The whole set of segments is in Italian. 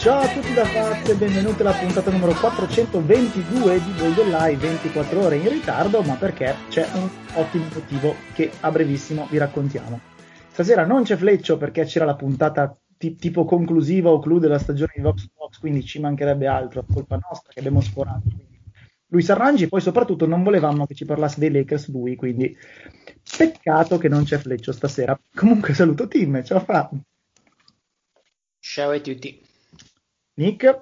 Ciao a tutti da Faz e benvenuti alla puntata numero 422 di Golden Live, 24 ore in ritardo, ma perché c'è un ottimo motivo che a brevissimo vi raccontiamo. Stasera non c'è Fleccio perché c'era la puntata tipo conclusiva o clou della stagione di Vox Box, quindi ci mancherebbe altro, è colpa nostra che abbiamo sforato. Quindi lui si arrangi, poi soprattutto non volevamo che ci parlasse dei Lakers lui, quindi peccato che non c'è Fleccio stasera. Comunque saluto Tim, ciao Fra. Ciao a tutti. Nick.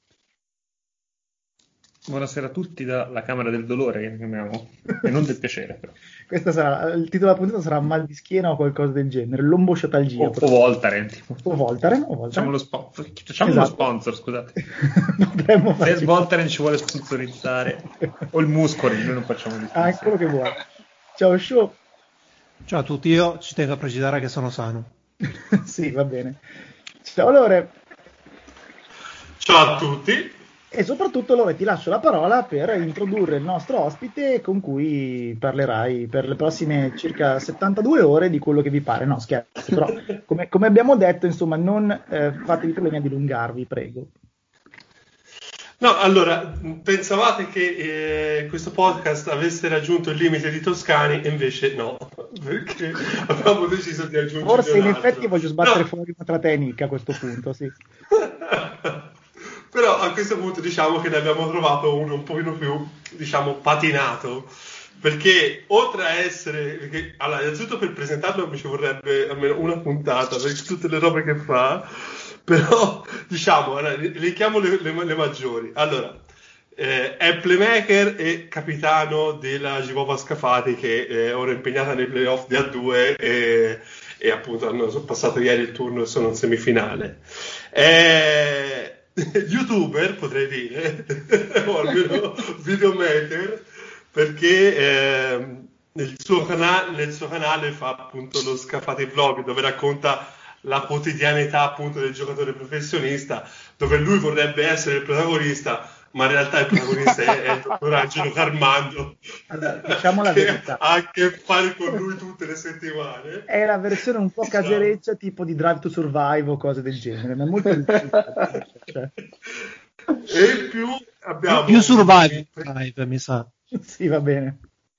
Buonasera a tutti dalla Camera del Dolore, che chiamiamo, e non del piacere, però. Questa sarà, il titolo della puntata sarà mal di schiena o qualcosa del genere, lombosciatalgia. O Voltaren, tipo. O Voltaren. Facciamo lo Esatto. uno sponsor, scusate. Potremmo Se Voltaren ci vuole sponsorizzare, o il Muscoli, noi non facciamo di è quello che vuoi. Ciao Show. Ciao a tutti, io ci tengo a precisare che sono sano. Sì, va bene. Ciao Lore. Ciao a tutti. E soprattutto Lore ti lascio la parola per introdurre il nostro ospite con cui parlerai per le prossime circa 72 ore di quello che vi pare. No, scherzo, però come abbiamo detto, insomma, non fatevi problemi a dilungarvi, prego. No, allora, pensavate che questo podcast avesse raggiunto il limite di Toscani e invece no, perché abbiamo deciso di aggiungere Forse in un altro. effetti voglio sbattere fuori una tecnica a questo punto, sì. Però a questo punto diciamo che ne abbiamo trovato uno un pochino più, diciamo, patinato, perché oltre a essere... allora, innanzitutto per presentarlo mi ci vorrebbe almeno una puntata, per tutte le robe che fa, però, diciamo, allora, elenchiamo le maggiori. Allora, è playmaker e capitano della Givova Scafati, che è ora impegnata nei playoff di A2 e appunto hanno passato ieri il turno e sono in semifinale. YouTuber, potrei dire, o almeno videomaker, perché nel suo canale fa appunto lo Scafati Vlog, dove racconta la quotidianità appunto del giocatore professionista, dove lui vorrebbe essere il protagonista, ma in realtà il protagonista è il dottor Angelo Carmando, allora, diciamo la che verità. ha a che fare con lui tutte le settimane. È la versione un po' casereccia, tipo di Drive to Survive o cose del genere, ma è molto difficile. Cioè. E in più abbiamo... Più Survive, mi sa. Sì, va bene.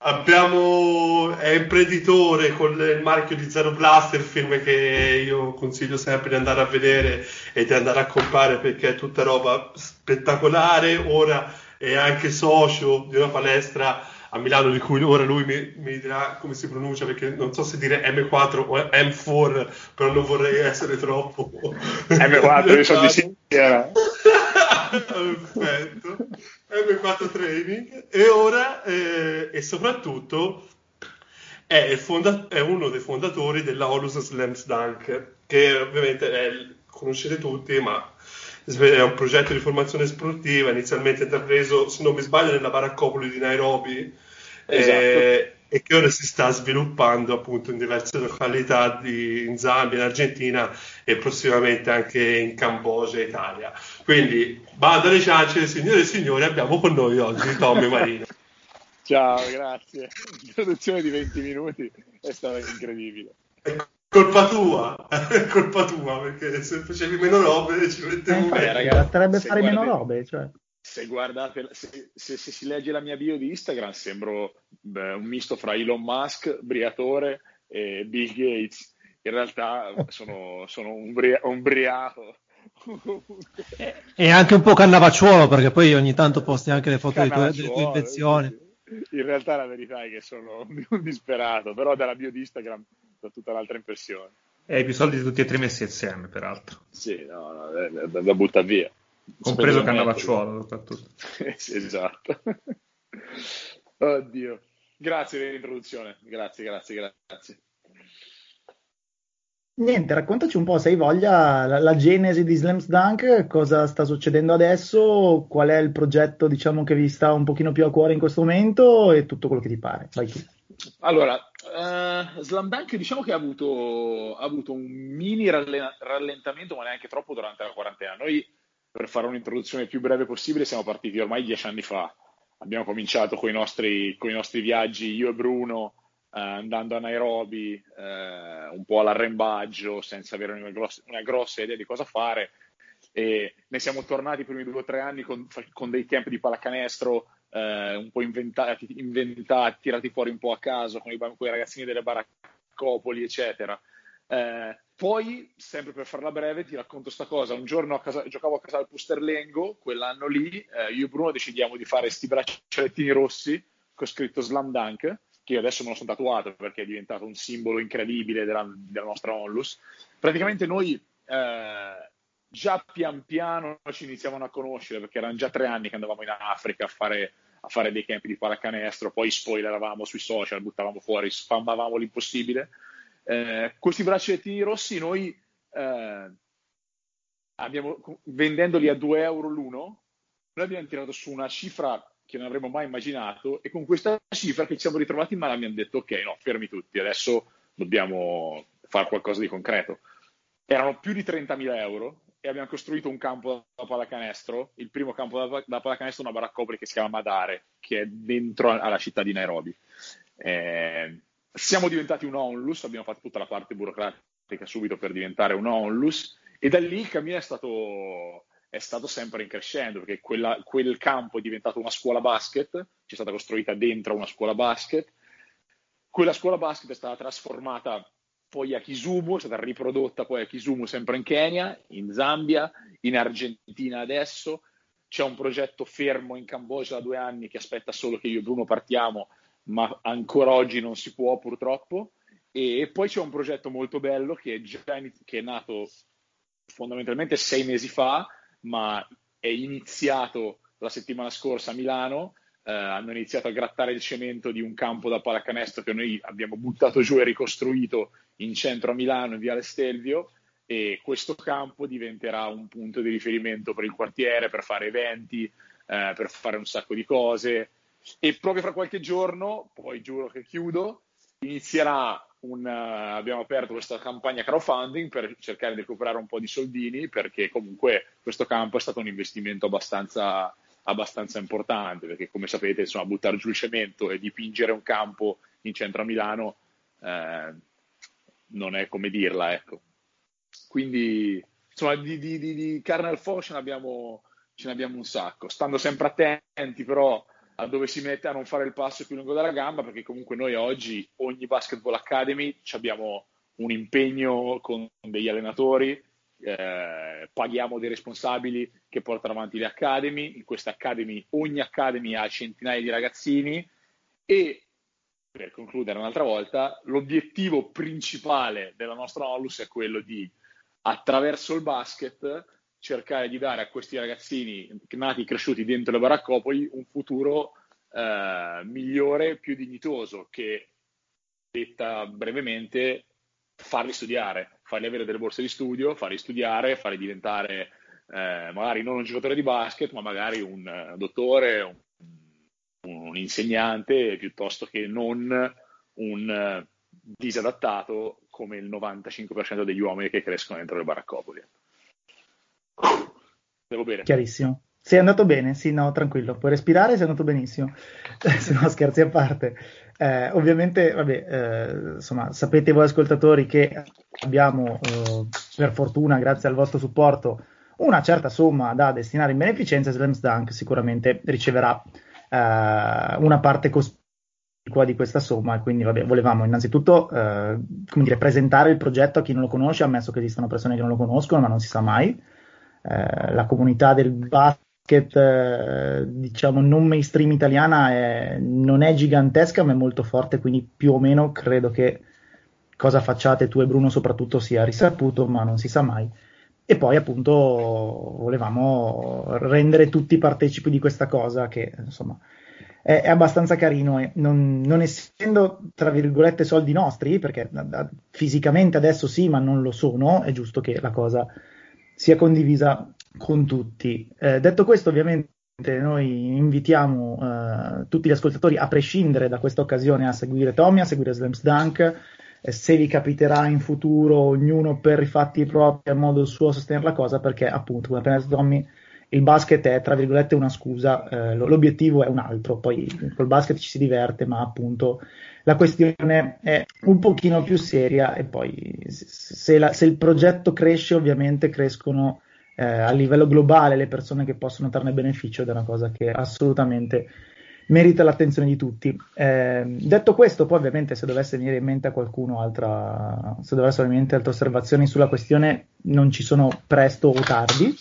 È imprenditore con il marchio di Zero Blaster, film che io consiglio sempre di andare a vedere e di andare a comprare perché è tutta roba spettacolare. Ora è anche socio di una palestra a Milano di cui ora lui mi dirà come si pronuncia, perché non so se dire M4 o M4, però non vorrei essere troppo M4, io sono di Siena. Perfetto. M4 Training. E ora e soprattutto è uno dei fondatori della Holus Slam Dunk, che ovviamente conoscete tutti, ma è un progetto di formazione sportiva inizialmente intrapreso, se non mi sbaglio, nella baraccopoli di Nairobi. Esatto. E che ora si sta sviluppando appunto in diverse località in Zambia, in Argentina e prossimamente anche in Cambogia e Italia. Quindi, bando alle ciance, signore e signori, abbiamo con noi oggi Tommy Marino. Ciao, grazie. L'introduzione di 20 minuti è stata incredibile. È colpa tua, perché se facevi meno robe ci mettevo ragazzi, basterebbe fare meno robe, cioè. Se guardate, se si legge la mia bio di Instagram, sembro un misto fra Elon Musk, Briatore e Bill Gates. In realtà sono un ubriaco. E anche un po' cannavacciuolo, perché poi ogni tanto posti anche le foto delle tue invenzioni. Sì. In realtà la verità è che sono un disperato, però dalla bio di Instagram ho tutta un'altra impressione. E hai più soldi di tutti e tre messi assieme, peraltro. Sì, no, da buttare via. Compreso Cannavacciuolo, soprattutto. Sì, esatto. Oddio. Grazie per l'introduzione. Grazie. Niente, raccontaci un po', se hai voglia, la genesi di Slam Dunk, cosa sta succedendo adesso, qual è il progetto, diciamo, che vi sta un pochino più a cuore in questo momento e tutto quello che ti pare. Vai tu. Allora, Slam Dunk diciamo che ha avuto un mini rallentamento, ma neanche troppo, durante la quarantena. Noi, per fare un'introduzione più breve possibile, siamo partiti ormai 10 anni fa. Abbiamo cominciato con i nostri viaggi, io e Bruno, andando a Nairobi, un po' all'arrembaggio, senza avere una grossa idea di cosa fare. e ne siamo tornati i primi 2 o 3 anni con dei camp di pallacanestro un po' inventati, tirati fuori un po' a caso con i ragazzini delle baraccopoli, eccetera. Poi, sempre per farla breve, ti racconto sta cosa. Un giorno giocavo a casa al Pusterlengo, quell'anno lì, io e Bruno decidiamo di fare sti braccialettini rossi con scritto Slam Dunk, che io adesso me lo sono tatuato perché è diventato un simbolo incredibile della nostra onlus. Praticamente noi già pian piano ci iniziavano a conoscere, perché erano già 3 anni che andavamo in Africa a fare dei campi di pallacanestro, poi spoileravamo sui social, buttavamo fuori, spammavamo l'impossibile. Questi braccialettini rossi noi vendendoli a 2 euro l'uno, noi abbiamo tirato su una cifra che non avremmo mai immaginato, e con questa cifra che ci siamo ritrovati in mano abbiamo detto ok, no, fermi tutti, adesso dobbiamo fare qualcosa di concreto. Erano più di 30.000 euro e abbiamo costruito un campo da pallacanestro, il primo campo da pallacanestro, una baraccopoli che si chiama Madare, che è dentro alla città di Nairobi. Siamo diventati un onlus, abbiamo fatto tutta la parte burocratica subito per diventare un onlus, e da lì il cammino è stato sempre in crescendo, perché quel campo è diventato una scuola basket, c'è stata costruita dentro una scuola basket, quella scuola basket è stata trasformata poi a Kisumu, è stata riprodotta poi a Kisumu, sempre in Kenya, in Zambia, in Argentina adesso. C'è un progetto fermo in Cambogia da 2 anni che aspetta solo che io e Bruno partiamo, ma ancora oggi non si può purtroppo. E poi c'è un progetto molto bello che è nato fondamentalmente 6 mesi fa, ma è iniziato la settimana scorsa a Milano. Hanno iniziato a grattare il cemento di un campo da pallacanestro che noi abbiamo buttato giù e ricostruito in centro a Milano, in Viale Stelvio, e questo campo diventerà un punto di riferimento per il quartiere, per fare eventi, per fare un sacco di cose. E proprio fra qualche giorno, poi giuro che chiudo, inizierà abbiamo aperto questa campagna crowdfunding per cercare di recuperare un po' di soldini, perché comunque questo campo è stato un investimento abbastanza importante, perché come sapete, insomma, buttare giù il cemento e dipingere un campo in centro a Milano non è come dirla, ecco. Quindi insomma di carne al fuoco ce ne abbiamo un sacco, stando sempre attenti però a dove si mette, a non fare il passo più lungo della gamba, perché comunque noi oggi ogni Basketball Academy abbiamo un impegno con degli allenatori, paghiamo dei responsabili che portano avanti le academy. In queste academy, ogni academy ha centinaia di ragazzini, e per concludere un'altra volta, l'obiettivo principale della nostra onlus è quello di, attraverso il basket, cercare di dare a questi ragazzini nati e cresciuti dentro le baraccopoli un futuro migliore, più dignitoso, che, detta brevemente, farli studiare, farli avere delle borse di studio, farli studiare, farli diventare magari non un giocatore di basket, ma magari un dottore, un insegnante, piuttosto che non un disadattato come il 95% degli uomini che crescono dentro le baraccopoli. Devo bene. Chiarissimo. Sei andato bene? Sì, no, tranquillo. Puoi respirare, sei andato benissimo. Se no, scherzi a parte. Ovviamente, vabbè, insomma, sapete voi ascoltatori che abbiamo, per fortuna, grazie al vostro supporto, una certa somma da destinare in beneficenza. Slam Dunk sicuramente riceverà una parte cospicua di questa somma, e quindi vabbè, volevamo innanzitutto presentare il progetto a chi non lo conosce, ammesso che esistano persone che non lo conoscono, ma non si sa mai. La comunità del basket, diciamo non mainstream italiana, non è gigantesca, ma è molto forte, quindi più o meno credo che cosa facciate tu e Bruno soprattutto sia risaputo, ma non si sa mai. E poi appunto volevamo rendere tutti partecipi di questa cosa, che insomma è abbastanza carino, e non essendo tra virgolette soldi nostri, perché fisicamente adesso sì, ma non lo sono, è giusto che la cosa sia condivisa con tutti. Detto questo, ovviamente noi invitiamo tutti gli ascoltatori, a prescindere da questa occasione, a seguire Tommy, a seguire Slam Dunk. Se vi capiterà in futuro, ognuno per i fatti propri, a modo suo, sostenere la cosa, perché appunto, come appena detto Tommy, il basket è tra virgolette una scusa, l'obiettivo è un altro. Poi col basket ci si diverte, ma appunto la questione è un pochino più seria, e poi se il progetto cresce, ovviamente crescono a livello globale le persone che possono trarne beneficio, ed è una cosa che assolutamente merita l'attenzione di tutti. Detto questo, poi ovviamente se dovesse venire in mente a qualcuno se dovessero venire in mente altre osservazioni sulla questione, non ci sono presto o tardi.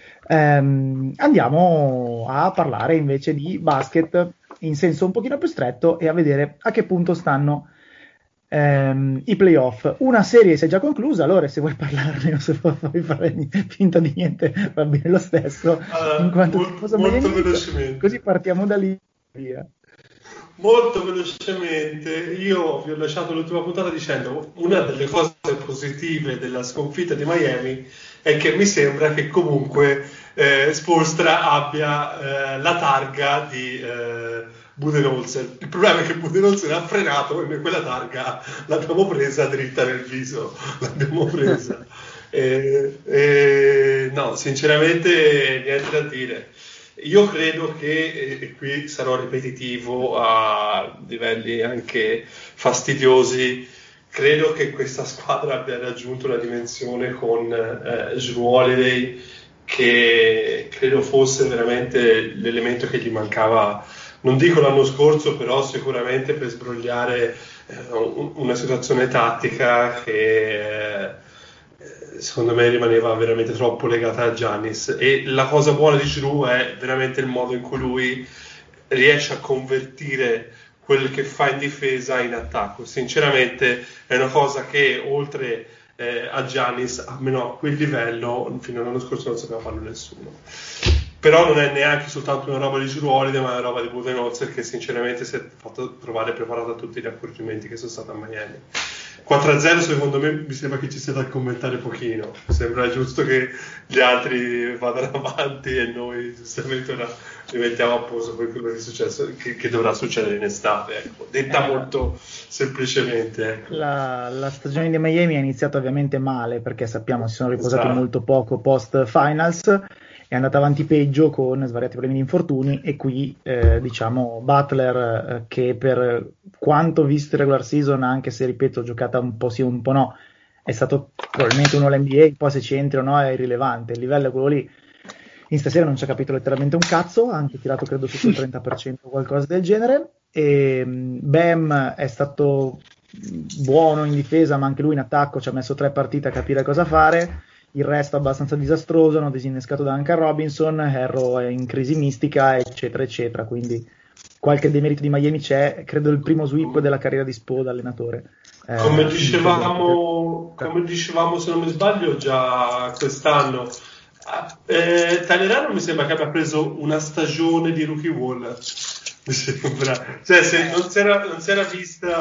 Andiamo a parlare invece di basket in senso un pochino più stretto e a vedere a che punto stanno i playoff. Una serie si è già conclusa, allora se vuoi parlarne o se vuoi fare finta di niente va bene lo stesso, in quanto molto velocemente, così partiamo da lì via. Molto velocemente, io vi ho lasciato l'ultima puntata dicendo una delle cose positive della sconfitta di Miami è che mi sembra che comunque Spoelstra abbia la targa di Budenholzer. Il problema è che Budenholzer ha frenato e noi quella targa l'abbiamo presa dritta nel viso, l'abbiamo presa. No, sinceramente niente da dire. Io credo che, e qui sarò ripetitivo a livelli anche fastidiosi, credo che questa squadra abbia raggiunto una dimensione con Jrue Holiday che credo fosse veramente l'elemento che gli mancava, non dico l'anno scorso, però sicuramente per sbrogliare una situazione tattica che secondo me rimaneva veramente troppo legata a Giannis. E la cosa buona di Giroud è veramente il modo in cui lui riesce a convertire quel che fa in difesa in attacco. Sinceramente è una cosa che oltre a Giannis, almeno a quel livello, fino all'anno scorso non sapeva farlo nessuno. Però non è neanche soltanto una roba di Jrue Holiday, ma è una roba di Budenholzer che sinceramente si è fatto trovare preparato a tutti gli accorgimenti che sono stati a Miami. 4-0 secondo me mi sembra che ci sia da commentare pochino, sembra giusto che gli altri vadano avanti e noi giustamente ora li mettiamo a posto per quello che è successo, che dovrà succedere in estate, ecco. Detta molto semplicemente, ecco. La stagione di Miami è iniziata ovviamente male perché sappiamo si sono riposati Esatto. molto poco post finals, è andata avanti peggio con svariati problemi di infortuni e qui diciamo Butler che per quanto visto il regular season, anche se ripeto giocata un po' sì un po' no, è stato probabilmente uno all'NBA, poi se ci entri o no è irrilevante, il livello è quello lì. In stasera non ci ha capito letteralmente un cazzo, ha anche tirato credo sotto il 30% o qualcosa del genere, e Bam è stato buono in difesa ma anche lui in attacco ci ha messo 3 partite a capire cosa fare. Il resto abbastanza disastroso, hanno disinnescato Duncan Robinson, Herro è in crisi mistica, eccetera, eccetera. Quindi qualche demerito di Miami c'è, credo il primo sweep della carriera di Spo da allenatore. Come dicevamo, se non mi sbaglio, già quest'anno, Tyler mi sembra che abbia preso una stagione di rookie wall. Mi sembra. Cioè, se non si era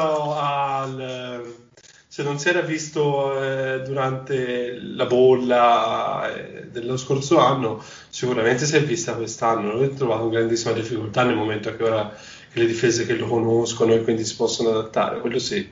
visto durante la bolla dello scorso anno, sicuramente si è vista quest'anno. Lui ha trovato grandissima difficoltà nel momento che ora che le difese che lo conoscono e quindi si possono adattare, quello sì.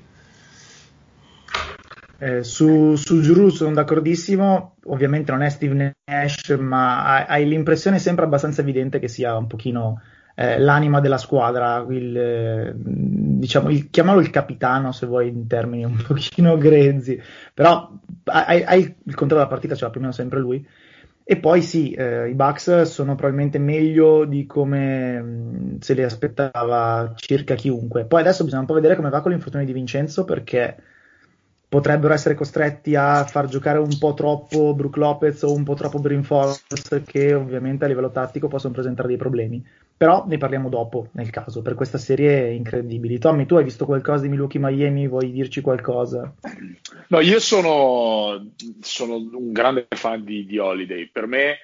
Su Jrue sono d'accordissimo, ovviamente non è Steve Nash, ma hai l'impressione sempre abbastanza evidente che sia un pochino l'anima della squadra, chiamalo il capitano se vuoi in termini un pochino grezzi, però hai il controllo della partita, ce l'ha più o meno sempre lui. E poi sì, i Bucks sono probabilmente meglio di come se li aspettava circa chiunque. Poi adesso bisogna un po' vedere come va con l'infortunio di Vincenzo, perché potrebbero essere costretti a far giocare un po' troppo Brook Lopez o un po' troppo Bryn Forbes, che ovviamente a livello tattico possono presentare dei problemi. Però ne parliamo dopo, nel caso, per questa serie incredibili. Tommy, tu hai visto qualcosa di Milwaukee Miami? Vuoi dirci qualcosa? No, io sono un grande fan di Holiday. Per me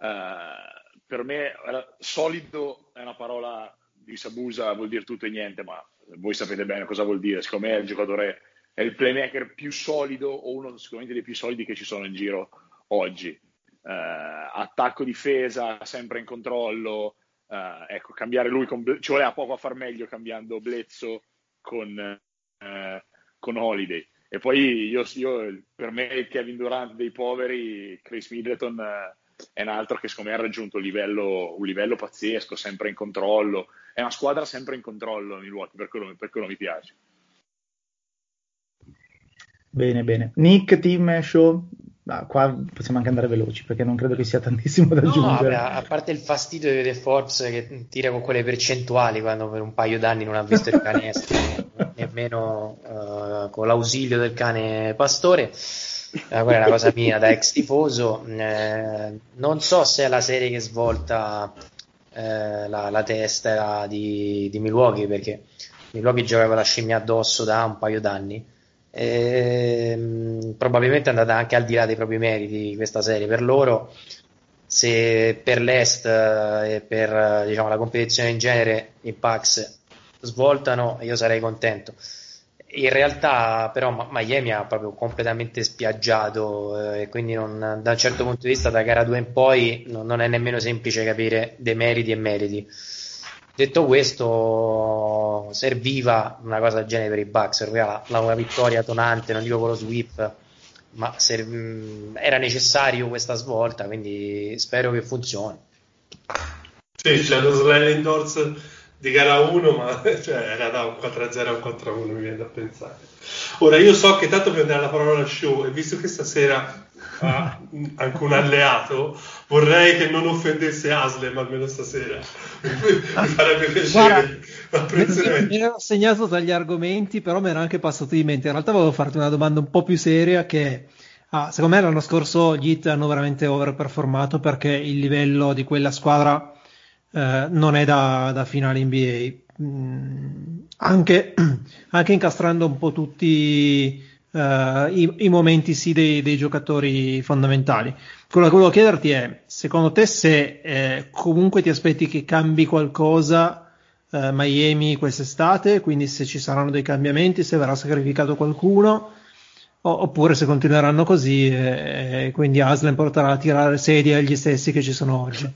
solido è una parola di Sabusa, vuol dire tutto e niente, ma voi sapete bene cosa vuol dire. Secondo me è il giocatore, è il playmaker più solido, o uno sicuramente dei più solidi che ci sono in giro oggi. Attacco, difesa, sempre in controllo. Ecco, cambiare lui ci voleva poco a far meglio cambiando Bledsoe con Holiday. E poi io per me il Kevin Durant dei poveri, Chris Middleton è un altro che secondo me ha raggiunto un livello pazzesco, sempre in controllo. È una squadra sempre in controllo Milwaukee, per quello mi piace. Bene. Nick, team, show? qua possiamo anche andare veloci perché non credo che sia tantissimo da No, aggiungere. vabbè, a parte il fastidio di vedere Forbes che tira con quelle percentuali quando per un paio d'anni non ha visto il canestro, nemmeno con l'ausilio del cane pastore. Quella è una cosa mia da ex tifoso. Non so se è la serie che svolta la testa di Milwaukee, perché Milwaukee giocava la scimmia addosso da un paio d'anni. Probabilmente è andata anche al di là dei propri meriti questa serie per loro. Se per l'Est e per diciamo la competizione in genere i Bucks svoltano, io sarei contento. In realtà però Miami ha proprio completamente spiaggiato, e quindi da un certo punto di vista da gara 2 in poi non è nemmeno semplice capire dei meriti e meriti. Detto questo, serviva una cosa del genere per i Bucks, serviva una vittoria tonante, non dico con lo sweep, ma era necessario questa svolta, quindi spero che funzioni. Sì, c'è lo sliding doors di gara 1, ma era da un 4-0 a un 4-1, mi viene da pensare. Ora, io so che tanto per dare la parola al show, e visto che stasera ha anche un alleato, vorrei che non offendesse Haslem almeno stasera. Mi farebbe piacere. Mi ero segnato tra gli argomenti, però mi era anche passato di mente. In realtà volevo farti una domanda un po' più seria che... secondo me l'anno scorso gli Heat hanno veramente overperformato perché il livello di quella squadra non è da finale NBA, anche incastrando un po' tutti i momenti sì dei giocatori fondamentali. Quello che volevo chiederti è, secondo te, se comunque ti aspetti che cambi qualcosa Miami quest'estate, quindi se ci saranno dei cambiamenti, se verrà sacrificato qualcuno, oppure se continueranno così e quindi Haslem porterà a tirare sedie agli stessi che ci sono oggi.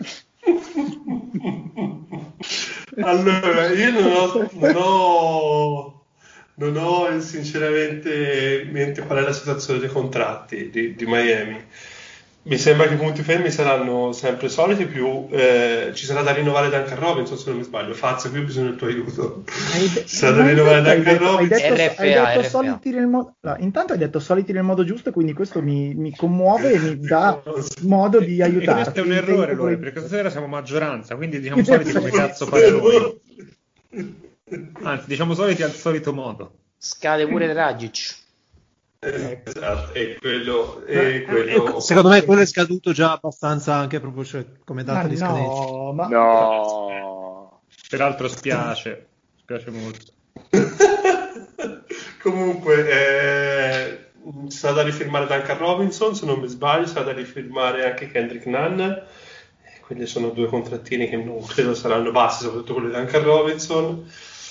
Allora, io non ho sinceramente in mente qual è la situazione dei contratti di Miami. Mi sembra che i punti fermi saranno sempre soliti, più ci sarà da rinnovare Duncan Robinson, se non mi sbaglio. Fazio, qui ho bisogno del tuo aiuto. Ci sarà da rinnovare Duncan Robinson. Intanto hai detto soliti nel modo giusto, quindi questo mi commuove e mi dà modo di aiutarti. Questo è un errore, Lore, perché stasera siamo maggioranza, quindi diciamo soliti come cazzo pare noi. Anzi, diciamo soliti al solito modo. Scade pure Dragic. Esatto, e quello secondo me quello è scaduto già abbastanza anche proprio come data di scadenza. No, peraltro spiace molto. Comunque ci sarà da rifirmare Duncan Robinson, se non mi sbaglio, sarà da rifirmare anche Kendrick Nunn. Quelli sono due contrattini che non credo saranno bassi, soprattutto quelli di Duncan Robinson.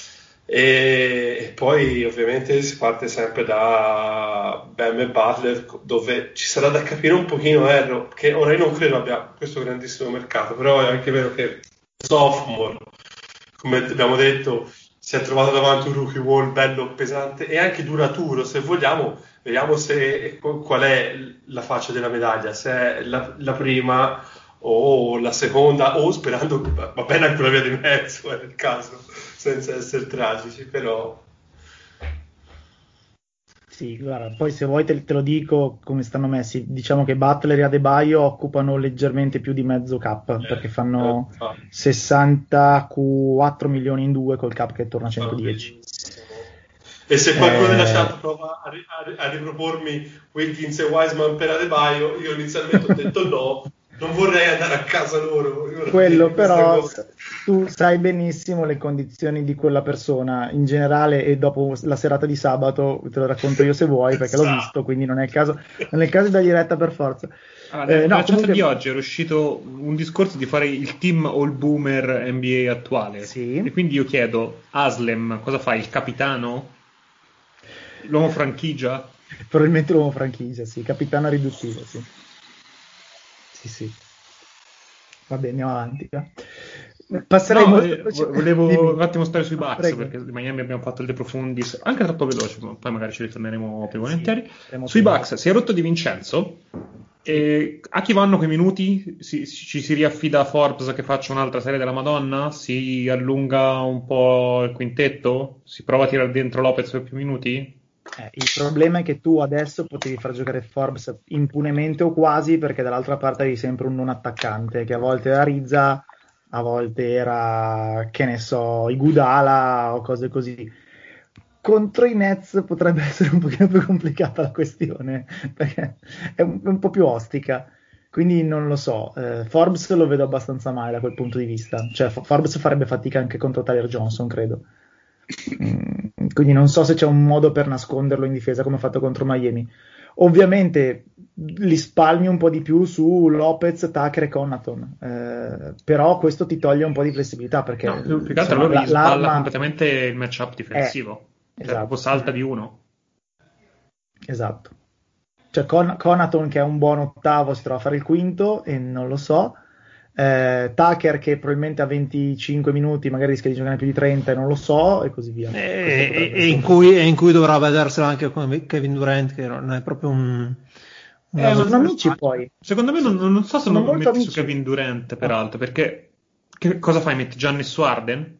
E poi ovviamente si parte sempre da Bam e Butler, dove ci sarà da capire un pochino che ora io non credo abbia questo grandissimo mercato, però è anche vero che sophomore, come abbiamo detto, si è trovato davanti un rookie wall bello pesante e anche duraturo, se vogliamo. Vediamo qual è la faccia della medaglia, se è la prima o la seconda, o sperando va bene anche una via di mezzo nel caso, senza essere tragici, però sì, guarda, poi se vuoi te lo dico come stanno messi. Diciamo che Butler e Adebayo occupano leggermente più di mezzo cap, perché fanno 64 milioni in due col cap che torna a 110. E se qualcuno della chat prova a ripropormi Wilkins e Wiseman per Adebayo, io inizialmente ho detto no, non vorrei andare a casa loro. Quello però tu sai benissimo le condizioni di quella persona in generale, e dopo la serata di sabato te lo racconto io se vuoi, perché l'ho visto, quindi non è il caso da diretta per forza. Nella chat di oggi era uscito un discorso di fare il team all boomer NBA attuale, sì. E quindi io chiedo, Haslem cosa fa, il capitano? L'uomo franchigia? Probabilmente l'uomo franchigia, sì, capitano riduttivo, sì. Sì. Va bene, andiamo avanti. Passerei volevo un attimo stare sui Bucks, Prego. perché di Miami abbiamo fatto il de profundis anche troppo veloce, ma poi magari ci ritorneremo più volentieri. Sui Bucks si è rotto Di Vincenzo, e a chi vanno quei minuti? Ci si riaffida a Forbes che faccia un'altra serie della Madonna? Si allunga un po' il quintetto? Si prova a tirare dentro Lopez per più minuti? Il problema è che tu adesso potevi far giocare Forbes impunemente o quasi, perché dall'altra parte avevi sempre un non attaccante, che a volte era Rizza, a volte era, che ne so, Iguodala o cose così. Contro i Nets potrebbe essere un pochino più complicata la questione, perché è un po' più ostica. Quindi non lo so, Forbes lo vedo abbastanza male da quel punto di vista. Cioè, Forbes farebbe fatica anche contro Tyler Johnson, credo. Quindi non so se c'è un modo per nasconderlo in difesa come ha fatto contro Miami. Ovviamente li spalmi un po' di più su Lopez, Tucker e Connaughton, però questo ti toglie un po' di flessibilità, perché No, più che altro allora gli sballa completamente il matchup difensivo. Esatto. Proprio salta di uno. Esatto. Cioè Connaughton, che è un buon ottavo, si trova a fare il quinto e non lo so. Tucker, che probabilmente a 25 minuti magari rischia di giocare più di 30 e non lo so, e così via. E in cui dovrà vederselo anche con Kevin Durant, che non è proprio sono amici poi. Secondo me non so se non metti amici su Kevin Durant, peraltro, perché cosa fai? Metti Giannis su Harden?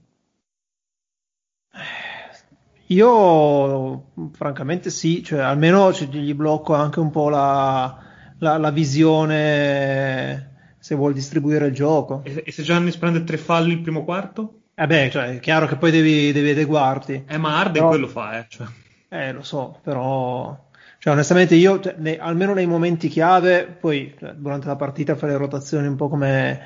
Io francamente sì, cioè almeno gli blocco anche un po' la visione, se vuol distribuire il gioco. E se Giannis prende 3 falli il primo quarto? Cioè, è chiaro che poi devi adeguarti. Ma Harden quello fa, cioè. Lo so, però cioè, onestamente io, almeno nei momenti chiave, poi durante la partita fare le rotazioni un po' come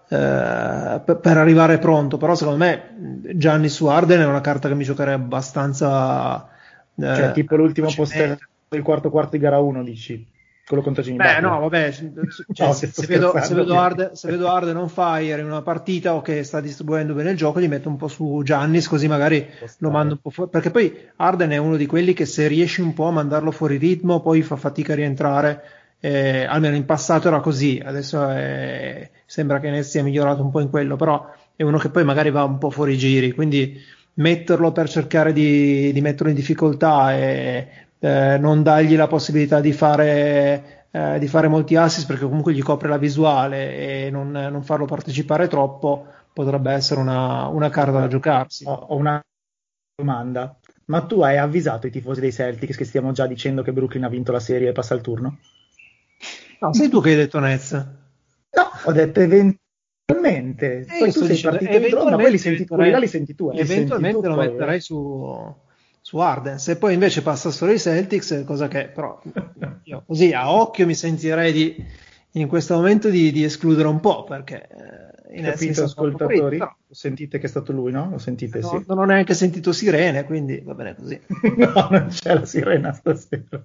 per arrivare pronto, però secondo me Giannis su Harden è una carta che mi giocherei abbastanza cioè tipo l'ultimo post del quarto di gara 1, dici? Quello contro Jimmy Butler. No, vabbè, cioè, se vedo Harden on fire in una partita o che sta distribuendo bene il gioco, gli metto un po' su Giannis, così magari lo mando un po' fuori, perché poi Harden è uno di quelli che se riesci un po' a mandarlo fuori ritmo poi fa fatica a rientrare, almeno in passato era così, adesso sembra che ne sia migliorato un po' in quello, però è uno che poi magari va un po' fuori giri, quindi metterlo per cercare di metterlo in difficoltà e non dargli la possibilità di fare molti assist, perché comunque gli copre la visuale, e non farlo partecipare troppo potrebbe essere una carta da giocarsi. Ho una domanda: ma tu hai avvisato i tifosi dei Celtics che stiamo già dicendo che Brooklyn ha vinto la serie e passa il turno? No, sei tu che hai detto Nets. No, ho detto eventualmente. Poi tu sei partito in ronda, poi li senti tu, li senti tu. Eventualmente lo metterei su Harden. Se poi invece passa solo i Celtics, cosa che però io così a occhio mi sentirei in questo momento di escludere un po', perché capito, ascoltatori? Però sentite che è stato lui, no? Lo sentite, sì. Non ho neanche sentito sirene, quindi va bene così. No, non c'è la sirena stasera.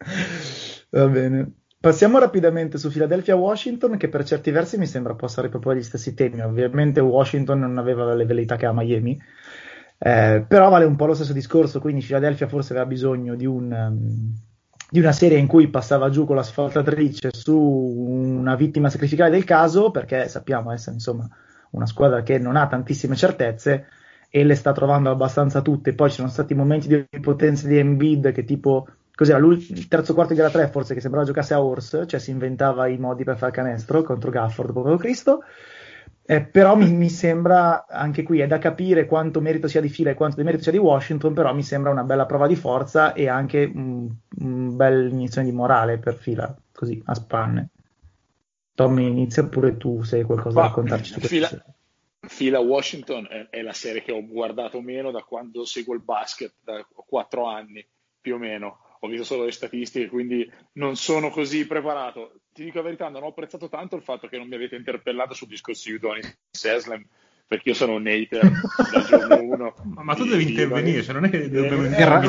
Va bene. Passiamo rapidamente su Philadelphia-Washington, che per certi versi mi sembra possa riproporre gli stessi temi. Ovviamente Washington non aveva le velleità che ha Miami, però vale un po' lo stesso discorso, quindi Philadelphia forse aveva bisogno di una serie in cui passava giù con l'asfaltatrice su una vittima sacrificale del caso, perché sappiamo essere insomma una squadra che non ha tantissime certezze e le sta trovando abbastanza tutte. Poi ci sono stati momenti di potenza di Embiid che tipo... Cos'era il terzo quarto di gara 3 forse, che sembrava giocasse a horse, cioè si inventava i modi per fare canestro contro Gafford, povero Cristo. Però mi sembra, anche qui è da capire quanto merito sia di Fila e quanto di merito sia di Washington, però mi sembra una bella prova di forza e anche un bel iniezione di morale per Fila, così a spanne. Tommy, inizia pure tu se hai qualcosa da raccontarci su questo. Fila Washington è la serie che ho guardato meno da quando seguo il basket, da 4 anni più o meno. Ho visto solo le statistiche, quindi non sono così preparato. Ti dico la verità, non ho apprezzato tanto il fatto che non mi avete interpellato sul discorso di Udonis Haslem, perché io sono un hater dal giorno 1. Ma tu devi intervenire, cioè non è che dobbiamo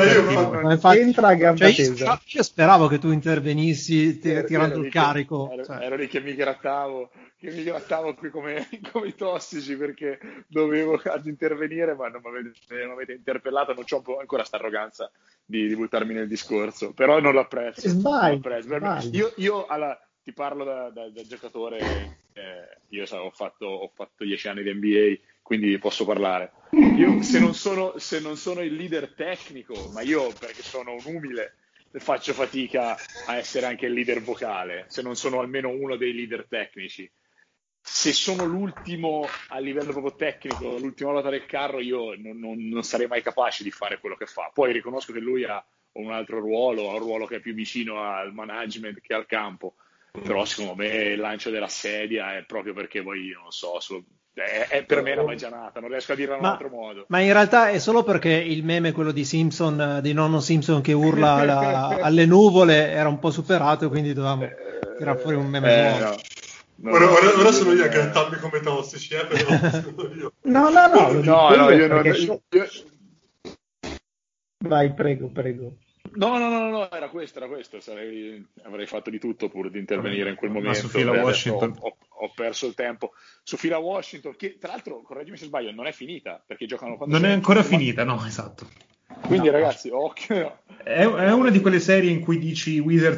entra a gamba tesa. Io speravo che tu intervenissi tirando il carico. Ero lì che mi grattavo qui come i tossici, perché dovevo intervenire, ma non mi avete interpellato, non c'ho ancora sta arroganza di buttarmi nel discorso, però non lo apprezzo. Io ti parlo da giocatore, io ho fatto 10 anni di NBA, quindi posso parlare. Io se non sono il leader tecnico, ma io perché sono un umile faccio fatica a essere anche il leader vocale, se non sono almeno uno dei leader tecnici. Se sono l'ultimo a livello proprio tecnico, l'ultima ruota del carro, io non sarei mai capace di fare quello che fa. Poi riconosco che lui ha un altro ruolo, ha un ruolo che è più vicino al management che al campo. Però secondo me il lancio della sedia è proprio perché poi, non so, è per me la baggianata, non riesco a dirla in un altro modo. Ma in realtà è solo perché il meme, quello di Simpson, di nonno Simpson che urla alle nuvole, era un po' superato, quindi dovevamo tirare fuori un meme nuovo. Ora sono io a grattarmi come tossici, però sono io. No, io non... Vai, prego. No, era questo. Avrei fatto di tutto pur di intervenire in quel momento. Ma su fila Washington ho perso il tempo. Su fila Washington, che tra l'altro, correggimi se sbaglio, non è finita, perché giocano quando non è ancora finita, no, esatto. Quindi ragazzi, occhio. È una di quelle serie in cui dici Wizards,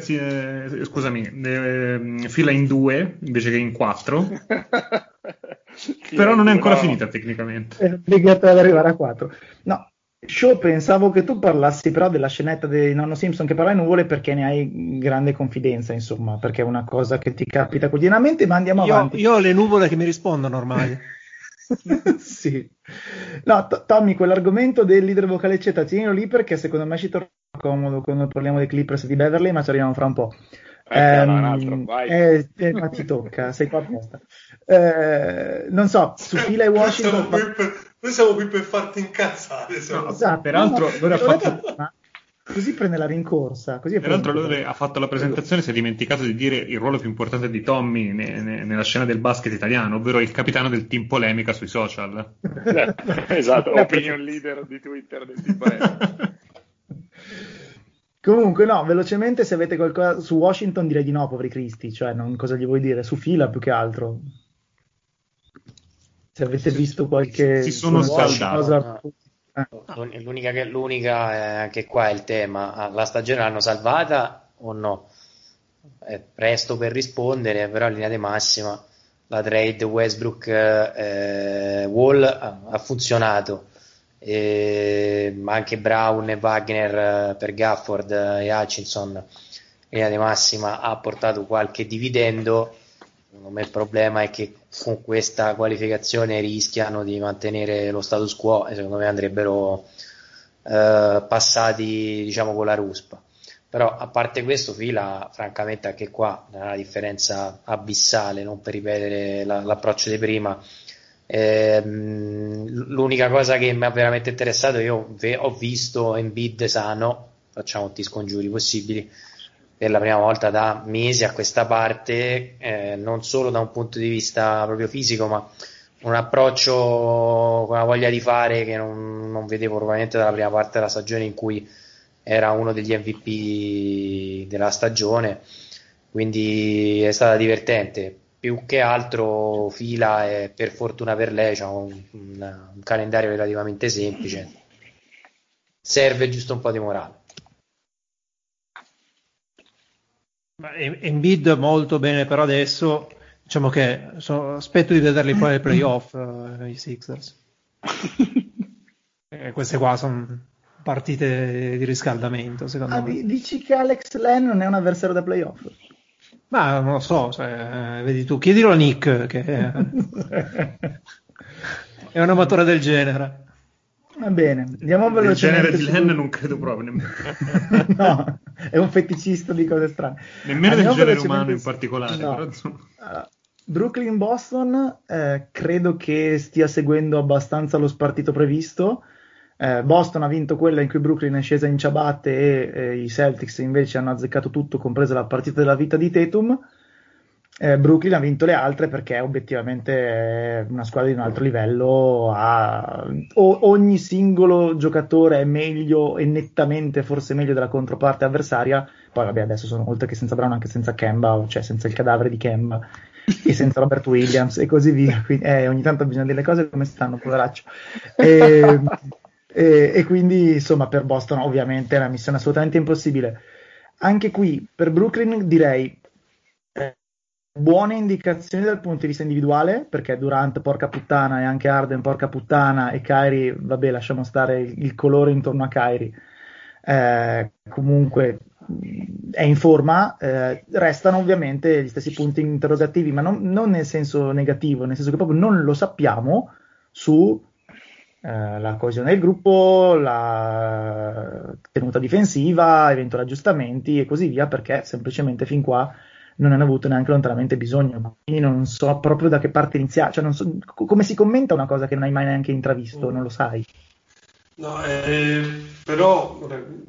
fila in 2 invece che in 4. Però non è ancora finita tecnicamente. È obbligato ad arrivare a 4. No. Show, pensavo che tu parlassi però della scenetta di nonno Simpson che parla in nuvole perché ne hai grande confidenza, insomma, perché è una cosa che ti capita quotidianamente, ma andiamo avanti. Io ho le nuvole che mi rispondono ormai. Sì. No, Tommy, quell'argomento del leader vocale eccetera, tienilo lì perché secondo me ci torna comodo quando parliamo dei Clippers di Beverly, ma ci arriviamo fra un po'. Ma ti tocca, sei qua apposta. Non so, su fila e Washington... Noi siamo qui per farti incazzare. No, esatto, peraltro loro ha fatto... Così prende la rincorsa. Così peraltro loro ha fatto la presentazione, si è dimenticato di dire il ruolo più importante di Tommy nella scena del basket italiano, ovvero il capitano del team polemica sui social. Esatto, opinion leader di Twitter del team polemica. Comunque no, velocemente se avete qualcosa su Washington direi di no, poveri cristi, cioè non cosa gli vuoi dire, su fila più che altro. Se avete visto qualche... Si sono scaldati. L'unica è anche qua è il tema, la stagione l'hanno salvata o no? È presto per rispondere, però in linea di massima la trade Westbrook Wall ha funzionato. Ma anche Brown e Wagner per Gafford e Hutchinson in linea di massima ha portato qualche dividendo. Secondo me il problema è che con questa qualificazione rischiano di mantenere lo status quo e secondo me andrebbero passati, diciamo, con la ruspa. Però a parte questo, fila francamente anche qua è una differenza abissale, non per ripetere l'approccio di prima. L'unica cosa che mi ha veramente interessato, io ho visto Embiid sano, facciamo tutti i scongiuri possibili per la prima volta da mesi a questa parte, non solo da un punto di vista proprio fisico, ma un approccio con una voglia di fare che non vedevo probabilmente dalla prima parte della stagione, in cui era uno degli MVP della stagione, quindi è stata divertente. Più che altro fila e per fortuna per lei c'ha un calendario relativamente semplice, serve giusto un po' di morale. Embiid molto bene per adesso, diciamo che aspetto di vederli poi ai playoff i Sixers. Queste qua sono partite di riscaldamento, secondo me. Dici che Alex Len non è un avversario da playoff? Ma non lo so, vedi tu, chiedilo a Nick che è un amatore del genere. Va bene, andiamo del genere di Len su... non credo proprio nemmeno. No, è un feticista di cose strane. Nemmeno del genere umano in particolare. No. Però... Brooklyn-Boston credo che stia seguendo abbastanza lo spartito previsto. Boston ha vinto quella in cui Brooklyn è scesa in ciabatte e i Celtics invece hanno azzeccato tutto, compresa la partita della vita di Tatum. Brooklyn ha vinto le altre perché obiettivamente è una squadra di un altro livello, ogni singolo giocatore è meglio e nettamente forse meglio della controparte avversaria. Poi vabbè, adesso sono oltre che senza Brown anche senza Kemba, cioè senza il cadavere di Kemba e senza Robert Williams e così via, quindi ogni tanto bisogna dire le cose come stanno, poveraccio. E quindi insomma per Boston ovviamente è una missione assolutamente impossibile. Anche qui per Brooklyn direi buone indicazioni dal punto di vista individuale, perché Durant porca puttana e anche Harden porca puttana e Kyrie, vabbè, lasciamo stare il colore intorno a Kyrie, comunque è in forma. Restano ovviamente gli stessi punti interrogativi, ma non nel senso negativo, nel senso che proprio non lo sappiamo su la coesione del gruppo, la tenuta difensiva, eventuali aggiustamenti e così via, perché semplicemente fin qua non hanno avuto neanche lontanamente bisogno. Quindi non so proprio da che parte iniziare, cioè non so come si commenta una cosa che non hai mai neanche intravisto, non lo sai. No, però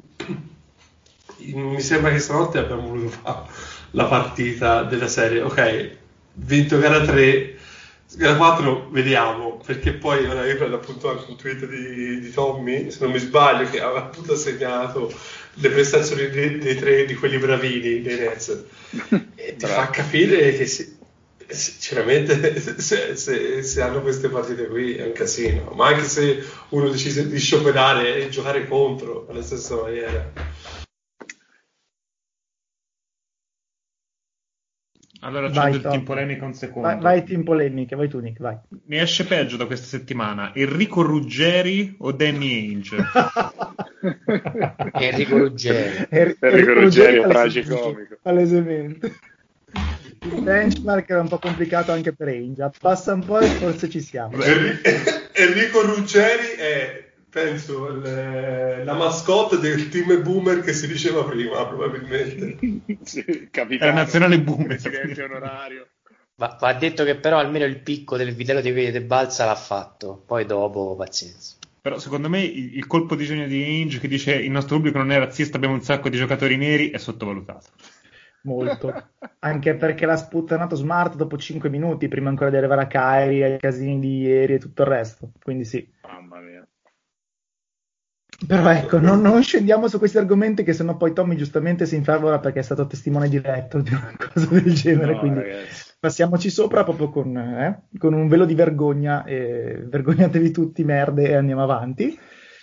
mi sembra che stanotte abbiamo voluto fare la partita della serie. Ok, vinto gara 3, gara 4 vediamo, perché poi ora io prendo appunto anche un tweet di Tommy, se non mi sbaglio, che aveva appunto segnato le prestazioni dei tre, di quelli bravini dei Nets, e ti fa capire che sinceramente se hanno queste partite qui è un casino, ma anche se uno decide di scioperare e giocare contro alla stessa maniera. Allora accendo il team polemica un secondo. Vai team polemica, vai tu Nick, vai. Ne esce peggio da questa settimana Enrico Ruggeri o Danny Ainge? Enrico Ruggeri. Enrico Ruggeri è tragicomico. Palesemente. Il benchmark era un po' complicato anche per Ainge, passa un po' e forse ci siamo. Enrico Ruggeri è, penso, la mascotte del team boomer che si diceva prima, probabilmente. Sì, capitano, era nazionale boomer, presidente onorario. Va detto che però almeno il picco del vitello di Vede Balza l'ha fatto, poi dopo pazienza. Però secondo me il colpo di genio di Ainge che dice il nostro pubblico non è razzista, abbiamo un sacco di giocatori neri, è sottovalutato. Molto, anche perché l'ha sputtanato Smart dopo 5 minuti prima ancora di arrivare a Kyrie, ai casini di ieri e tutto il resto, quindi sì. Mamma mia. Però ecco, non scendiamo su questi argomenti, che sennò poi Tommy giustamente si infervora perché è stato testimone diretto di una cosa del genere, quindi ragazzi, passiamoci sopra proprio con un velo di vergogna, vergognatevi tutti merde e andiamo avanti.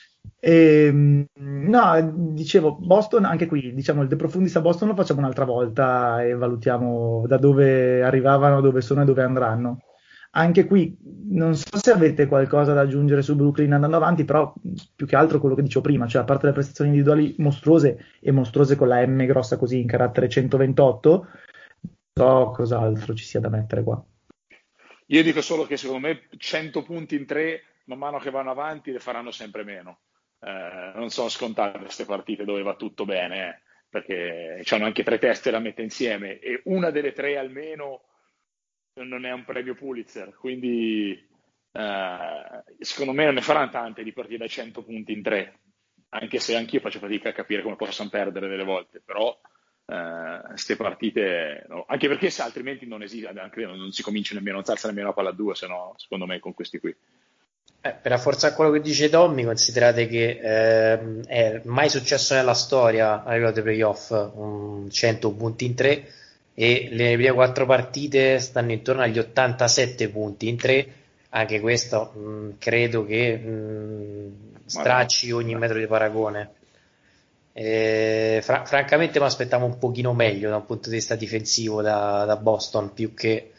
No, dicevo, Boston, anche qui diciamo il De Profundis a Boston lo facciamo un'altra volta e valutiamo da dove arrivavano, dove sono e dove andranno. Anche qui non so se avete qualcosa da aggiungere su Brooklyn andando avanti, però più che altro quello che dicevo prima, cioè a parte le prestazioni individuali mostruose e mostruose con la M grossa così in carattere 128, non so cos'altro ci sia da mettere qua. Io dico solo che secondo me 100 punti in 3 man mano che vanno avanti le faranno sempre meno. Non sono scontate queste partite dove va tutto bene, perché c'hanno anche 3 teste da mettere insieme e una delle 3 almeno non è un premio Pulitzer, quindi secondo me non ne faranno tante di partite da 100 punti in 3, anche se anch'io faccio fatica a capire come possano perdere delle volte, però queste partite no. Anche perché se altrimenti non esiste, non si comincia nemmeno, non si alza nemmeno a palla a 2, se no secondo me con questi qui. Per rafforzare quello che dice Tommy, considerate che è mai successo nella storia a livello dei playoff 100 punti in 3 e le prime 4 partite stanno intorno agli 87 punti in 3. Anche questo credo che stracci ogni metro di paragone. Francamente mi aspettavo un pochino meglio da un punto di vista difensivo da Boston, più che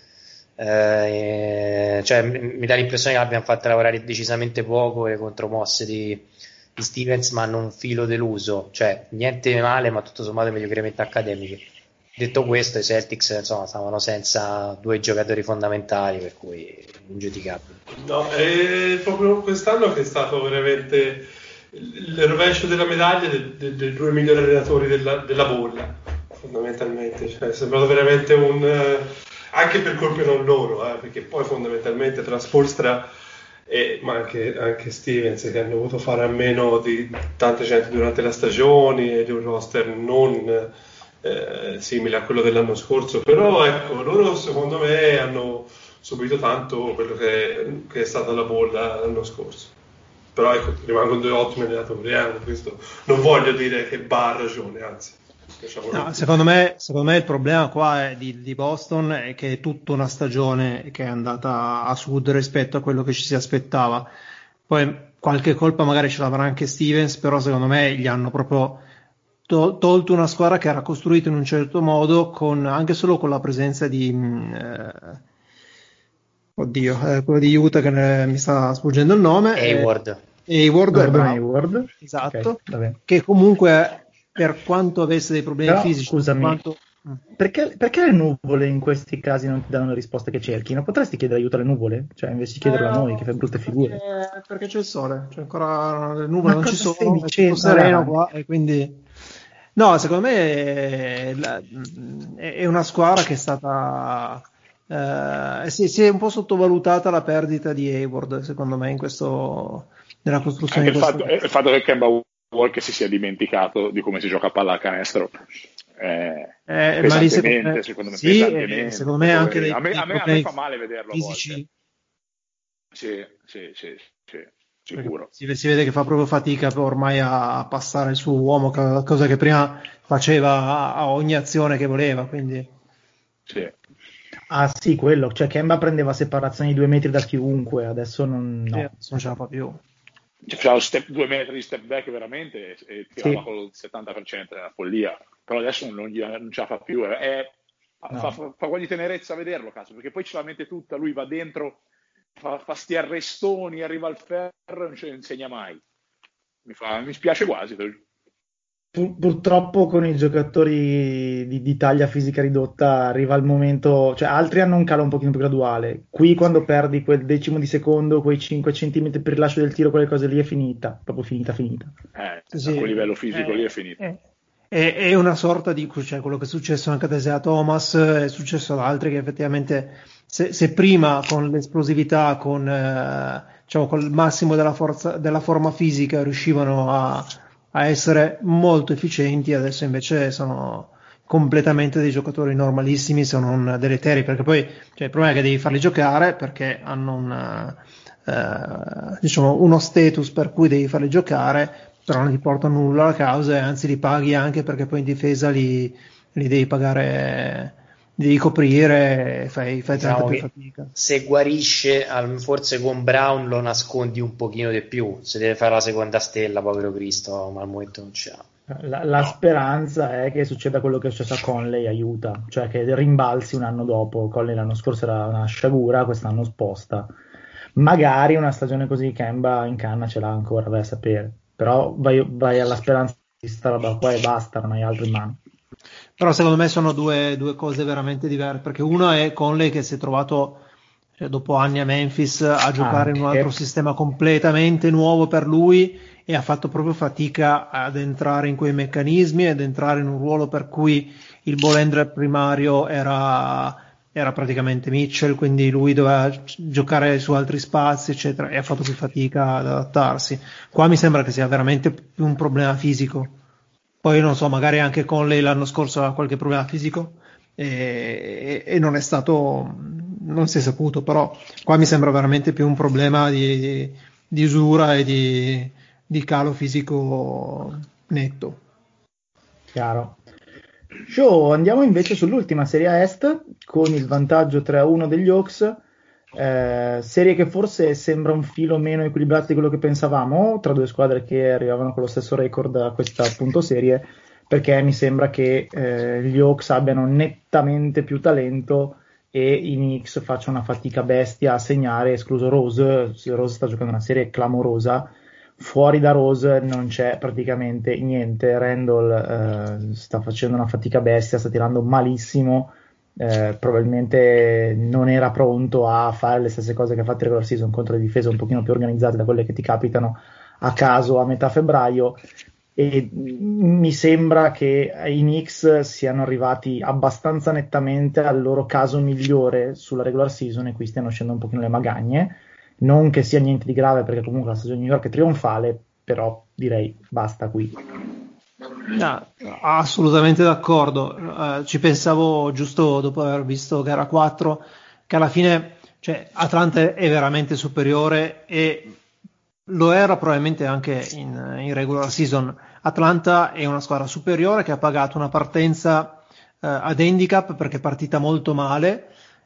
cioè mi dà l'impressione che l'abbiano fatta lavorare decisamente poco e contromosse di Stevens, ma non un filo deluso, cioè niente male, ma tutto sommato mediocremente accademiche. Detto questo, i Celtics insomma stavano senza 2 giocatori fondamentali, per cui ingiudicabile. No, è proprio quest'anno che è stato veramente il rovescio della medaglia dei 2 migliori allenatori della bolla, fondamentalmente. Cioè, è sembrato veramente anche per colpe non loro, perché poi fondamentalmente tra Spoelstra ma anche Stevens, che hanno dovuto fare a meno di tanta gente durante la stagione e di un roster non simile a quello dell'anno scorso, però ecco, loro secondo me hanno subito tanto quello che è stata la bolla l'anno scorso. Però ecco, rimangono 2 ottimi allenatori, questo non voglio dire che Ba ha ragione, anzi. No, secondo me il problema qua di Boston è che è tutta una stagione che è andata a sud rispetto a quello che ci si aspettava. Poi qualche colpa magari ce l'avrà anche Stevens, però secondo me gli hanno proprio tolto una squadra che era costruita in un certo modo, anche solo con la presenza di quello di Utah che mi sta sfuggendo il nome, Hayward, esatto, okay, che comunque per quanto avesse dei problemi fisici, scusami, Perché le nuvole in questi casi non ti danno le risposte che cerchi? Non potresti chiedere aiuto alle nuvole? Cioè, invece di chiederlo a noi, che fai brutte figure. Perché c'è il sole, cioè ancora le nuvole Ma non ci cosa sono, stai è tutto dicendo, sereno Rani? qua, e quindi... No, secondo me è una squadra che è stata... si è un po' sottovalutata la perdita di Hayward, secondo me, nella costruzione Anche di questo. il fatto che Kemba Walker si sia dimenticato di come si gioca a palla a canestro, ma lì secondo me, sì, pesantemente. Secondo me anche a me problemi fa male vederlo fisici. a volte. Sì, sicuro. Si vede che fa proprio fatica ormai a passare il suo uomo, cosa che prima faceva a ogni azione che voleva, quindi... Sì. Ah sì, quello, cioè Kemba prendeva separazioni di 2 metri da chiunque, adesso non ce la fa più. Faceva 2 metri di step back veramente e tirava Sì. col 70%, è una follia, però adesso non ce la fa più, fa quasi tenerezza a vederlo, cazzo, perché poi ce la mette tutta, lui va dentro, fa sti arrestoni, arriva al ferro, non ce ne insegna mai, mi spiace quasi. Purtroppo con i giocatori di taglia fisica ridotta arriva il momento, cioè altri hanno un calo un pochino più graduale, qui quando perdi quel decimo di secondo, quei 5 centimetri per il rilascio del tiro, quelle cose lì è finita, proprio finita. Sì, a quel livello fisico lì è finito. È una sorta di, cioè, quello che è successo anche ad Isaiah Thomas, è successo ad altri che effettivamente se prima con l'esplosività, diciamo, col massimo della forza, della forma fisica riuscivano a essere molto efficienti, adesso invece sono completamente dei giocatori normalissimi, se non deleteri, perché poi cioè, il problema è che devi farli giocare perché hanno diciamo, uno status per cui devi farli giocare, però non ti porta nulla alla causa e anzi li paghi anche perché poi in difesa li devi pagare, li devi coprire e fai tanta più fatica. Se guarisce, forse con Brown lo nascondi un pochino di più, se deve fare la seconda stella, povero Cristo, ma al momento non ce l'ha. La speranza è che succeda quello che è successo a Conley, aiuta, cioè che rimbalzi un anno dopo. Conley l'anno scorso era una sciagura, quest'anno sposta. Magari una stagione così Kemba in canna ce l'ha ancora, vai a sapere. Però vai alla speranza di sta roba qua e basta, non hai altro in mano. Però secondo me sono due cose veramente diverse, perché uno è Conley che si è trovato dopo anni a Memphis a giocare in un altro sistema completamente nuovo per lui e ha fatto proprio fatica ad entrare in quei meccanismi, ad entrare in un ruolo per cui il ball handler primario era praticamente Mitchell, quindi lui doveva giocare su altri spazi, eccetera, e ha fatto più fatica ad adattarsi. Qua mi sembra che sia veramente più un problema fisico. Poi non so, magari anche Conley l'anno scorso aveva qualche problema fisico e non è stato, non si è saputo, però qua mi sembra veramente più un problema di usura e di calo fisico netto. Chiaro. Show, andiamo invece sull'ultima serie a Est con il vantaggio 3-1 degli Hawks, serie che forse sembra un filo meno equilibrata di quello che pensavamo tra due squadre che arrivavano con lo stesso record a questa appunto serie, perché mi sembra che gli Hawks abbiano nettamente più talento e i Knicks facciano una fatica bestia a segnare, escluso Rose. Rose sta giocando una serie clamorosa. Fuori da Rose non c'è praticamente niente. Randall sta facendo una fatica bestia, sta tirando malissimo, probabilmente non era pronto a fare le stesse cose che ha fatto in regular season contro le difese un pochino più organizzate da quelle che ti capitano a caso a metà febbraio, e mi sembra che i Knicks siano arrivati abbastanza nettamente al loro caso migliore sulla regular season e qui stiano uscendo un pochino le magagne. Non che sia niente di grave, perché comunque la stagione di New York è trionfale, però direi basta qui. No, assolutamente d'accordo. Ci pensavo giusto dopo aver visto gara 4 che alla fine, cioè, Atlanta è veramente superiore e lo era probabilmente anche in regular season. Atlanta è una squadra superiore che ha pagato una partenza ad handicap perché è partita molto male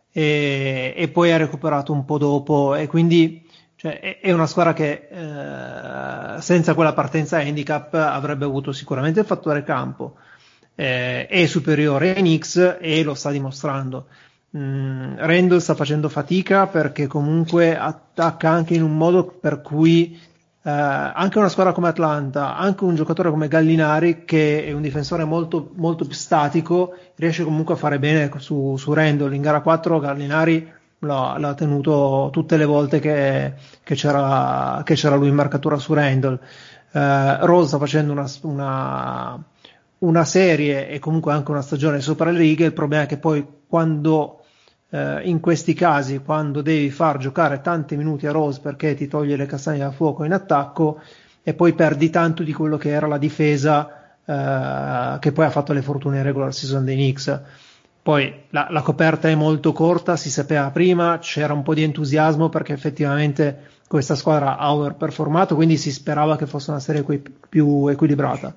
e poi ha recuperato un po' dopo, e quindi cioè, è una squadra che senza quella partenza handicap avrebbe avuto sicuramente il fattore campo, è superiore ai Knicks e lo sta dimostrando. Randall sta facendo fatica perché comunque attacca anche in un modo per cui anche una squadra come Atlanta, anche un giocatore come Gallinari, che è un difensore molto, molto più statico, riesce comunque a fare bene su Randle. In gara 4 Gallinari l'ha tenuto tutte le volte che c'era lui in marcatura su Randle. Rose sta facendo una serie e comunque anche una stagione sopra le righe. Il problema è che poi in questi casi, quando devi far giocare tanti minuti a Rose perché ti toglie le castagne da fuoco in attacco, e poi perdi tanto di quello che era la difesa che poi ha fatto le fortune in regular season dei Knicks. Poi la coperta è molto corta, si sapeva prima, c'era un po' di entusiasmo perché effettivamente questa squadra ha overperformato, quindi si sperava che fosse una serie più equilibrata.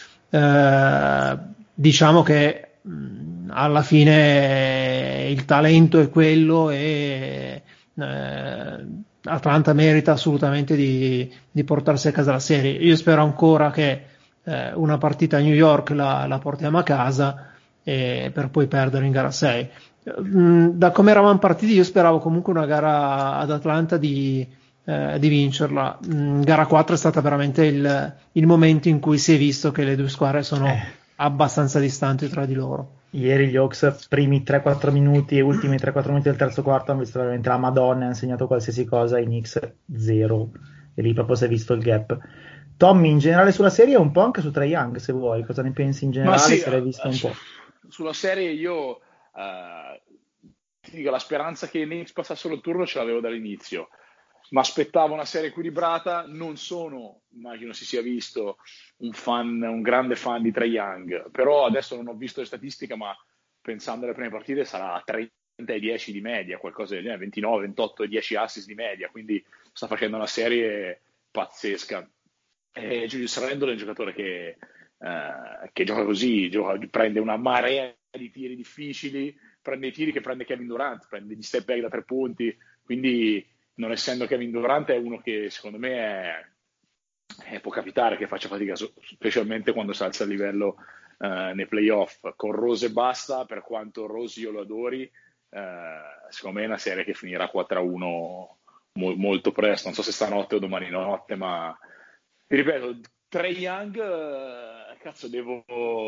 Diciamo che alla fine il talento è quello e Atlanta merita assolutamente di portarsi a casa la serie. Io spero ancora che una partita a New York la portiamo a casa per poi perdere in gara 6. Da come eravamo partiti io speravo comunque una gara ad Atlanta di vincerla. Gara 4 è stata veramente il momento in cui si è visto che le due squadre sono abbastanza distanti tra di loro. Ieri gli Hawks primi 3-4 minuti e ultimi 3-4 minuti del terzo quarto hanno visto veramente la Madonna, hanno insegnato qualsiasi cosa, i Knicks 0, e lì proprio si è visto il gap. Tommy, in generale sulla serie e un po' anche su Trae Young, se vuoi, cosa ne pensi in generale? Sì, se l'hai visto un po'. Sulla serie io ti dico, la speranza che i Knicks passassero il turno ce l'avevo dall'inizio, ma aspettavo una serie equilibrata. Non sono, immagino si sia visto, un grande fan di Trae Young, però adesso non ho visto le statistiche, ma pensando alle prime partite sarà 30 e 10 di media, qualcosa del genere, 29, 28 e 10 assist di media, quindi sta facendo una serie pazzesca. E Julius Randle è un giocatore che gioca così, prende una marea di tiri difficili, prende i tiri che prende Kevin Durant, prende gli step back da 3 punti, quindi non essendo Kevin Durant è uno che secondo me può capitare che faccia fatica, specialmente quando si alza il livello nei playoff. Con Rose basta, per quanto Rose io lo adori, secondo me è una serie che finirà 4-1 molto presto, non so se stanotte o domani notte, ma ti ripeto, Trae Young, cazzo, mi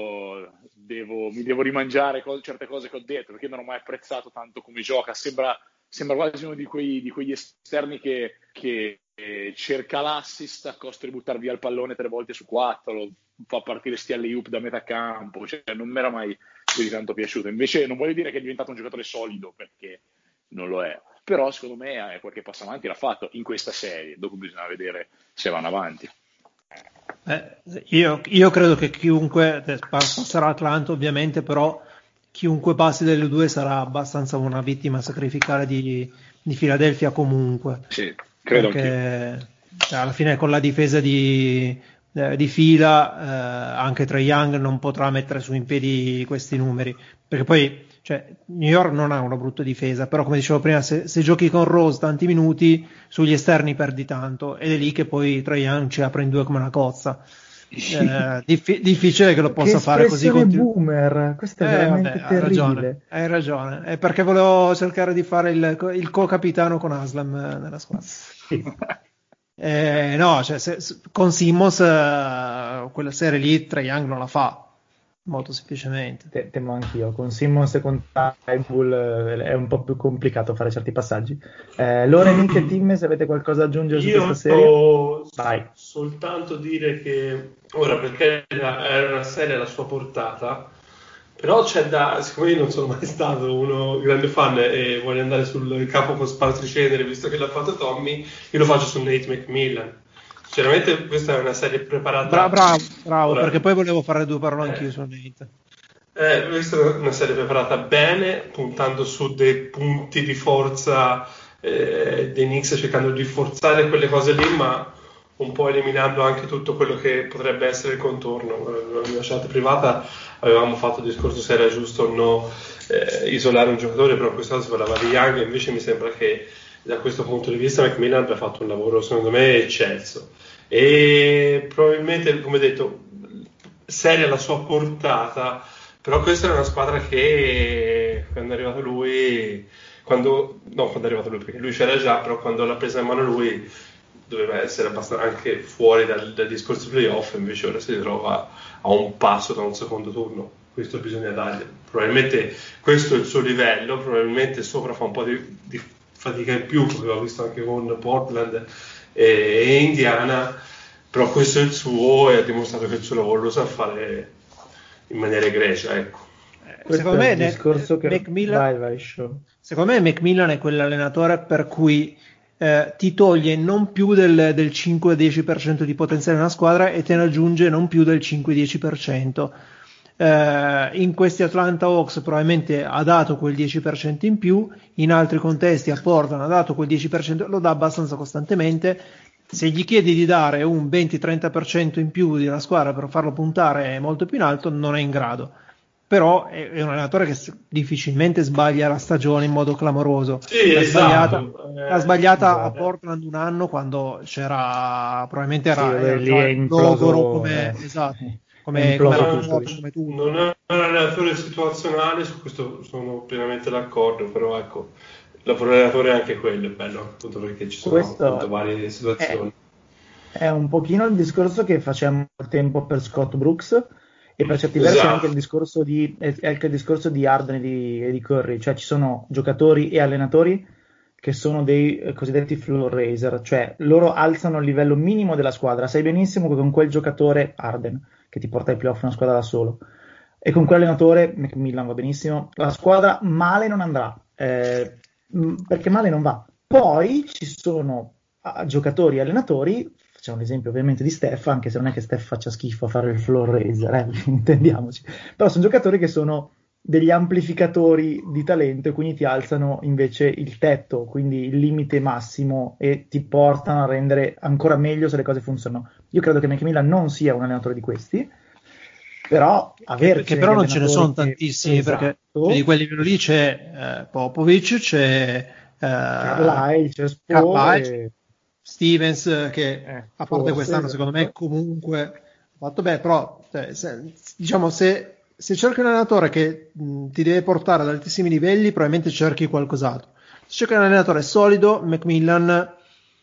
devo rimangiare certe cose che ho detto, perché non ho mai apprezzato tanto come gioca. Sembra quasi uno di quegli esterni che cerca l'assist a costo di buttar via il pallone 3 volte su 4, fa partire sti alley-oop da metà campo, cioè non mi era mai più di tanto piaciuto. Invece non voglio dire che è diventato un giocatore solido, perché non lo è, però secondo me qualche passo avanti l'ha fatto in questa serie, dopo bisogna vedere se vanno avanti. Io credo che chiunque passerà Atlanta ovviamente, però chiunque passi delle due sarà abbastanza una vittima a sacrificare di Philadelphia comunque. Sì, credo perché alla fine con la difesa di fila anche Trae Young non potrà mettere su in piedi questi numeri, perché poi New York non ha una brutta difesa, però come dicevo prima, se giochi con Rose tanti minuti sugli esterni perdi tanto, ed è lì che poi Trae Young ci apre in due come una cozza. Difficile che lo possa fare così. Boomer, questo è veramente terribile. Hai ragione, è perché volevo cercare di fare il co-capitano con Aslam nella squadra. Sì. Con Simmons quella serie lì Trae Young non la fa, molto semplicemente. Temo anch'io, con Simmons e con Tybull è un po' più complicato fare certi passaggi. Lore, Nick e Tim, se avete qualcosa da aggiungere su questa serie? Vai. Soltanto dire che ora, perché è una serie alla sua portata, però siccome io non sono mai stato uno grande fan e voglio andare sul capo con sparticenere, visto che l'ha fatto Tommy, io lo faccio su Nate McMillan. Sinceramente questa è una serie preparata. Bravo, perché poi volevo fare 2 parole anch'io su Nate. Questa è una serie preparata bene, puntando su dei punti di forza dei Knicks, cercando di forzare quelle cose lì, ma un po' eliminando anche tutto quello che potrebbe essere il contorno. Nella mia chat privata avevamo fatto il discorso se era giusto o no isolare un giocatore, però questa cosa si parlava di Young, e invece mi sembra che da questo punto di vista McMillan abbia fatto un lavoro secondo me eccelso, e probabilmente, come detto, serie alla sua portata, però questa è una squadra che quando è arrivato lui perché lui c'era già, però quando l'ha presa in mano lui doveva essere abbastanza anche fuori dal discorso playoff, invece ora si ritrova a un passo da un secondo turno. Questo bisogna dargli. Probabilmente questo è il suo livello, probabilmente sopra fa un po' di fatica in più, come abbiamo visto anche con Portland e Indiana, però questo è il suo e ha dimostrato che il suo lavoro lo sa fare in maniera egregia, ecco. Secondo me, secondo me McMillan è quell'allenatore per cui ti toglie non più del 5-10% di potenziale nella squadra e te ne aggiunge non più del 5-10%. In questi Atlanta Hawks probabilmente ha dato quel 10% in più, in altri contesti a Portland ha dato quel 10%, lo dà abbastanza costantemente. Se gli chiedi di dare un 20-30% in più della squadra per farlo puntare molto più in alto, non è in grado. Però è un allenatore che difficilmente sbaglia la stagione in modo clamoroso. Sì, l'ha sbagliata a Portland un anno quando probabilmente era logoro come tu. Non è un allenatore situazionale, su questo sono pienamente d'accordo, però ecco, l'allenatore è anche quello, è bello, appunto perché ci sono appunto varie situazioni. È un pochino il discorso che facciamo al tempo per Scott Brooks, e per certi versi anche il discorso di Harden e di Curry, cioè ci sono giocatori e allenatori che sono dei cosiddetti floor raiser, cioè loro alzano il livello minimo della squadra. Sai benissimo che con quel giocatore Harden, che ti porta ai playoff una squadra da solo, e con quell'allenatore McMillan va benissimo, la squadra male non andrà, perché male non va. Poi ci sono giocatori e allenatori. Facciamo l'esempio ovviamente di Steph, anche se non è che Steph faccia schifo a fare il floor raiser, intendiamoci, però sono giocatori che sono degli amplificatori di talento e quindi ti alzano invece il tetto, quindi il limite massimo, e ti portano a rendere ancora meglio se le cose funzionano. Io credo che McMillan non sia un allenatore di questi, però perché però non ce ne sono tantissimi, esatto. Perché di quelli che lì c'è Popovic, c'è Carlisle, c'è Spo, Stevens, che a parte quest'anno secondo me comunque ha fatto bene, però se cerchi un allenatore che ti deve portare ad altissimi livelli, probabilmente cerchi qualcos'altro. Se cerchi un allenatore solido, McMillan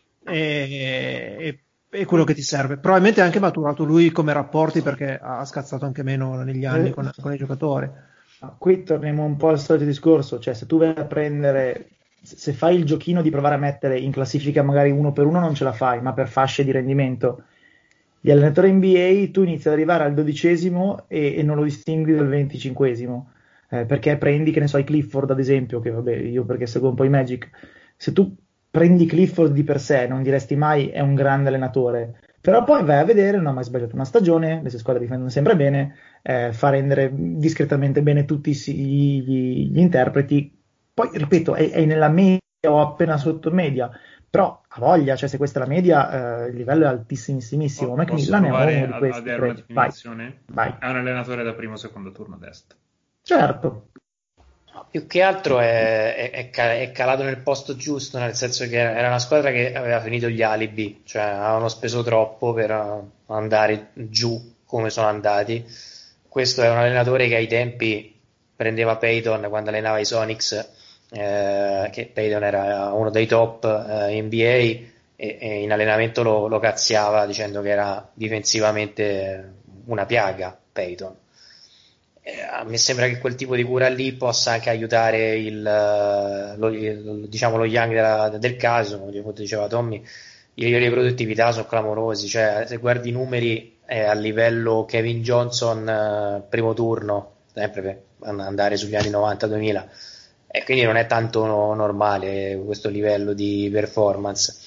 è quello che ti serve. Probabilmente ha anche maturato lui come rapporti, perché ha scazzato anche meno negli anni con i giocatori. Qui torniamo un po' al solito discorso, cioè se tu vai a prendere, se fai il giochino di provare a mettere in classifica magari uno per uno non ce la fai, ma per fasce di rendimento, gli allenatori NBA tu inizi ad arrivare al 12° e non lo distingui dal 25°, perché prendi, che ne so, i Clifford ad esempio, che vabbè, io perché seguo un po' i Magic, se tu prendi Clifford di per sé non diresti mai è un grande allenatore, però poi vai a vedere, non ha mai sbagliato una stagione, le sue squadre difendono sempre bene, fa rendere discretamente bene tutti gli interpreti. Poi, ripeto, è nella media o appena sotto media, però ha voglia, cioè se questa è la media, il livello è altissimissimo. McMillan è uno di questi. Vai. È un allenatore da primo o secondo turno ad est. Certo. Più che altro è calato nel posto giusto, nel senso che era una squadra che aveva finito gli alibi, cioè avevano speso troppo per andare giù come sono andati. Questo è un allenatore che ai tempi prendeva Peyton quando allenava i Sonics, che Peyton era uno dei top NBA, e in allenamento lo cazziava dicendo che era difensivamente una piaga Peyton. A me sembra che quel tipo di cura lì possa anche aiutare lo young del caso, come diceva Tommy. I livelli di produttività sono clamorosi, cioè se guardi i numeri è a livello Kevin Johnson primo turno, sempre per andare sugli anni 90-2000, e quindi non è tanto normale questo livello di performance.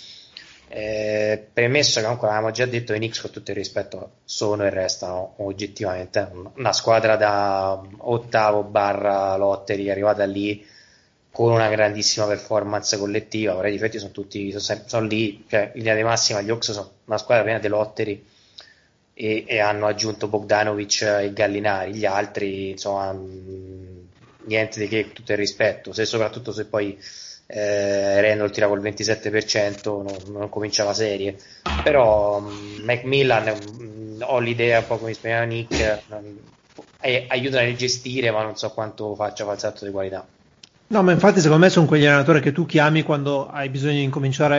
Premesso che comunque avevamo già detto, i Knicks con tutto il rispetto sono e restano oggettivamente una squadra da ottavo / lottery, arrivata lì con una grandissima performance collettiva. Ora i difetti sono lì, cioè in linea di massima gli Hawks sono una squadra piena di lottery e hanno aggiunto Bogdanovic e Gallinari, gli altri insomma niente di che, tutto il rispetto, soprattutto se poi Randall tira col 27% non comincia la serie. Però McMillan, ho l'idea un po' come spiegava Nick, aiuta a gestire, ma non so quanto faccia fare il salto di qualità. No, ma infatti secondo me sono quegli allenatori che tu chiami quando hai bisogno di incominciare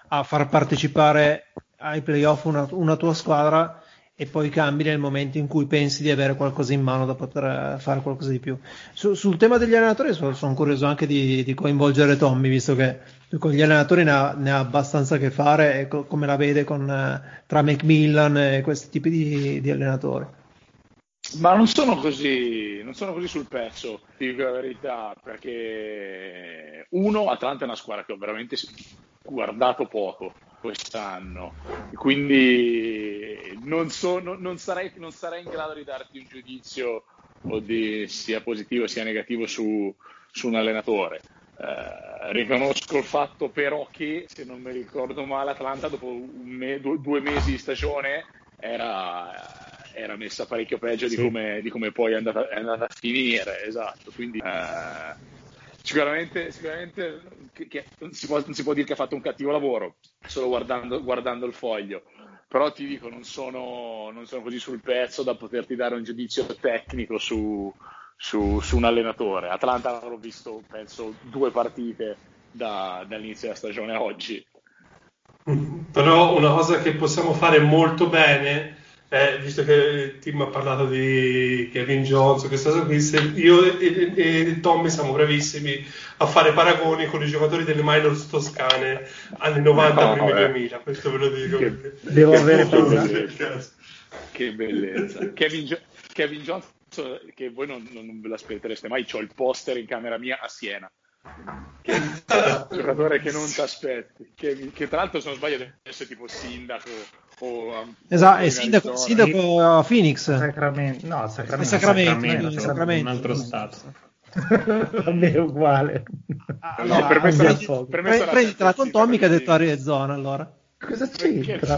a far partecipare ai playoff una tua squadra e poi cambi nel momento in cui pensi di avere qualcosa in mano da poter fare qualcosa di più. Sul tema degli allenatori sono curioso anche di coinvolgere Tommy, visto che con gli allenatori ne ha abbastanza a che fare, e come la vede tra Macmillan e questi tipi di allenatori. Ma non sono così sul pezzo, ti dico la verità, perché Atlanta è una squadra che ho veramente guardato poco quest'anno, quindi non sarei in grado di darti un giudizio sia positivo sia negativo su un allenatore. Riconosco il fatto però che, se non mi ricordo male, Atlanta dopo 2 mesi di stagione era messa parecchio peggio di come poi è andata a finire, esatto, quindi sicuramente che non si può dire che ha fatto un cattivo lavoro solo guardando il foglio, però ti dico, non sono così sul pezzo da poterti dare un giudizio tecnico su un allenatore. Atlanta l'ho visto, penso, 2 partite dall'inizio della stagione a oggi. Però una cosa che possiamo fare molto bene, visto che Tim ha parlato di Kevin Jones, questa cosa qui, io e Tommy siamo bravissimi a fare paragoni con i giocatori delle minors toscane anni 90, primi 2000, questo ve lo dico. Devo avere paura. Che bellezza. Kevin Jones, che voi non ve l'aspettereste mai, c'ho il poster in camera mia a Siena. Che è un giocatore che non ti aspetti, che tra l'altro, se non sbaglio, adesso è tipo sindaco esatto, è sindaco a Phoenix. Sacramento, un altro stato. Vabbè, uguale. Allora, prenditela con Tommy che ha detto Arizona, allora. Cosa c'entra?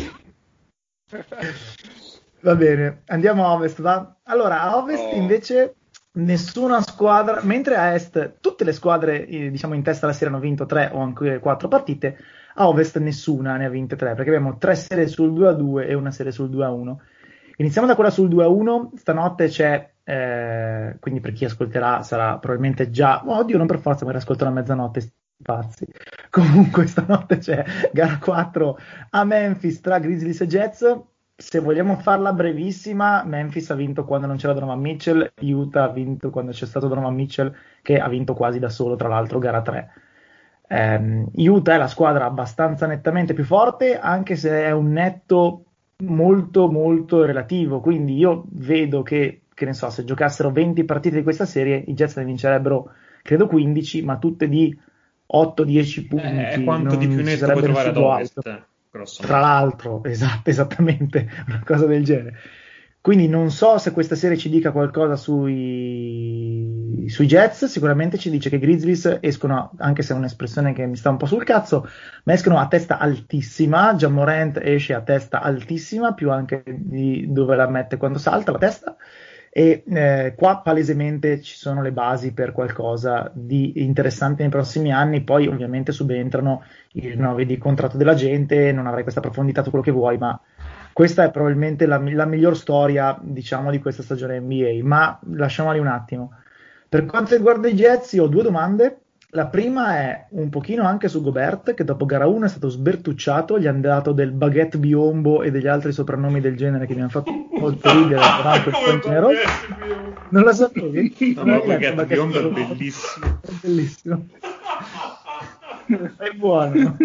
Va bene, andiamo a Ovest, va? Allora, a Ovest invece nessuna squadra, mentre a Est tutte le squadre diciamo in testa alla serie hanno vinto 3 o anche 4 partite, a Ovest nessuna ne ha vinte 3, perché abbiamo 3 serie sul 2-2 e una serie sul 2-1. Iniziamo da quella sul 2-1, stanotte c'è, quindi per chi ascolterà sarà probabilmente già, oddio non per forza, magari ascoltano a mezzanotte, sti pazzi. Comunque stanotte c'è gara 4 a Memphis tra Grizzlies e Jets. Se vogliamo farla brevissima, Memphis ha vinto quando non c'era Donovan Mitchell, Utah ha vinto quando c'è stato Donovan Mitchell, che ha vinto quasi da solo, tra l'altro, gara 3. Utah è la squadra abbastanza nettamente più forte, anche se è un netto molto molto relativo, quindi io vedo che ne so, se giocassero 20 partite di questa serie, i Jets ne vincerebbero, credo 15, ma tutte di 8-10 punti. Quanto di più netto puoi trovare ad Ovest? Tra l'altro, esattamente, una cosa del genere. Quindi non so se questa serie ci dica qualcosa sui Jets, sicuramente ci dice che i Grizzlies escono, anche se è un'espressione che mi sta un po' sul cazzo, ma escono a testa altissima. Ja Morant esce a testa altissima, più anche di dove la mette quando salta la testa, e qua palesemente ci sono le basi per qualcosa di interessante nei prossimi anni. Poi ovviamente subentrano i rinnovi di contratto della gente, non avrei questa profondità tu quello che vuoi, ma questa è probabilmente la miglior storia, diciamo, di questa stagione NBA. Ma lasciamoli un attimo. Per quanto riguarda i Jets, io ho 2 domande. La prima è un pochino anche su Gobert, che dopo gara 1 è stato sbertucciato, gli hanno dato del baguette biombo e degli altri soprannomi del genere che mi hanno fatto molto ridere durante il point generoso. Non lo sapevi? No, baguette biombo è bellissimo. È bellissimo. È buono.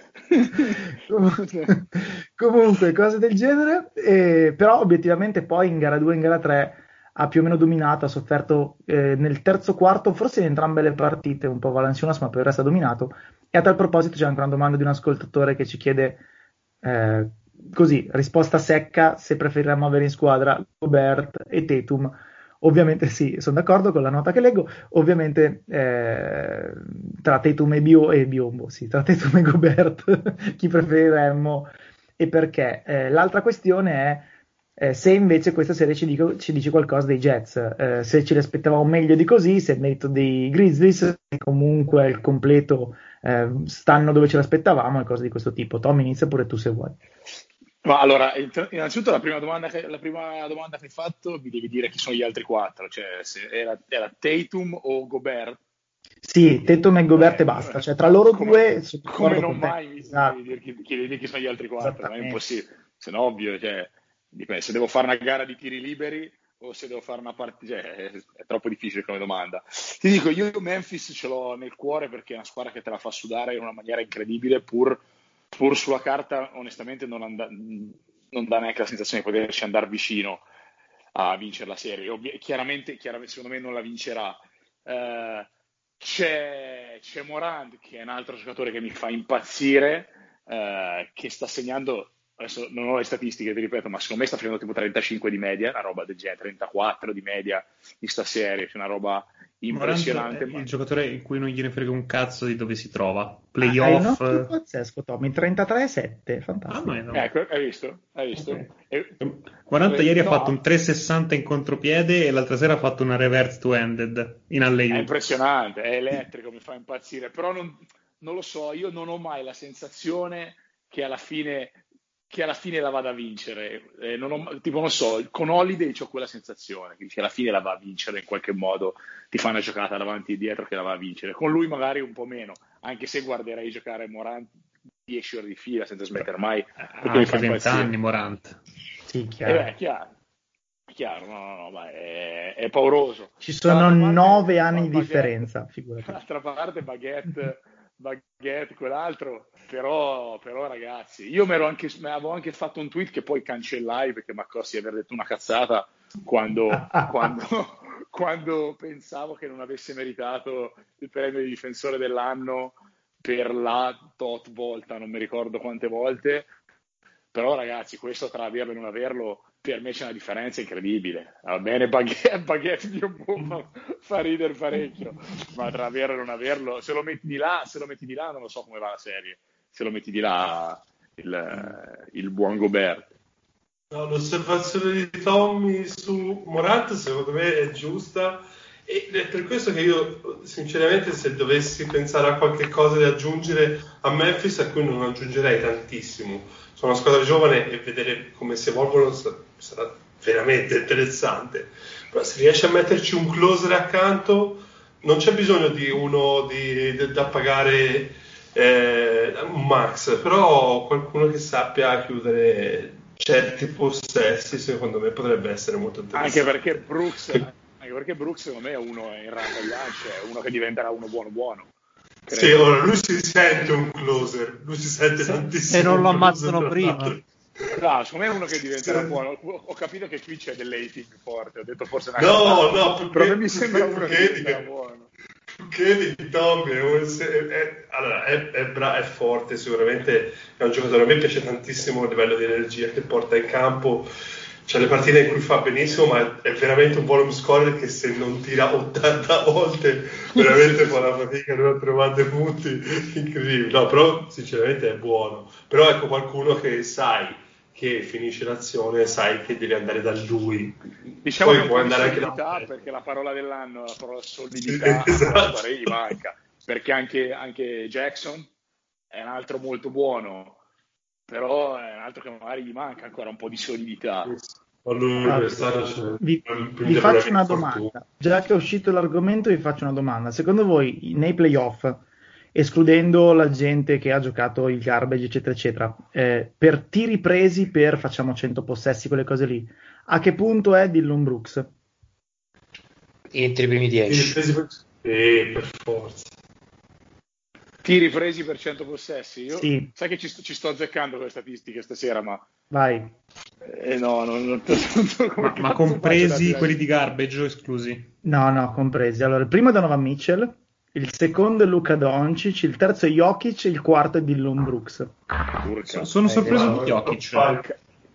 Comunque, cose del genere. Però obiettivamente poi in gara 2 e in gara 3 ha più o meno dominato, ha sofferto nel terzo quarto, forse in entrambe le partite, un po' Valanciunas, ma per il resto ha dominato. E a tal proposito c'è anche una domanda di un ascoltatore che ci chiede così, risposta secca, se preferiremmo avere in squadra Gobert e Tatum. Ovviamente sì, sono d'accordo con la nota che leggo. Ovviamente tra Tatum e Biombo, sì, tra Tatum e Gobert chi preferiremmo e perché. L'altra questione è se invece questa serie ci dice qualcosa dei Jets, se ce li aspettavamo meglio di così, se è il merito dei Grizzlies, comunque il completo stanno dove ce l'aspettavamo e cose di questo tipo. Tom, inizia pure tu se vuoi. Ma allora, innanzitutto la prima domanda che hai fatto mi devi dire chi sono gli altri 4, cioè se era Tatum o Gobert Sì, Tatum e Gobert e basta, cioè tra loro due come non mai mi esatto. chiedi chi sono gli altri quattro, ma è impossibile, se no ovvio, cioè, dipende, se devo fare una gara di tiri liberi o se devo fare una partita, cioè, è troppo difficile come domanda. Ti dico, io Memphis ce l'ho nel cuore perché è una squadra che te la fa sudare in una maniera incredibile, pur sulla carta onestamente non dà neanche la sensazione di poterci andare vicino a vincere la serie. Chiaramente secondo me non la vincerà. C'è Morant, che è un altro giocatore che mi fa impazzire, che sta segnando, adesso non ho le statistiche, ti ripeto, ma secondo me sta facendo tipo 35 di media, una roba del genere, 34 di media in sta serie, c'è una roba impressionante. Morant è il giocatore in cui non gliene frega un cazzo di dove si trova. Hai un Playoff. occhio pazzesco, Tommy, 33,7, fantastico. Ecco, hai visto? Okay. Morant ieri ha fatto un 3,60 in contropiede e l'altra sera ha fatto una reverse two-handed in alley-oop. È impressionante, è elettrico, mi fa impazzire, però non lo so, io non ho mai la sensazione che alla fine la vada a vincere. Non so, con Holiday c'ho quella sensazione che alla fine la va a vincere in qualche modo, ti fa una giocata davanti e dietro che la va a vincere. Con lui magari un po' meno, anche se guarderei giocare Morant 10 ore di fila senza smettere mai. Ha anche 20 anni Morant. Sì, chiaro. Chiaro, no, ma è pauroso. Ci sono 9 anni di differenza, figurati. D'altra parte Baguette, quell'altro, però ragazzi, io avevo anche fatto un tweet che poi cancellai perché mi accorsi di aver detto una cazzata quando pensavo che non avesse meritato il premio di difensore dell'anno per la tot volta, non mi ricordo quante volte, però ragazzi, questo tra averlo e non averlo, per me c'è una differenza incredibile. Va bene, Baguette mio fa ridere parecchio, ma tra averlo e non averlo, se lo metti di là non lo so come va la serie, se lo metti di là il buon Gobert. No, l'osservazione di Tommy su Morant secondo me è giusta, ed è per questo che io sinceramente, se dovessi pensare a qualche cosa da aggiungere a Memphis, a cui non aggiungerei tantissimo, sono una squadra giovane e vedere come si evolvono sarà veramente interessante, però se riesce a metterci un closer accanto non c'è bisogno di uno da pagare un max, però qualcuno che sappia chiudere certi possessi secondo me potrebbe essere molto interessante. Anche perché Brooks secondo me è uno in randa al lancio, è uno che diventerà uno buono. Credo. Sì, ora lui si sente un closer, lui si sente tantissimo. Se non lo ammazzano prima. No, secondo me è uno che diventerà buono. Ho capito che qui c'è dell'hating forte, ho detto forse una no, però mi sembra uno che diventerà buono. Che di Tommy è forte, sicuramente è un giocatore, a me piace tantissimo il livello di energia che porta in campo. C'è le partite in cui fa benissimo, ma è veramente un volume scorer che se non tira 80 volte veramente fa una fatica a trovare punti incredibili. No, però sinceramente è buono. Però ecco, qualcuno che sai che finisce l'azione, sai che devi andare da lui. Diciamo poi che puoi andare anche da perché la parola dell'anno, la parola solidità, esatto. gli manca. Perché anche Jackson è un altro molto buono, però è un altro che magari gli manca ancora un po' di solidità. Vi faccio una domanda, già che è uscito l'argomento vi faccio una domanda. Secondo voi nei playoff, escludendo la gente che ha giocato il garbage eccetera eccetera, per tiri presi per facciamo 100 possessi, quelle cose lì, a che punto è Dillon Brooks? Entro i primi 10 per forza. Tiri presi per 100 possessi? Io, sì. Sai che ci sto azzeccando con le statistiche stasera, ma... Vai. Ma compresi quelli di garbage o esclusi? No, compresi. Allora, il primo è Donovan Mitchell, il secondo è Luka Doncic, il terzo è Jokic, il quarto è Dillon Brooks. Sono sorpreso di Jokic.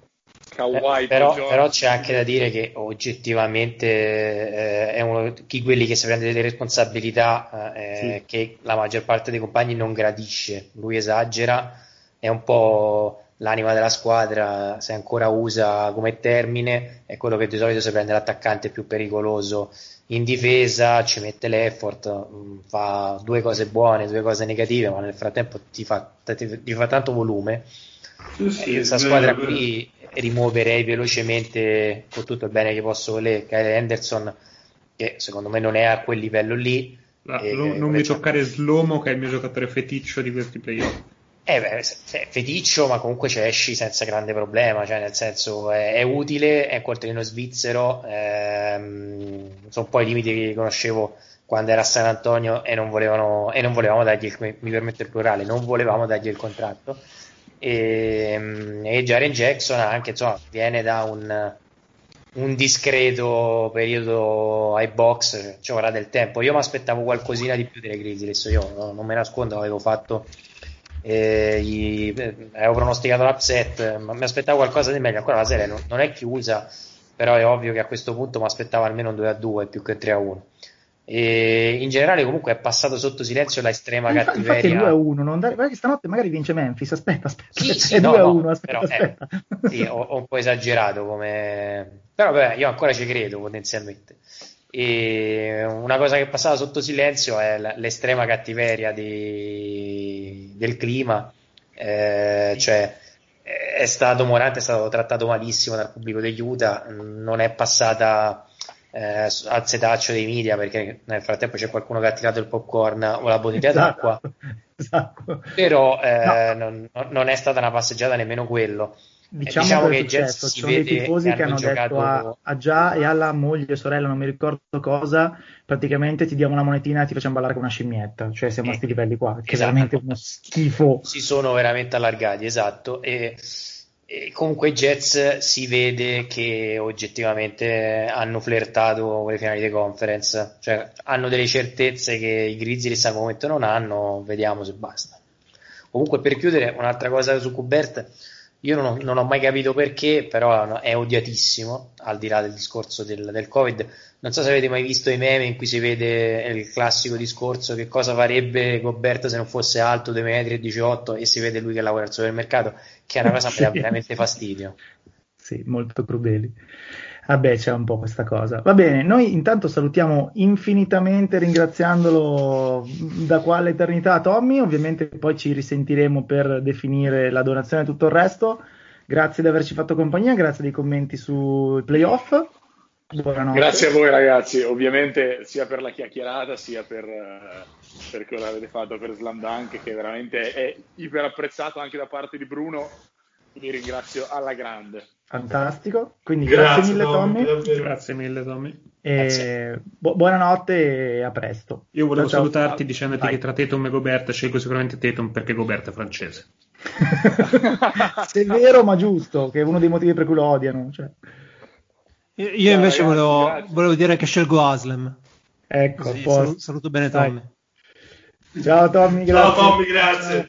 Però c'è anche da dire che oggettivamente è uno di quelli che si prende delle responsabilità sì, che la maggior parte dei compagni non gradisce. Lui esagera, è un po' l'anima della squadra, se ancora usa come termine, è quello che di solito si prende l'attaccante più pericoloso in difesa, ci mette l'effort, fa 2 cose buone, 2 cose negative, ma nel frattempo ti fa tanto volume. Sì, questa squadra qui rimuoverei velocemente, con tutto il bene che posso volere, Kyle Henderson, che secondo me non è a quel livello lì, Non mi toccare Slomo, che è il mio giocatore feticcio di questi playoff. Feticcio, ma comunque ci esci senza grande problema, cioè nel senso è utile, è un coltellino svizzero, sono un po' i limiti che conoscevo quando era a San Antonio e non volevamo dargli mi permetto il plurale, non volevamo dargli il contratto, e Jaren Jackson anche, insomma, viene da un discreto periodo ai box, ci vorrà del tempo. Io mi aspettavo qualcosina di più delle Grizzlies, io non me nascondo, avevo pronosticato l'upset, ma mi aspettavo qualcosa di meglio. Ancora la serie non è chiusa, però è ovvio che a questo punto mi aspettavo almeno un 2-2 più che 3-1. E in generale comunque è passato sotto silenzio la estrema cattiveria. Infatti è 2-1, guarda che stanotte magari vince Memphis, aspetta. Sì, è 2-1, no, aspetta. Sì, ho un po' esagerato come... Però vabbè, io ancora ci credo potenzialmente. E una cosa che passava sotto silenzio è l'estrema cattiveria del clima, cioè Morant è stato trattato malissimo dal pubblico degli Utah, non è passata al setaccio dei media perché nel frattempo c'è qualcuno che ha tirato il popcorn o la bottiglia d'acqua, esatto. Però non è stata una passeggiata nemmeno quello. Diciamo che i Jets ci sono dei tifosi che hanno detto a Gia e alla moglie, sorella, non mi ricordo cosa, praticamente ti diamo una monetina e ti facciamo ballare con una scimmietta, cioè siamo a sti livelli qua, che è veramente uno schifo. Si sono veramente allargati, esatto, e comunque i Jets si vede che oggettivamente hanno flirtato con le finali di conference, cioè hanno delle certezze che i Grizzlies al momento non hanno, vediamo se basta. Comunque, per chiudere, un'altra cosa su Gobert, io non ho mai capito perché, però è odiatissimo, al di là del discorso del Covid. Non so se avete mai visto i meme in cui si vede il classico discorso che cosa farebbe Gobert se non fosse alto 2,18 m e si vede lui che lavora al supermercato, che è una cosa che mi dà veramente fastidio. Sì, molto crudeli. Vabbè, c'è un po' questa cosa. Va bene, noi intanto salutiamo infinitamente, ringraziandolo da qua all'eternità, Tommy. Ovviamente poi ci risentiremo per definire la donazione e tutto il resto. Grazie di averci fatto compagnia, grazie dei commenti sui playoff. Buonanotte. Grazie a voi ragazzi, ovviamente sia per la chiacchierata sia per che l'avete fatto per Slam Dunk, che veramente è iper apprezzato anche da parte di Bruno. Vi ringrazio alla grande. Fantastico, quindi grazie mille Tommy. Grazie mille Tommy. Buonanotte e a presto. Io volevo salutarti dicendoti che tra Tatum e Gobert scelgo sicuramente Tatum perché Gobert è francese. Severo ma giusto, che è uno dei motivi per cui lo odiano. Cioè. Io invece volevo dire che scelgo Haslem. Ecco, saluto bene Tommy. Ciao Tommy, grazie. Ciao Tommy, grazie.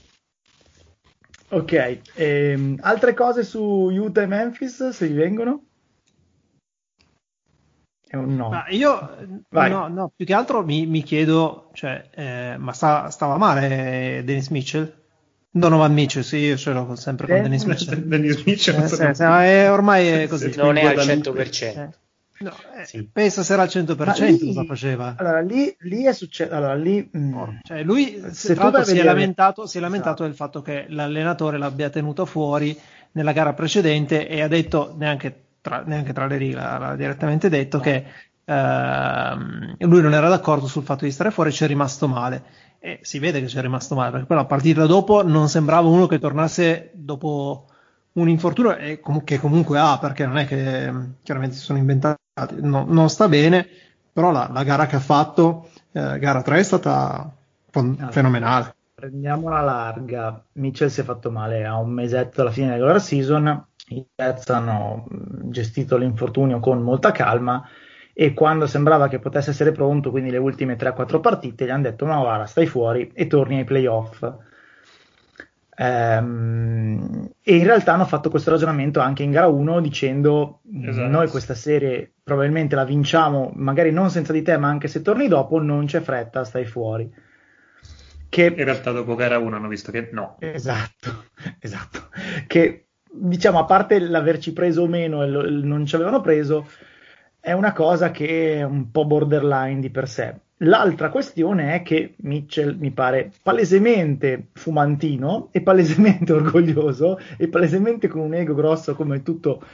Ok, altre cose su Utah e Memphis, se vi vengono? È un no. Ma io no, più che altro mi chiedo, cioè, ma stava male Dennis Mitchell? Donovan Mitchell, sì, io ce l'ho sempre con Dennis Mitchell. Dennis Mitchell ormai è così. Non è al 100%. No, sì. Pensa se era al 100% cosa faceva. Allora lì è successo. Cioè, lui si è lamentato del fatto che l'allenatore l'abbia tenuto fuori nella gara precedente e ha detto, neanche tra le righe, l'ha direttamente detto che lui non era d'accordo sul fatto di stare fuori, ci è rimasto male. E si vede che ci è rimasto male, perché poi la partita dopo non sembrava uno che tornasse dopo un infortunio che comunque perché non è che chiaramente si sono inventati, non sta bene, però la gara che ha fatto, gara 3, è stata fenomenale. Prendiamola larga. Mitchell si è fatto male a un mesetto alla fine della regular season, i Jets hanno gestito l'infortunio con molta calma e quando sembrava che potesse essere pronto, quindi le ultime 3-4 partite, gli hanno detto no, guarda, stai fuori e torni ai playoff. E in realtà hanno fatto questo ragionamento anche in gara 1 dicendo noi questa serie probabilmente la vinciamo, magari non senza di te, ma anche se torni dopo non c'è fretta, stai fuori. Che in realtà dopo gara 1 hanno visto che no. Esatto. Che diciamo, a parte l'averci preso o meno e non ci avevano preso, è una cosa che è un po' borderline di per sé. L'altra questione è che Mitchell mi pare palesemente fumantino e palesemente orgoglioso e palesemente con un ego grosso come tutto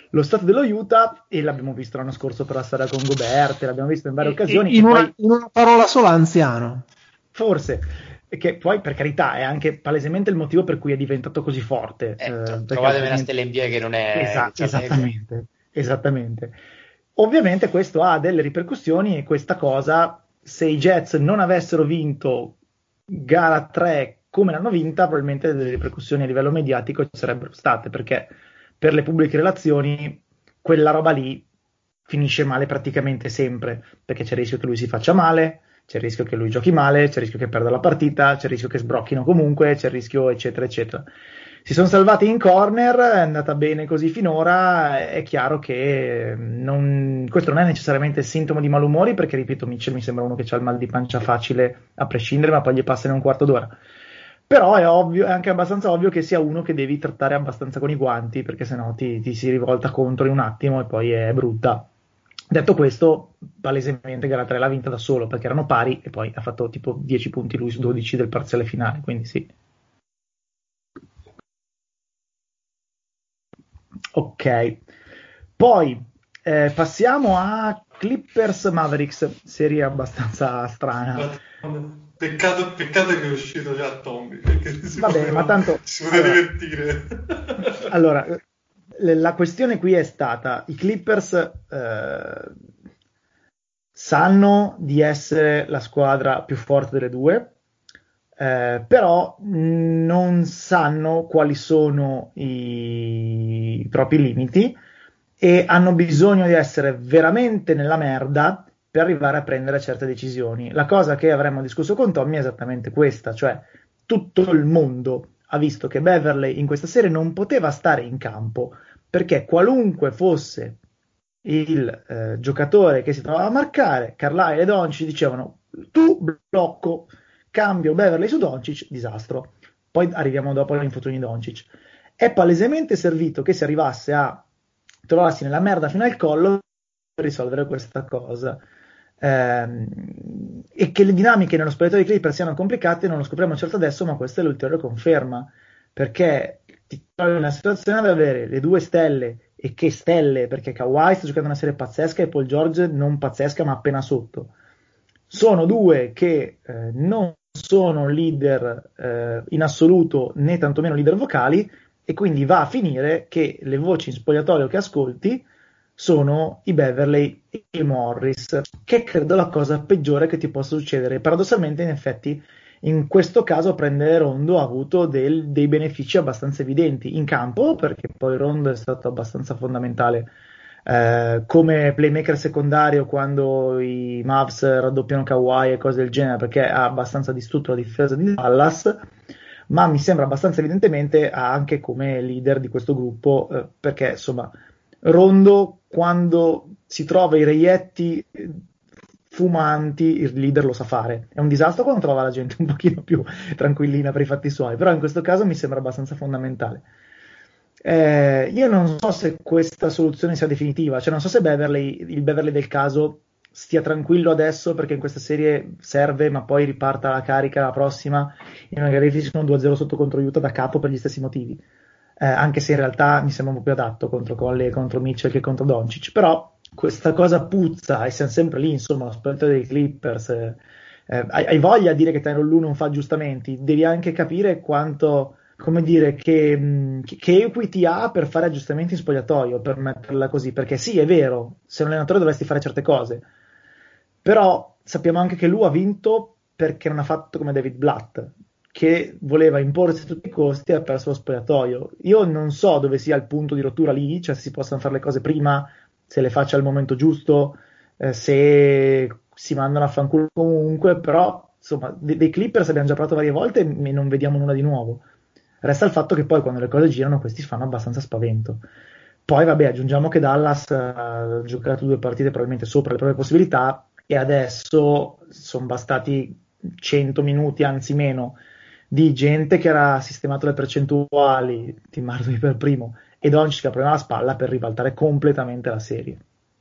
lo stato dello Utah, e l'abbiamo visto l'anno scorso per la storia con Gobert, l'abbiamo visto in varie occasioni. In una parola sola, anziano. Forse, che poi per carità è anche palesemente il motivo per cui è diventato così forte. Trovatemi una stella NBA che non è... Esattamente. Ovviamente questo ha delle ripercussioni, e questa cosa, se i Jets non avessero vinto gara 3 come l'hanno vinta, probabilmente delle ripercussioni a livello mediatico ci sarebbero state, perché per le pubbliche relazioni quella roba lì finisce male praticamente sempre, perché c'è il rischio che lui si faccia male, c'è il rischio che lui giochi male, c'è il rischio che perda la partita, c'è il rischio che sbrocchino comunque, c'è il rischio eccetera eccetera. Si sono salvati in corner, è andata bene così finora, è chiaro che questo non è necessariamente sintomo di malumori, perché ripeto, Mitchell mi sembra uno che ha il mal di pancia facile a prescindere, ma poi gli passa in un quarto d'ora. Però è anche abbastanza ovvio che sia uno che devi trattare abbastanza con i guanti, perché sennò ti si rivolta contro in un attimo e poi è brutta. Detto questo, palesemente gara 3 l'ha vinta da solo, perché erano pari e poi ha fatto tipo 10 punti lui su 12 del parziale finale, quindi sì. Ok, poi passiamo a Clippers Mavericks, serie abbastanza strana. Peccato che è uscito già Tommy, perché ma tanto si poteva divertire. Allora, la questione qui è stata: i Clippers sanno di essere la squadra più forte delle due, però non sanno quali sono i propri limiti e hanno bisogno di essere veramente nella merda per arrivare a prendere certe decisioni. La cosa che avremmo discusso con Tommy è esattamente questa, cioè tutto il mondo ha visto che Beverley in questa serie non poteva stare in campo, perché qualunque fosse il giocatore che si trovava a marcare, Carlisle e Doncic dicevano: tu blocco, cambio Beverley su Doncic, disastro. Poi arriviamo dopo all'infortunio di Doncic. È palesemente servito che si arrivasse a trovarsi nella merda fino al collo per risolvere questa cosa. E che le dinamiche nello spogliatoio dei Clippers siano complicate non lo scopriamo certo adesso, ma questa è l'ulteriore conferma, perché ti trovi in una situazione ad avere le due stelle, e che stelle, perché Kawhi sta giocando una serie pazzesca e Paul George non pazzesca ma appena sotto. Sono due che non sono leader in assoluto, né tantomeno leader vocali, e quindi va a finire che le voci in spogliatoio che ascolti sono i Beverley e i Morris, che credo la cosa peggiore che ti possa succedere. Paradossalmente, in effetti, in questo caso prendere Rondo ha avuto dei benefici abbastanza evidenti in campo, perché poi Rondo è stato abbastanza fondamentale come playmaker secondario quando i Mavs raddoppiano Kawhi e cose del genere, perché ha abbastanza distrutto la difesa di Dallas, ma mi sembra abbastanza evidentemente anche come leader di questo gruppo, perché insomma Rondo, quando si trova i reietti fumanti, il leader lo sa fare. È un disastro quando trova la gente un pochino più tranquillina per i fatti suoi, però in questo caso mi sembra abbastanza fondamentale. Io non so se questa soluzione sia definitiva, cioè non so se il Beverley del caso stia tranquillo adesso perché in questa serie serve, ma poi riparta la carica la prossima e magari si sono 2-0 sotto contro Utah da capo per gli stessi motivi. Anche se in realtà mi sembra un po' più adatto contro Conley, contro Mitchell che contro Doncic, però questa cosa puzza e siamo sempre lì, insomma, lo spogliatoio dei Clippers, hai voglia di dire che Tyronn Lue non fa aggiustamenti, devi anche capire quanto, come dire, che equity ha per fare aggiustamenti in spogliatoio, per metterla così, perché sì, è vero, sei un allenatore dovresti fare certe cose, però sappiamo anche che Lue ha vinto perché non ha fatto come David Blatt, che voleva imporsi a tutti i costi e ha perso lo spogliatoio. Io non so dove sia il punto di rottura lì, cioè se si possono fare le cose prima, se le faccia al momento giusto, se si mandano a fanculo comunque, però insomma dei Clippers abbiamo già parlato varie volte e non vediamo nulla di nuovo. Resta il fatto che poi quando le cose girano questi fanno abbastanza spavento. Poi vabbè, aggiungiamo che Dallas ha giocato 2 partite probabilmente sopra le proprie possibilità e adesso sono bastati 100 minuti, anzi meno, di gente che era sistemato le percentuali, Tim Hardaway per primo, e Doncic che prendeva la spalla per ribaltare completamente la serie.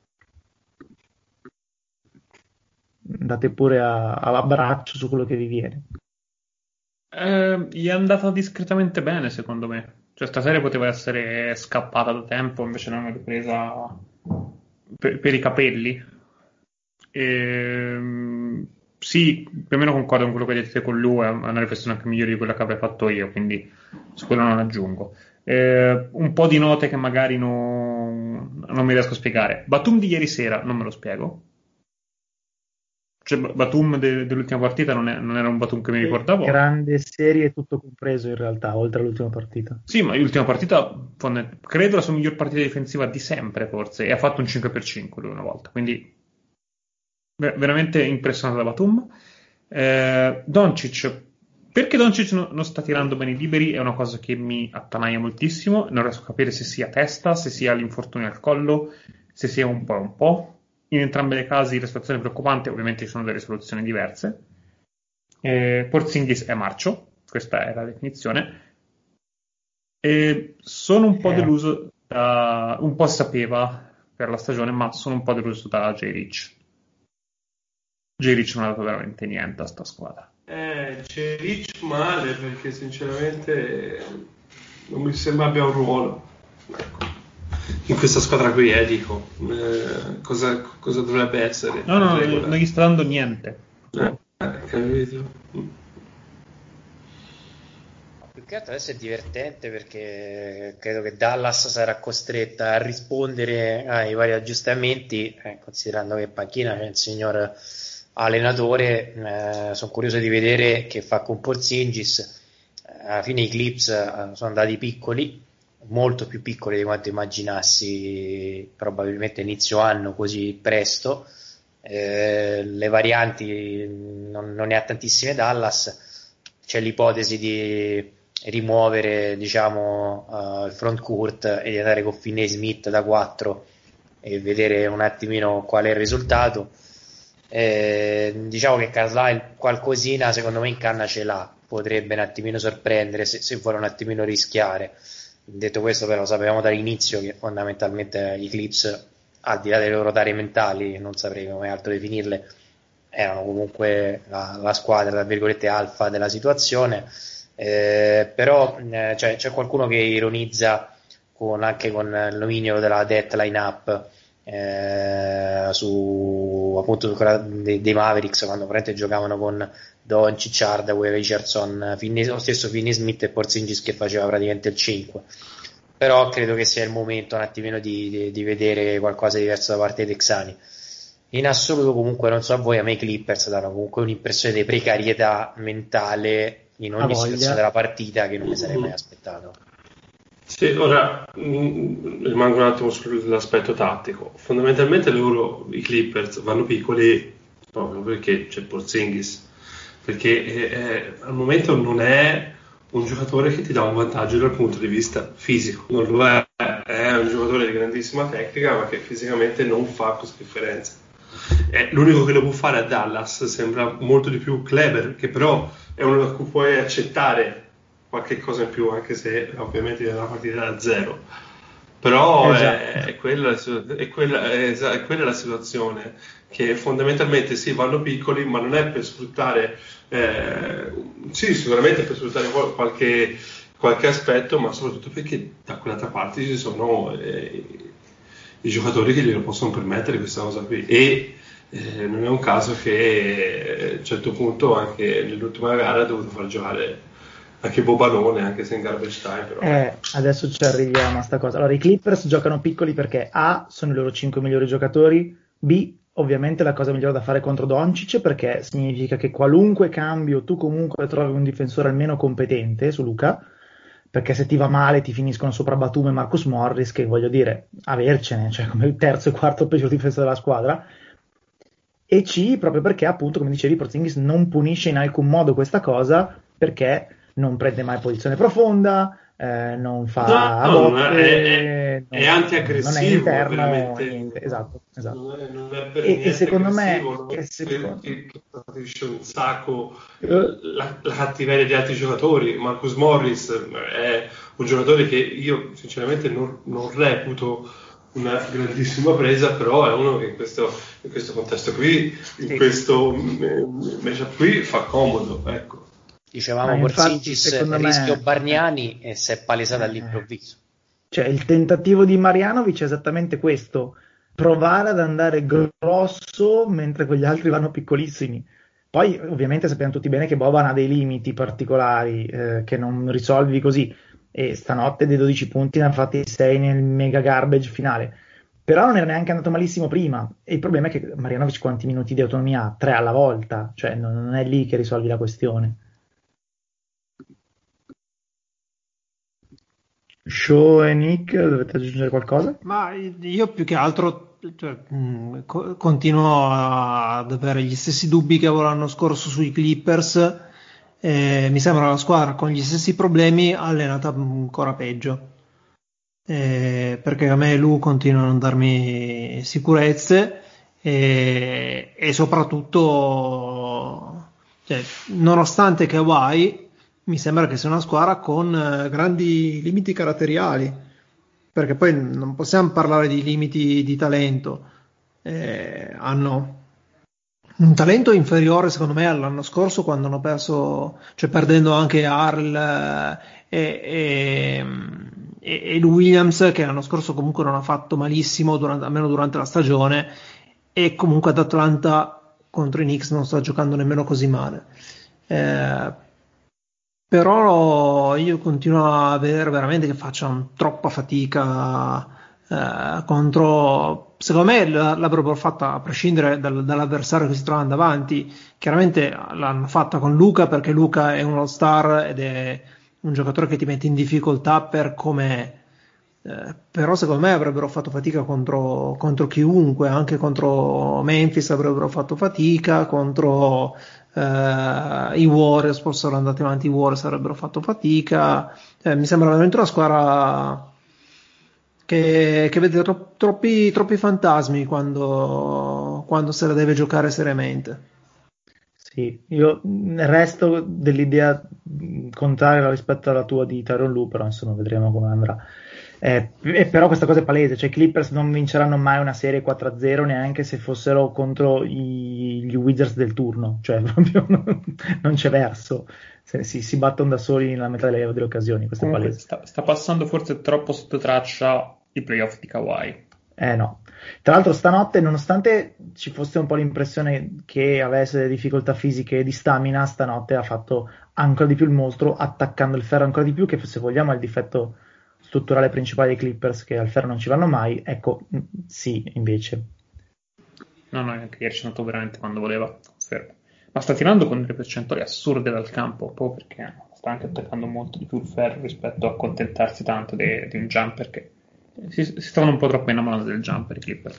Andate pure a braccio su quello che vi viene. Gli è andata discretamente bene, secondo me. Cioè, sta serie poteva essere scappata da tempo, invece l'hanno ripresa per i capelli. Sì, più o meno concordo con quello che hai detto te con lui, è una riflessione anche migliore di quella che avrei fatto io, quindi su quello non aggiungo. Un po' di note che magari non mi riesco a spiegare. Batum di ieri sera non me lo spiego. Cioè, Batum dell'ultima partita non era un Batum che mi ricordavo. Grande serie, tutto compreso in realtà, oltre all'ultima partita. Sì, ma l'ultima partita credo la sua miglior partita difensiva di sempre, forse, e ha fatto un 5x5 lui una volta, quindi veramente impressionato da Batum. Doncic, perché Doncic non sta tirando bene i liberi è una cosa che mi attanaia moltissimo, non riesco a capire se sia testa, se sia l'infortunio al collo, se sia un po'. In entrambi i casi la situazione è preoccupante, ovviamente ci sono delle soluzioni diverse. Porzingis è marcio, questa è la definizione. Sono un po' deluso un po' si sapeva per la stagione, ma sono un po' deluso da J-Rich. J-Rich non ha dato veramente niente a sta squadra. J-Rich male, perché sinceramente non mi sembra abbia un ruolo, ecco, in questa squadra qui, dico, cosa dovrebbe essere? No, non gli sta dando niente. Capito? Più che altro adesso è divertente perché credo che Dallas sarà costretta a rispondere ai vari aggiustamenti, considerando che in panchina c'è il signor allenatore. Sono curioso di vedere che fa con Porzingis. Alla fine i Clips sono andati piccoli, molto più piccoli di quanto immaginassi probabilmente inizio anno così presto. Le varianti non ne ha tantissime Dallas, c'è l'ipotesi di rimuovere, diciamo, il front court e di andare con Finney-Smith da 4 e vedere un attimino qual è il risultato. Diciamo che Carlisle qualcosina secondo me in canna ce l'ha, potrebbe un attimino sorprendere se vuole un attimino rischiare. Detto questo, però, sapevamo dall'inizio che fondamentalmente i Clips, al di là delle loro tare mentali, non saprei come altro definirle, erano comunque la squadra, tra virgolette, alfa della situazione. Però c'è qualcuno che ironizza anche con il nominio della death line-up su appunto dei Mavericks, quando veramente giocavano con Doncic, Hardaway, Richardson, lo stesso Finney-Smith e Porzingis che faceva praticamente il 5. Però credo che sia il momento un attimino di vedere qualcosa di diverso da parte dei texani. In assoluto comunque, non so a voi, a me i Clippers danno comunque un'impressione di precarietà mentale in ogni situazione della partita che non mi sarei mai aspettato. Sì, ora rimango un attimo sull'aspetto tattico. Fondamentalmente i Clippers vanno piccoli proprio perché c'è Porzingis, perché al momento non è un giocatore che ti dà un vantaggio dal punto di vista fisico, non lo è un giocatore di grandissima tecnica, ma che fisicamente non fa questa differenza. L'unico che lo può fare a Dallas sembra molto di più Kleber, che però è uno da cui puoi accettare qualche cosa in più, anche se ovviamente è una partita da zero. Però è quella la situazione, che fondamentalmente sì, vanno piccoli, ma non è per sfruttare sì, sicuramente per sfruttare qualche aspetto, ma soprattutto perché da quell'altra parte ci sono i giocatori che glielo possono permettere questa cosa qui, e non è un caso che a un certo punto anche nell'ultima gara ha dovuto far giocare anche Bobanone, anche se in garbage time, però. Adesso ci arriviamo a sta cosa. Allora, i Clippers giocano piccoli perché A, sono i loro 5 migliori giocatori, B, ovviamente la cosa migliore da fare contro Doncic, perché significa che qualunque cambio tu comunque trovi un difensore almeno competente su Luka, perché se ti va male ti finiscono sopra Batum e Marcus Morris, che voglio dire, avercene, cioè come il terzo e quarto peggior difensore della squadra. E C, proprio perché appunto, come dicevi, Porzingis non punisce in alcun modo questa cosa, perché non prende mai posizione profonda, non fa è antiaggressivo, non è interno, veramente. Niente. Esatto. Non è per niente, e secondo me che dice un sacco la cattiveria di altri giocatori. Marcus Morris è un giocatore che io sinceramente non reputo una grandissima presa, però è uno che in questo contesto qui, in questo matchup qui fa comodo, ecco. Dicevamo Porzingis rischio Bargnani e si è palesata all'improvviso. Cioè il tentativo di Marjanovic è esattamente questo, provare ad andare grosso mentre quegli altri vanno piccolissimi. Poi ovviamente sappiamo tutti bene che Boban ha dei limiti particolari che non risolvi così, e stanotte dei 12 punti ne ha fatti 6 nel mega garbage finale, però non era neanche andato malissimo prima, e il problema è che Marjanovic quanti minuti di autonomia ha? 3 alla volta, cioè non è lì che risolvi la questione. Show e Nick, dovete aggiungere qualcosa? Ma io più che altro continuo ad avere gli stessi dubbi che avevo l'anno scorso sui Clippers. Mi sembra una squadra con gli stessi problemi allenata ancora peggio, perché a me Lu continua a non darmi sicurezze, e soprattutto, cioè, nonostante Kawhi mi sembra che sia una squadra con grandi limiti caratteriali, perché poi non possiamo parlare di limiti di talento. Hanno un talento inferiore secondo me all'anno scorso, quando hanno perso, cioè perdendo anche Harrell e Williams, che l'anno scorso comunque non ha fatto malissimo almeno durante la stagione, e comunque ad Atlanta contro i Knicks non sta giocando nemmeno così male. Però io continuo a vedere veramente che facciano troppa fatica contro. Secondo me l'avrebbero fatta a prescindere dall'avversario che si trovano davanti. Chiaramente l'hanno fatta con Luka, perché Luka è un all-star ed è un giocatore che ti mette in difficoltà per com'è, però secondo me avrebbero fatto fatica contro chiunque, anche contro Memphis avrebbero fatto fatica, contro i Warriors fossero andati avanti, i Warriors avrebbero fatto fatica. Mi sembra veramente una squadra che vede troppi fantasmi quando se la deve giocare seriamente. Sì, io resto dell'idea contraria rispetto alla tua di Tyronn Lue, però insomma vedremo come andrà. Però questa cosa è palese, cioè i Clippers non vinceranno mai una serie 4-0 neanche se fossero contro gli Wizards del turno, cioè proprio non c'è verso, si battono da soli nella metà delle occasioni. Questo comunque, è palese. sta passando forse troppo sotto traccia i playoff di Kawhi. No. Tra l'altro stanotte, nonostante ci fosse un po' l'impressione che avesse delle difficoltà fisiche e di stamina, stanotte ha fatto ancora di più il mostro, attaccando il ferro ancora di più, che se vogliamo è il difetto strutturale principale dei Clippers, che al ferro non ci vanno mai. Ecco, sì, invece. No, anche ieri c'è andato veramente quando voleva, fermo. Ma sta tirando con delle percentuali assurde dal campo, proprio perché sta anche attaccando molto di più il ferro rispetto a accontentarsi tanto di un jumper, che si stavano un po' troppo innamorando del jumper i Clippers.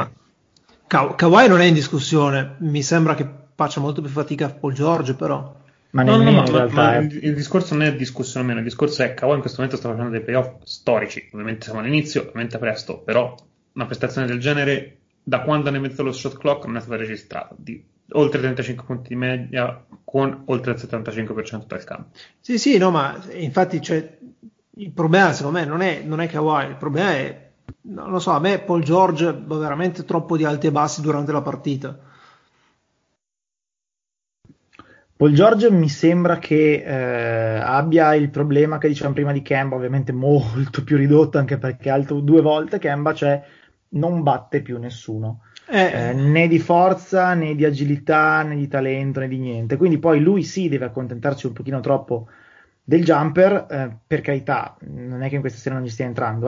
Kawhi non è in discussione, mi sembra che faccia molto più fatica Paul George, però. Ma il discorso non è discussione o meno, il discorso è che Kawhi in questo momento sta facendo dei playoff storici, ovviamente siamo all'inizio, ovviamente presto, però una prestazione del genere da quando hanno inventato lo shot clock non è stata registrata, di oltre 35 punti di media con oltre il 75% dal campo. Sì, no, ma infatti il problema secondo me non è Kawhi, il problema è, non lo so, a me Paul George va veramente troppo di alti e bassi durante la partita. Paul George mi sembra che abbia il problema che dicevamo prima di Kemba, ovviamente molto più ridotto, anche perché alto 2 volte Kemba, cioè non batte più nessuno, né di forza, né di agilità, né di talento, né di niente. Quindi poi lui sì deve accontentarsi un pochino troppo del jumper, per carità, non è che in questa serie non gli stia entrando,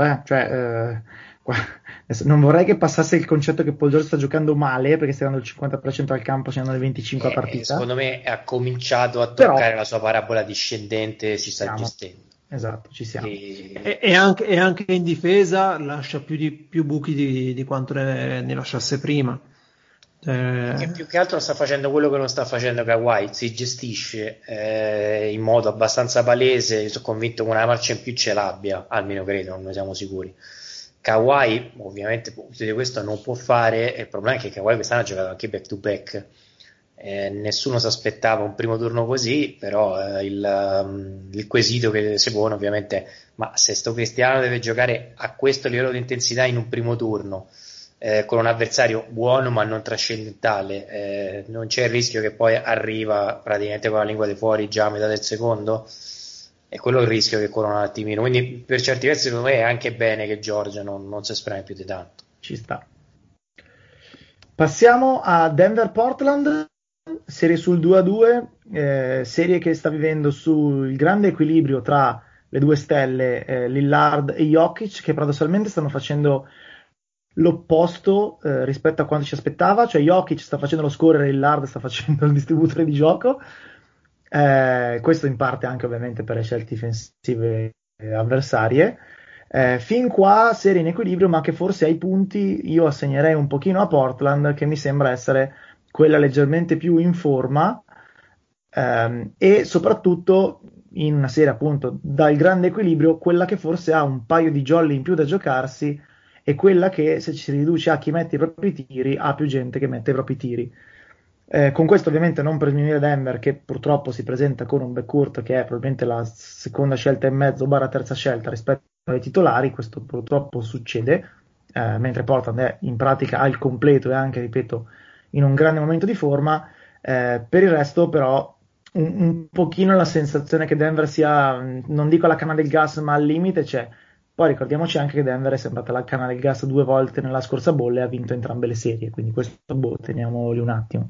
non vorrei che passasse il concetto che Paul George sta giocando male perché sta dando il 50% al campo, se nel 25 a partita. Secondo me ha cominciato a toccare la sua parabola discendente, si sta gestendo. Esatto, ci siamo. E anche in difesa lascia più buchi di quanto ne lasciasse prima. Che più che altro sta facendo quello che non sta facendo Kawhi, si gestisce in modo abbastanza palese. Sono convinto che una marcia in più ce l'abbia, almeno credo, non ne siamo sicuri. Kawhi ovviamente di questo non può fare, il problema è che Kawhi quest'anno ha giocato anche back to back, nessuno si aspettava un primo turno così, però il quesito che si pone ovviamente, ma se sto Cristiano deve giocare a questo livello di intensità in un primo turno, con un avversario buono ma non trascendentale, non c'è il rischio che poi arriva praticamente con la lingua di fuori già a metà del secondo, e quello è il rischio che corrono un attimino, quindi per certi versi secondo me è anche bene che Georgia non si esprime più di tanto. Ci sta. Passiamo a Denver-Portland, serie sul 2-2, serie che sta vivendo sul grande equilibrio tra le due stelle, Lillard e Jokic, che paradossalmente stanno facendo l'opposto rispetto a quanto ci aspettava, cioè Jokic sta facendo lo scorer e Lillard sta facendo il distributore di gioco, questo in parte anche ovviamente per le scelte difensive avversarie. Fin qua serie in equilibrio, ma che forse ai punti io assegnerei un pochino a Portland, che mi sembra essere quella leggermente più in forma, e soprattutto in una serie appunto dal grande equilibrio, quella che forse ha un paio di jolly in più da giocarsi, e quella che, se ci si riduce a chi mette i propri tiri, ha più gente che mette i propri tiri. Con questo ovviamente non per sminuire Denver, che purtroppo si presenta con un backcourt che è probabilmente la seconda scelta e mezzo / terza scelta rispetto ai titolari. Questo purtroppo succede, mentre Portland è in pratica al completo e anche, ripeto, in un grande momento di forma. Per il resto però un pochino la sensazione che Denver sia, non dico alla canna del gas, ma al limite c'è. Poi ricordiamoci anche che Denver è sembrata la canna del gas 2 volte nella scorsa bolla e ha vinto entrambe le serie, quindi questo teniamoli un attimo.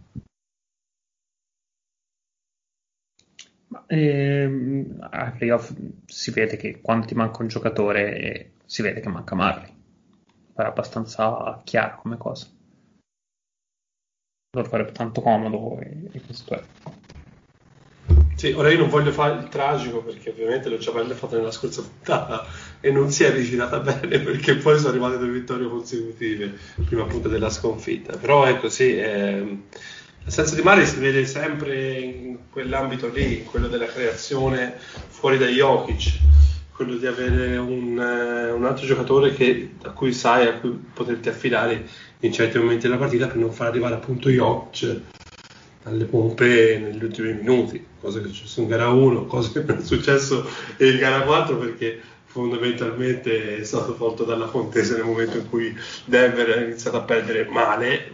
Ai playoff si vede che quando ti manca un giocatore si vede che manca Murray, è abbastanza chiaro come cosa, allora farebbe tanto comodo e questo è. Sì, ora io non voglio fare il tragico, perché ovviamente l'ho già fatto nella scorsa puntata e non si è ritirata bene, perché poi sono arrivate 2 vittorie consecutive prima appunto della sconfitta. Però ecco, sì, l'assenza di Murray si vede sempre in quell'ambito lì, in quello della creazione fuori da Jokic, quello di avere un altro giocatore a cui poterti affidare in certi momenti della partita, per non far arrivare appunto Jokic alle pompe negli ultimi minuti, cosa che è successo in gara 1, cosa che non è successo in gara 4, perché fondamentalmente è stato tolto dalla contesa nel momento in cui Denver ha iniziato a perdere male,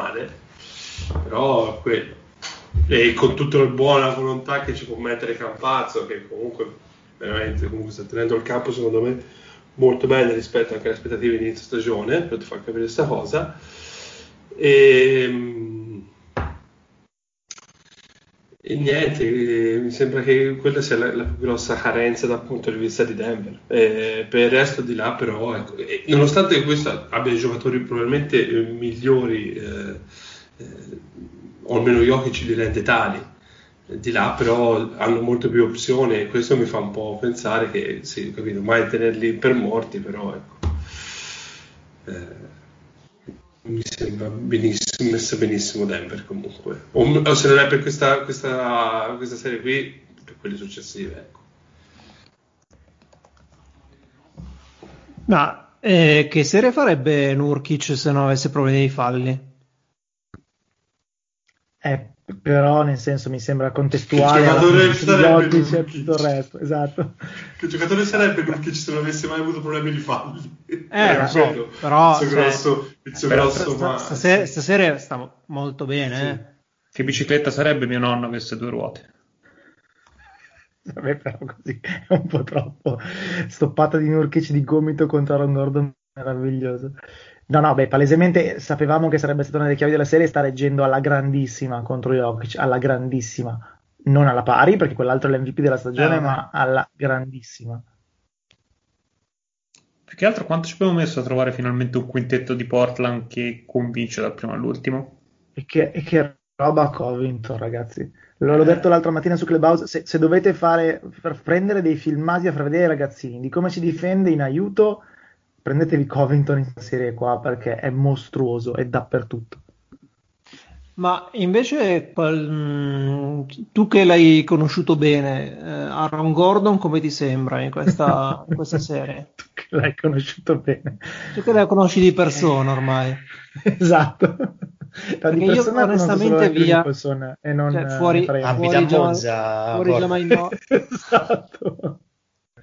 però è quello, e con tutta la buona volontà che ci può mettere Campazzo, che comunque veramente sta tenendo il campo secondo me molto bene rispetto anche alle aspettative di inizio stagione, per far capire questa cosa. E niente, mi sembra che quella sia la più grossa carenza dal punto di vista di Denver. Per il resto di là però, ecco, nonostante questo abbia giocatori probabilmente migliori, o almeno Jokic li rende tali, di là però hanno molto più opzioni, e questo mi fa un po' pensare che sì, capito, mai tenerli per morti, però ecco, mi sembra messa benissimo Denver comunque, o se non è per questa serie qui, per quelle successive, ecco. Ma che serie farebbe Nurkic se non avesse problemi di falli? Però nel senso mi sembra contestuale che giocatore sarebbe tutto il resto, esatto. Che giocatore sarebbe Nurkic se non avesse mai avuto problemi di falli? Però stasera sta molto bene, sì. Che bicicletta sarebbe mio nonno avesse 2 ruote? Vabbè, però così è un po' troppo. Stoppata di Nurkic di gomito contro Aaron Gordon, meraviglioso. No, palesemente sapevamo che sarebbe stata una delle chiavi della serie, sta reggendo alla grandissima contro Jokic, alla grandissima, non alla pari, perché quell'altro è l'MVP della stagione, ma alla grandissima. Più che altro quanto ci abbiamo messo a trovare finalmente un quintetto di Portland che convince dal primo all'ultimo? E che roba Covington, ragazzi. L'ho detto l'altra mattina su Clubhouse, se dovete prendere dei filmati a far vedere ai ragazzini di come ci difende in aiuto, prendetevi Covington in questa serie qua, perché è mostruoso, è dappertutto. Ma invece tu che l'hai conosciuto bene, Aaron Gordon come ti sembra in questa serie? Tu che l'hai conosciuto bene. Tu che la conosci di persona ormai. Esatto. Perché io onestamente via persona, e non fuori Monza, fuori Jamal esatto.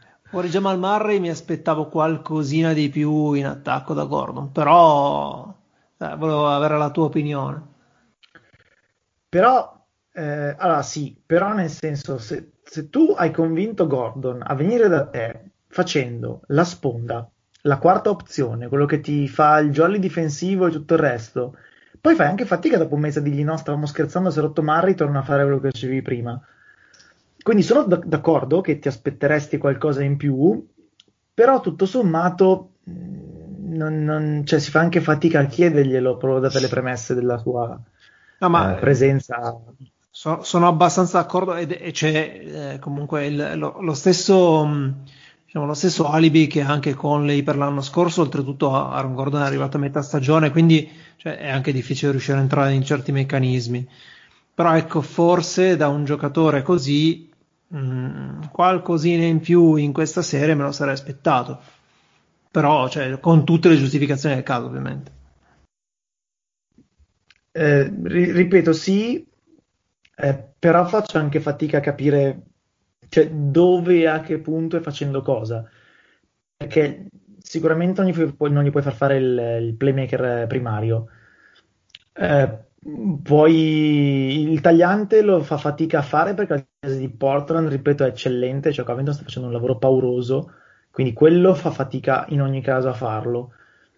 Fuori Jamal Murray mi aspettavo qualcosina di più in attacco da Gordon, però volevo avere la tua opinione. Però, allora sì, però nel senso, se tu hai convinto Gordon a venire da te facendo la sponda, la quarta opzione, quello che ti fa il jolly difensivo e tutto il resto, poi fai anche fatica dopo un mese a dirgli no, stavamo scherzando, si è rotto Murray, torna a fare quello che facevi prima. Quindi sono d'accordo che ti aspetteresti qualcosa in più, però tutto sommato cioè, si fa anche fatica a chiederglielo proprio date le premesse della sua presenza. Sono abbastanza d'accordo e c'è comunque lo stesso, diciamo, lo stesso alibi che anche Conley per l'anno scorso. Oltretutto Aaron Gordon è arrivato a metà stagione, quindi cioè, è anche difficile riuscire a entrare in certi meccanismi. Però ecco, forse da un giocatore così qualcosina in più in questa serie me lo sarei aspettato, però cioè, con tutte le giustificazioni del caso, ovviamente. Ripeto, sì, però faccio anche fatica a capire, cioè, dove, a che punto e facendo cosa, perché sicuramente non gli puoi far fare il playmaker primario. Poi il tagliante lo fa fatica a fare perché la difesa di Portland, ripeto, è eccellente, cioè Covington sta facendo un lavoro pauroso, quindi quello fa fatica in ogni caso a farlo.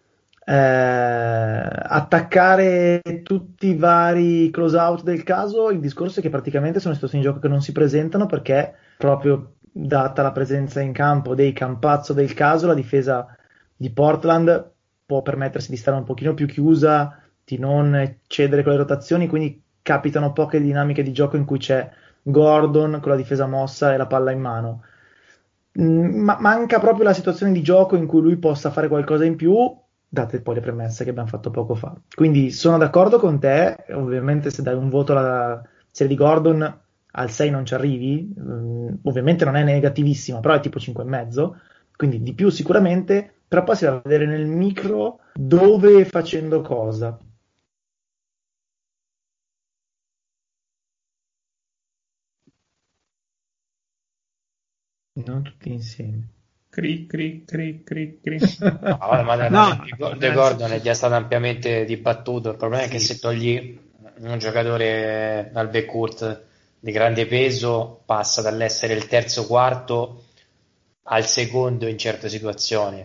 Attaccare tutti i vari close out del caso, il discorso è che praticamente sono situazioni di gioco che non si presentano perché proprio data la presenza in campo dei Campazzo del caso, la difesa di Portland può permettersi di stare un pochino più chiusa, di non cedere con le rotazioni, quindi capitano poche dinamiche di gioco in cui c'è Gordon con la difesa mossa e la palla in mano. Ma manca proprio la situazione di gioco in cui lui possa fare qualcosa in più, date poi le premesse che abbiamo fatto poco fa. Quindi sono d'accordo con te, ovviamente se dai un voto alla serie di Gordon al 6 non ci arrivi, ovviamente non è negativissima, però è tipo 5,5, quindi di più sicuramente, però poi si va a vedere nel micro dove e facendo cosa. Non tutti insieme. Cri. No, ma De Gordon è già stato ampiamente dibattuto. Il problema è che se togli un giocatore dal backcourt di grande peso, passa dall'essere il terzo quarto al secondo in certe situazioni.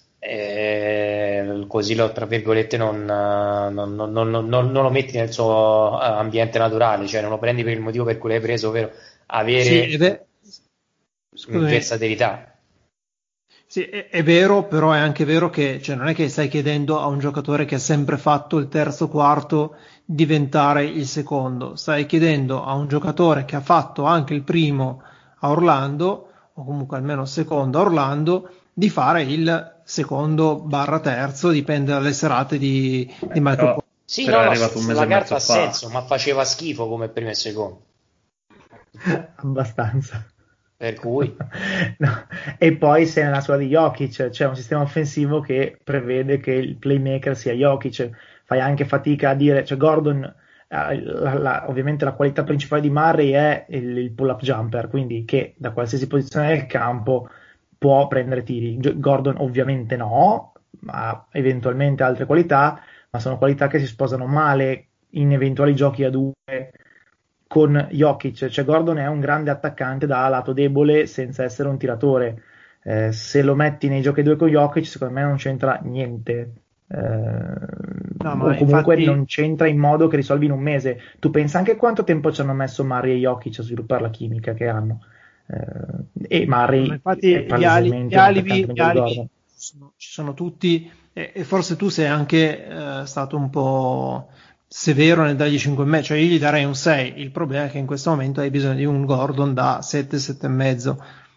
Così tra virgolette non lo metti nel suo ambiente naturale, cioè non lo prendi per il motivo per cui l'hai preso, ovvero avere versatilità. Sì, è vero, però è anche vero che cioè, non è che stai chiedendo a un giocatore che ha sempre fatto il terzo quarto diventare il secondo, stai chiedendo a un giocatore che ha fatto anche il primo a Orlando, o comunque almeno il secondo a Orlando, di fare il secondo / terzo, dipende dalle serate di Michael Porter. Sì, no, la carta ha senso, ma faceva schifo come primo e secondo. Abbastanza. Per cui no. E poi sei nella sua di Jokic, c'è un sistema offensivo che prevede che il playmaker sia Jokic, fai anche fatica a dire, cioè Gordon ovviamente la qualità principale di Murray è il pull-up jumper, quindi che da qualsiasi posizione del campo può prendere tiri. Gordon ovviamente no, ma eventualmente altre qualità, ma sono qualità che si sposano male in eventuali giochi a due con Jokic. Cioè Gordon è un grande attaccante da lato debole senza essere un tiratore. Se lo metti nei giochi a due con Jokic, secondo me non c'entra niente. O comunque infatti non c'entra in modo che risolvi in un mese. Tu pensa anche quanto tempo ci hanno messo Murray e Jokic a sviluppare la chimica che hanno. E Murray infatti è palesemente un attaccante migliore di Gordon. Ci sono tutti, e forse tu sei anche stato un po' severo nel dargli 5,5, cioè io gli darei un 6. Il problema è che in questo momento hai bisogno di un Gordon da 7,5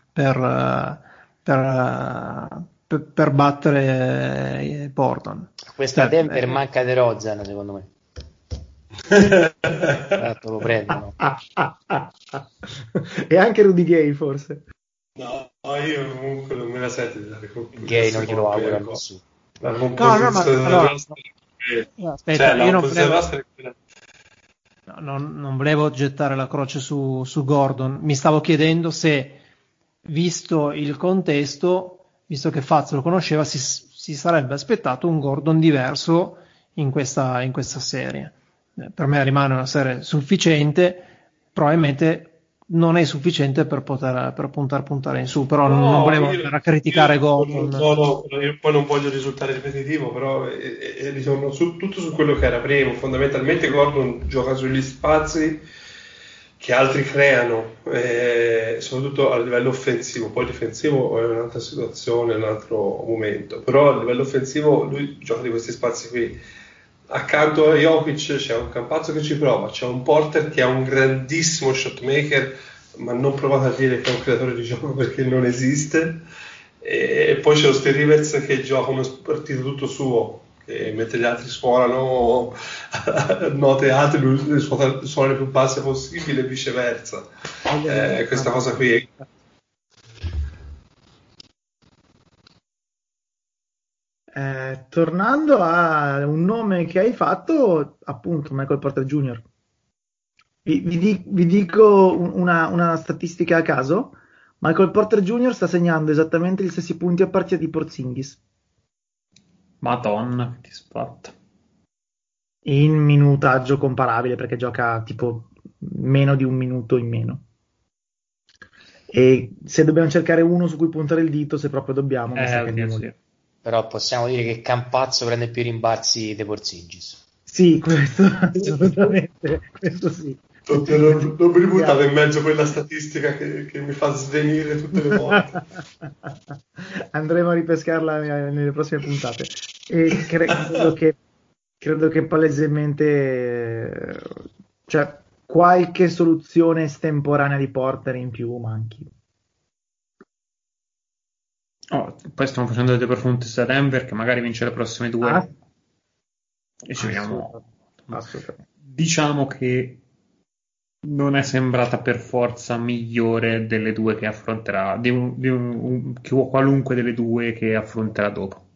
per battere Portland. Questa Denver manca di Rozan, secondo me. Lo prendono. E anche Rudy Gay forse. No, io comunque non me la sento di dare Gay non glielo auguro a nessuno. La composizione aspetta, io non volevo gettare la croce su Gordon, mi stavo chiedendo se, visto il contesto, visto che Faz lo conosceva, si sarebbe aspettato un Gordon diverso in questa serie. Per me rimane una serie sufficiente, probabilmente non è sufficiente per puntare in su, però non volevo andare a criticare Gordon. No, io poi non voglio risultare ripetitivo, però ritorno tutto su quello che era prima. Fondamentalmente Gordon gioca sugli spazi che altri creano, soprattutto a livello offensivo. Poi difensivo è un'altra situazione, un altro momento, però a livello offensivo lui gioca di questi spazi qui. Accanto a Jokic c'è un Campazzo che ci prova, c'è un Porter che è un grandissimo shotmaker, ma non provate a dire che è un creatore di gioco perché non esiste, e poi c'è lo Steve Rivers che gioca uno partito tutto suo, che mentre gli altri suonano note alte, lui suona le più basse possibile e viceversa. Questa cosa qui tornando a un nome che hai fatto, appunto Michael Porter Jr. Vi dico una statistica a caso. Michael Porter Jr. sta segnando esattamente gli stessi punti a partita di Porzingis. Madonna, che sfatta. In minutaggio comparabile, perché gioca tipo meno di un minuto in meno. E se dobbiamo cercare uno su cui puntare il dito, se proprio dobbiamo, sì. Però possiamo dire che Campazzo prende più rimbalzi dei Porzingis. Sì, questo assolutamente, questo sì. Non mi ributtavo in mezzo a quella statistica che mi fa svenire tutte le volte. Andremo a ripescarla nelle prossime puntate. E credo che palesemente cioè qualche soluzione estemporanea di Porter in più manchi. Poi stiamo facendo delle profonde a Denver che magari vince le prossime due e ci vediamo. Diciamo che non è sembrata per forza migliore delle due che affronterà, qualunque delle due che affronterà dopo.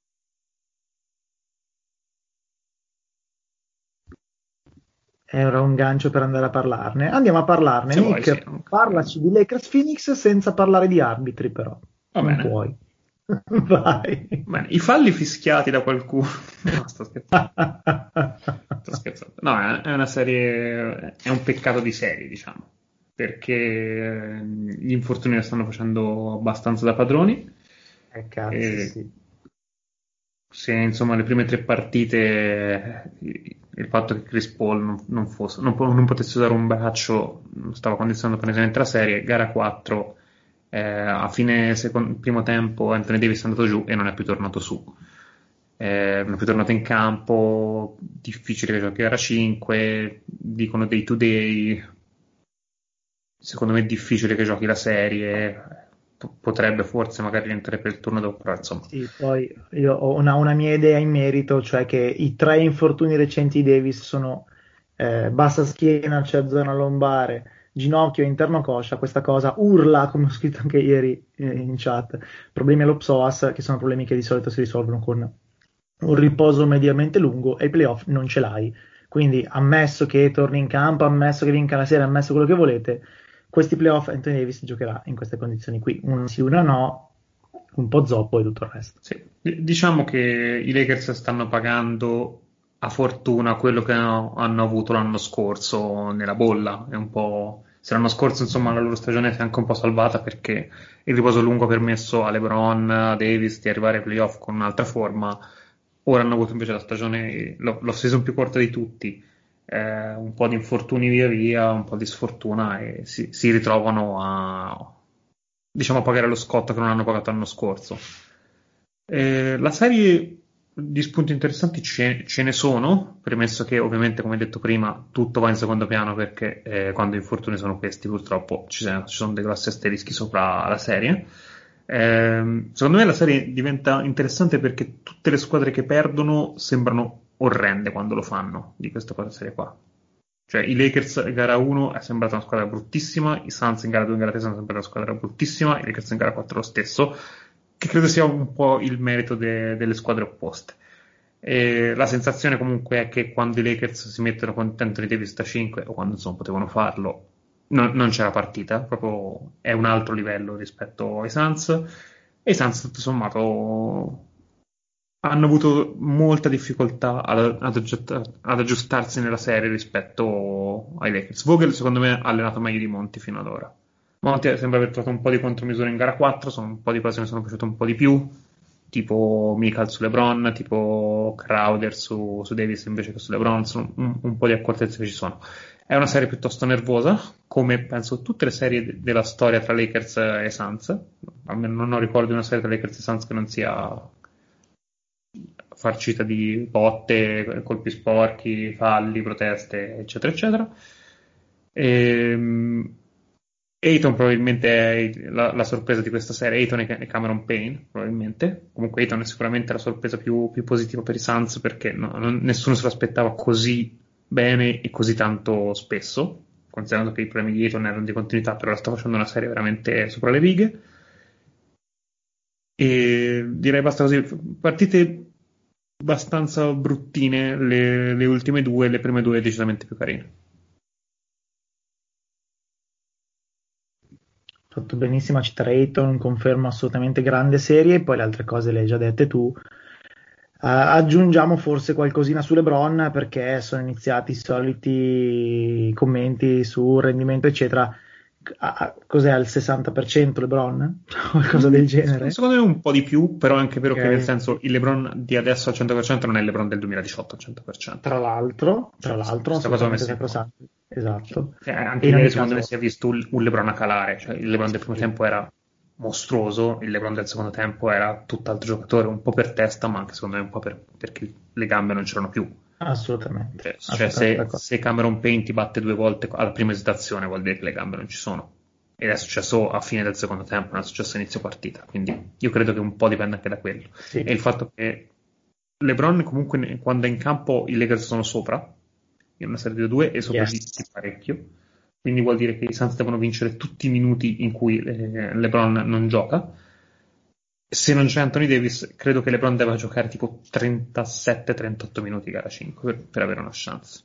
Era un gancio per andare a parlarne. Andiamo a parlarne. Nick, parlaci di Lakers Phoenix senza parlare di arbitri, però. Va non bene. Puoi. Vai. Bene, i falli fischiati da qualcuno. No, sto scherzando. Sto scherzando. No, è una serie, è un peccato di serie, diciamo, perché gli infortuni la stanno facendo abbastanza da padroni. Sì. Se insomma le prime 3 partite il fatto che Chris Paul non potesse usare un braccio stava condizionando palesemente la serie. Gara 4 a fine primo tempo Anthony Davis è andato giù e non è più tornato su, non è più tornato in campo. Difficile che giochi gara 5, dicono day to day. Secondo me è difficile che giochi la serie. Potrebbe forse magari rientrare per il turno dopo, però insomma. Sì, poi io ho una mia idea in merito, cioè che i 3 infortuni recenti di Davis sono bassa schiena, cioè zona lombare, ginocchio e interno coscia. Questa cosa urla, come ho scritto anche ieri in chat, problemi allo psoas, che sono problemi che di solito si risolvono con un riposo mediamente lungo, e i playoff non ce l'hai. Quindi, ammesso che torni in campo, ammesso che vinca la serie, ammesso quello che volete, questi playoff Anthony Davis giocherà in queste condizioni qui, una sì, una no, un po' zoppo e tutto il resto. Sì. Diciamo che i Lakers stanno pagando a fortuna quello che hanno avuto l'anno scorso nella bolla. È un po', se l'anno scorso insomma la loro stagione si è anche un po' salvata perché il riposo lungo ha permesso a LeBron, a Davis di arrivare ai playoff con un'altra forma. Ora hanno avuto invece la stagione, l'off season più corta di tutti, un po' di infortuni via via, un po' di sfortuna, e si ritrovano a pagare lo scotto che non hanno pagato l'anno scorso. La serie di spunti interessanti ce ne sono, premesso che ovviamente, come detto prima, tutto va in secondo piano perché quando gli infortuni sono questi purtroppo ci sono dei grossi asterischi sopra la serie. Secondo me la serie diventa interessante perché tutte le squadre che perdono sembrano orrende quando lo fanno di questa serie qua. Cioè i Lakers in gara 1 è sembrata una squadra bruttissima, i Suns in gara 2 e in gara 3 sono sembrata una squadra bruttissima, i Lakers in gara 4 lo stesso, che credo sia un po' il merito delle squadre opposte. E la sensazione comunque è che quando i Lakers si mettono con Anthony Davis da 5 o quando insomma potevano farlo, non c'è la partita, proprio è un altro livello rispetto ai Suns, e i Suns tutto sommato hanno avuto molta difficoltà ad aggiustarsi nella serie rispetto ai Lakers. Vogel secondo me ha allenato meglio di Monty fino ad ora. Monty sembra aver trovato un po' di contromisure in gara 4, un po' di cose mi sono piaciute un po' di più, tipo Michael su LeBron, tipo Crowder su Davis invece che su LeBron, un po' di accortezze che ci sono. È una serie piuttosto nervosa, come penso tutte le serie della storia tra Lakers e Suns. Almeno non ricordo di una serie tra Lakers e Suns che non sia farcita di botte, colpi sporchi, falli, proteste, eccetera, eccetera. Ayton probabilmente è la sorpresa di questa serie. Ayton e Cameron Payne probabilmente. Comunque Ayton è sicuramente la sorpresa più positiva per i Suns, perché nessuno se lo aspettava così bene e così tanto spesso, considerando che i problemi di Ayton erano di continuità, però sta facendo una serie veramente sopra le righe. E direi basta così. Partite abbastanza bruttine le ultime due, le prime due decisamente più carine. Fatto benissimo a citare Ayton, confermo assolutamente grande serie, poi le altre cose le hai già dette tu. Aggiungiamo forse qualcosina su LeBron, perché sono iniziati i soliti commenti su rendimento eccetera. Cos'è al 60% LeBron? Qualcosa del genere? Secondo me un po' di più, però è anche vero che nel senso il LeBron di adesso al 100% non è il LeBron del 2018 al 100%. Tra l'altro assolutamente sacrosanto. Esatto. Anche ieri secondo me si è visto un LeBron a calare, cioè il LeBron del primo tempo era mostruoso, il LeBron del secondo tempo era tutt'altro giocatore, un po' per testa, ma anche secondo me un po' perché le gambe non c'erano più. Assolutamente. Cioè se Cameron Payne ti batte 2 volte alla prima esitazione vuol dire che le gambe non ci sono, ed è successo a fine del secondo tempo, non è successo a inizio partita, quindi io credo che un po' dipende anche da quello. Sì. E il fatto che LeBron comunque quando è in campo i Lakers sono sopra in una serie di 2 e sopra di parecchio, quindi vuol dire che i Suns devono vincere tutti i minuti in cui LeBron non gioca. Se non c'è Anthony Davis, credo che LeBron debba giocare tipo 37-38 minuti gara 5 per avere una chance.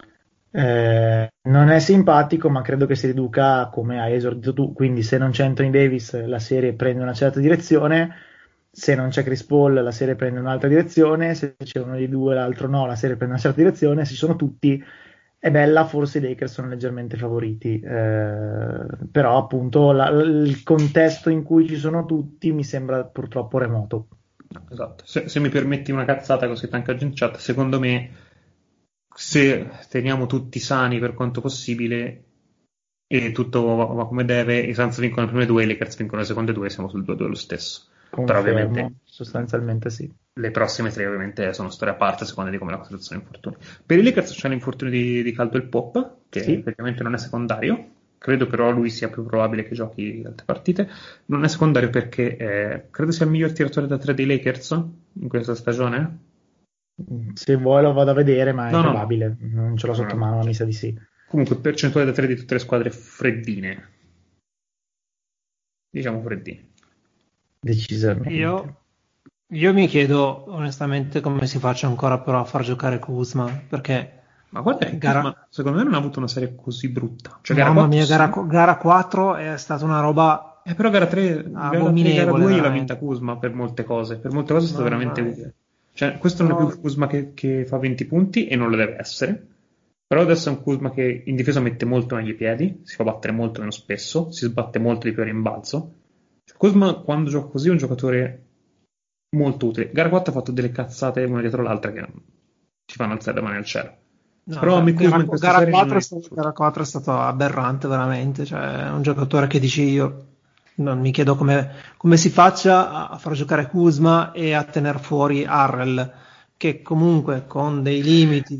Non è simpatico, ma credo che si riduca come hai esordito tu, quindi se non c'è Anthony Davis la serie prende una certa direzione, se non c'è Chris Paul la serie prende un'altra direzione, se c'è uno dei due l'altro no, la serie prende una certa direzione, se ci sono tutti è bella, forse i Lakers sono leggermente favoriti, però appunto il contesto in cui ci sono tutti mi sembra purtroppo remoto. Esatto, se mi permetti una cazzata così tanto in chat, secondo me se teniamo tutti sani per quanto possibile e tutto va come deve, i Suns vincono le prime 2, i Lakers vincono le seconde 2, siamo sul 2-2 lo stesso. Confermo, però ovviamente sostanzialmente sì. Le prossime 3 ovviamente sono storia a parte a seconda di come la situazione infortuni. Per i Lakers c'è l'infortunio di Caldwell Pope, che sì, praticamente non è secondario, credo però lui sia più probabile che giochi altre partite. Non è secondario perché credo sia il miglior tiratore da 3 dei Lakers in questa stagione. Se vuoi lo vado a vedere, ma è probabile, non ce l'ho sotto mano, ma mi sa di sì. Comunque percentuale da 3 di tutte le squadre freddine, diciamo freddine. Decisamente. Io mi chiedo onestamente come si faccia ancora però a far giocare Kuzma, perché ma guarda che Kuzma secondo me non ha avuto una serie così brutta, cioè, mamma mia, gara 4 è stata una roba però gara 3 gara 2 l'ha vinta Kuzma per molte cose è stato veramente utile, cioè questo non è più Kuzma che fa 20 punti e non lo deve essere, però adesso è un Kuzma che in difesa mette molto meglio i piedi, si fa battere molto meno spesso, si sbatte molto di più a rimbalzo. Kuzma quando gioca così è un giocatore molto utile. Gara 4 ha fatto delle cazzate una dietro l'altra che ci fanno alzare le mani al cielo. No, però gara 4 è stato aberrante veramente, cioè è un giocatore che dici io non mi chiedo come si faccia a far giocare Kuzma e a tener fuori Harrell, che comunque con dei limiti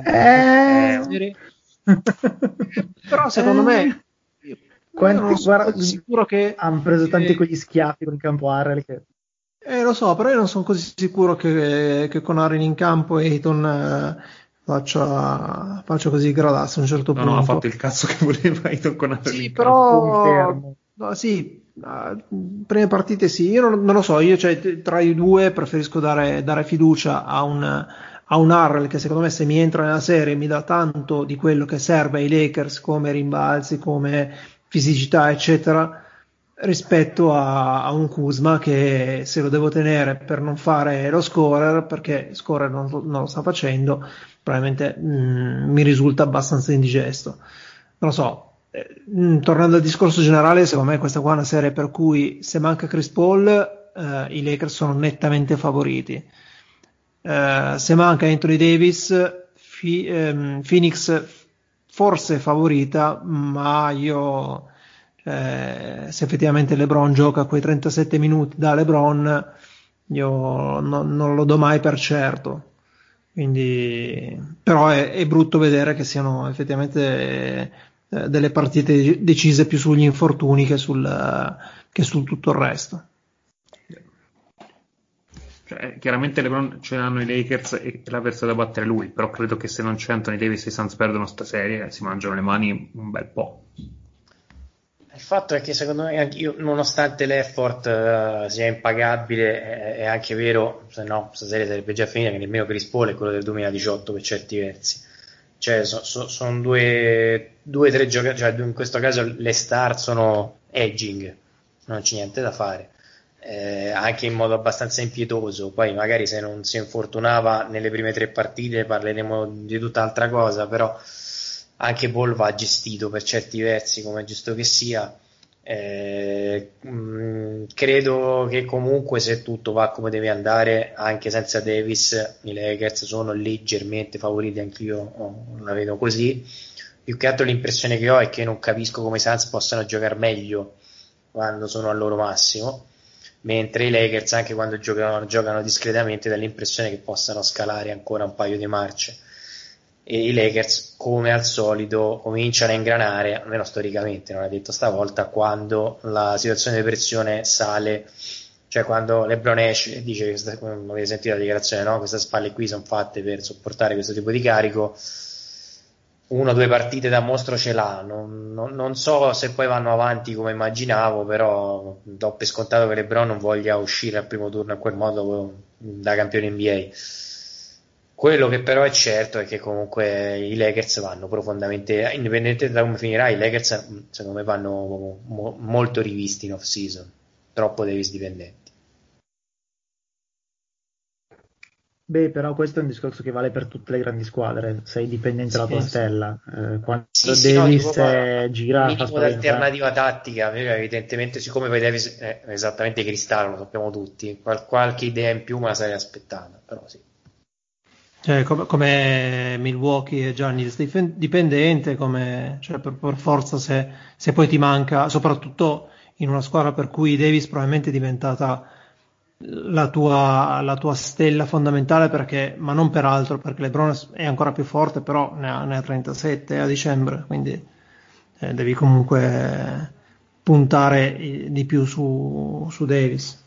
però secondo me guarda, sicuro che hanno preso tanti quegli schiaffi con il campo Harrell che... lo so, però io non sono così sicuro che con Harrell in campo Ayton faccia così gradasse a un certo punto. No, ha fatto il cazzo che voleva Ayton con Harrell. Sì, però prime partite sì, io non lo so, io cioè, tra i due preferisco dare fiducia a un Harrell che secondo me se mi entra nella serie mi dà tanto di quello che serve ai Lakers come rimbalzi, come fisicità eccetera, rispetto a un Kuzma che se lo devo tenere per non fare lo scorer, perché scorer non lo sta facendo, probabilmente mi risulta abbastanza indigesto. Non lo so, tornando al discorso generale, secondo me questa qua è una serie per cui se manca Chris Paul i Lakers sono nettamente favoriti. Se manca Anthony Davis, Phoenix forse è favorita, ma io se effettivamente LeBron gioca quei 37 minuti da LeBron, io non lo do mai per certo. Quindi, però è brutto vedere che siano effettivamente delle partite decise più sugli infortuni che su tutto il resto. Cioè, chiaramente LeBron ce l'hanno i Lakers e l'avversario da battere lui, però credo che se non c'è Anthony Davis e i Suns perdono sta serie si mangiano le mani un bel po'. Il fatto è che secondo me io, nonostante l'effort sia impagabile, è anche vero, se no questa serie sarebbe già finita, che nemmeno Chris Paul è quello del 2018 per certi versi. Cioè sono due o tre giocatori, cioè in questo caso le star sono edging, non c'è niente da fare. Anche in modo abbastanza impietoso. Poi magari se non si infortunava nelle prime 3 partite parleremo di tutt'altra cosa, però anche Paul va gestito per certi versi come è giusto che sia. Credo che comunque se tutto va come deve andare anche senza Davis i Lakers sono leggermente favoriti, anch'io la vedo così. Più che altro l'impressione che ho è che non capisco come i Suns possano giocare meglio quando sono al loro massimo, mentre i Lakers anche quando giocano discretamente dà l'impressione che possano scalare ancora un paio di marce, e i Lakers come al solito cominciano a ingranare, almeno storicamente, non è detto stavolta, quando la situazione di pressione sale, cioè quando LeBron esce e dice, non avete sentito la dichiarazione, no? Queste spalle qui sono fatte per sopportare questo tipo di carico. 1 o 2 partite da mostro ce l'ha, non so se poi vanno avanti come immaginavo, però do per scontato che LeBron non voglia uscire al primo turno in quel modo da campione NBA. Quello che però è certo è che comunque i Lakers vanno profondamente, indipendente da come finirà, i Lakers secondo me vanno molto rivisti in off season, troppo Davis dipendenti. Beh, però questo è un discorso che vale per tutte le grandi squadre, sei dipendente dalla tua stella. Quando Davis gira, un minimo di alternativa tattica, evidentemente, siccome poi Davis è esattamente cristallo, lo sappiamo tutti, qualche idea in più me la sarei aspettata, però sì. Cioè, come Milwaukee è Giannis dipendente, cioè per forza se poi ti manca, soprattutto in una squadra per cui Davis probabilmente è diventata la tua stella fondamentale, perché, ma non per altro, perché LeBron è ancora più forte, però ne ha 37 a dicembre, quindi devi comunque puntare di più su Davis.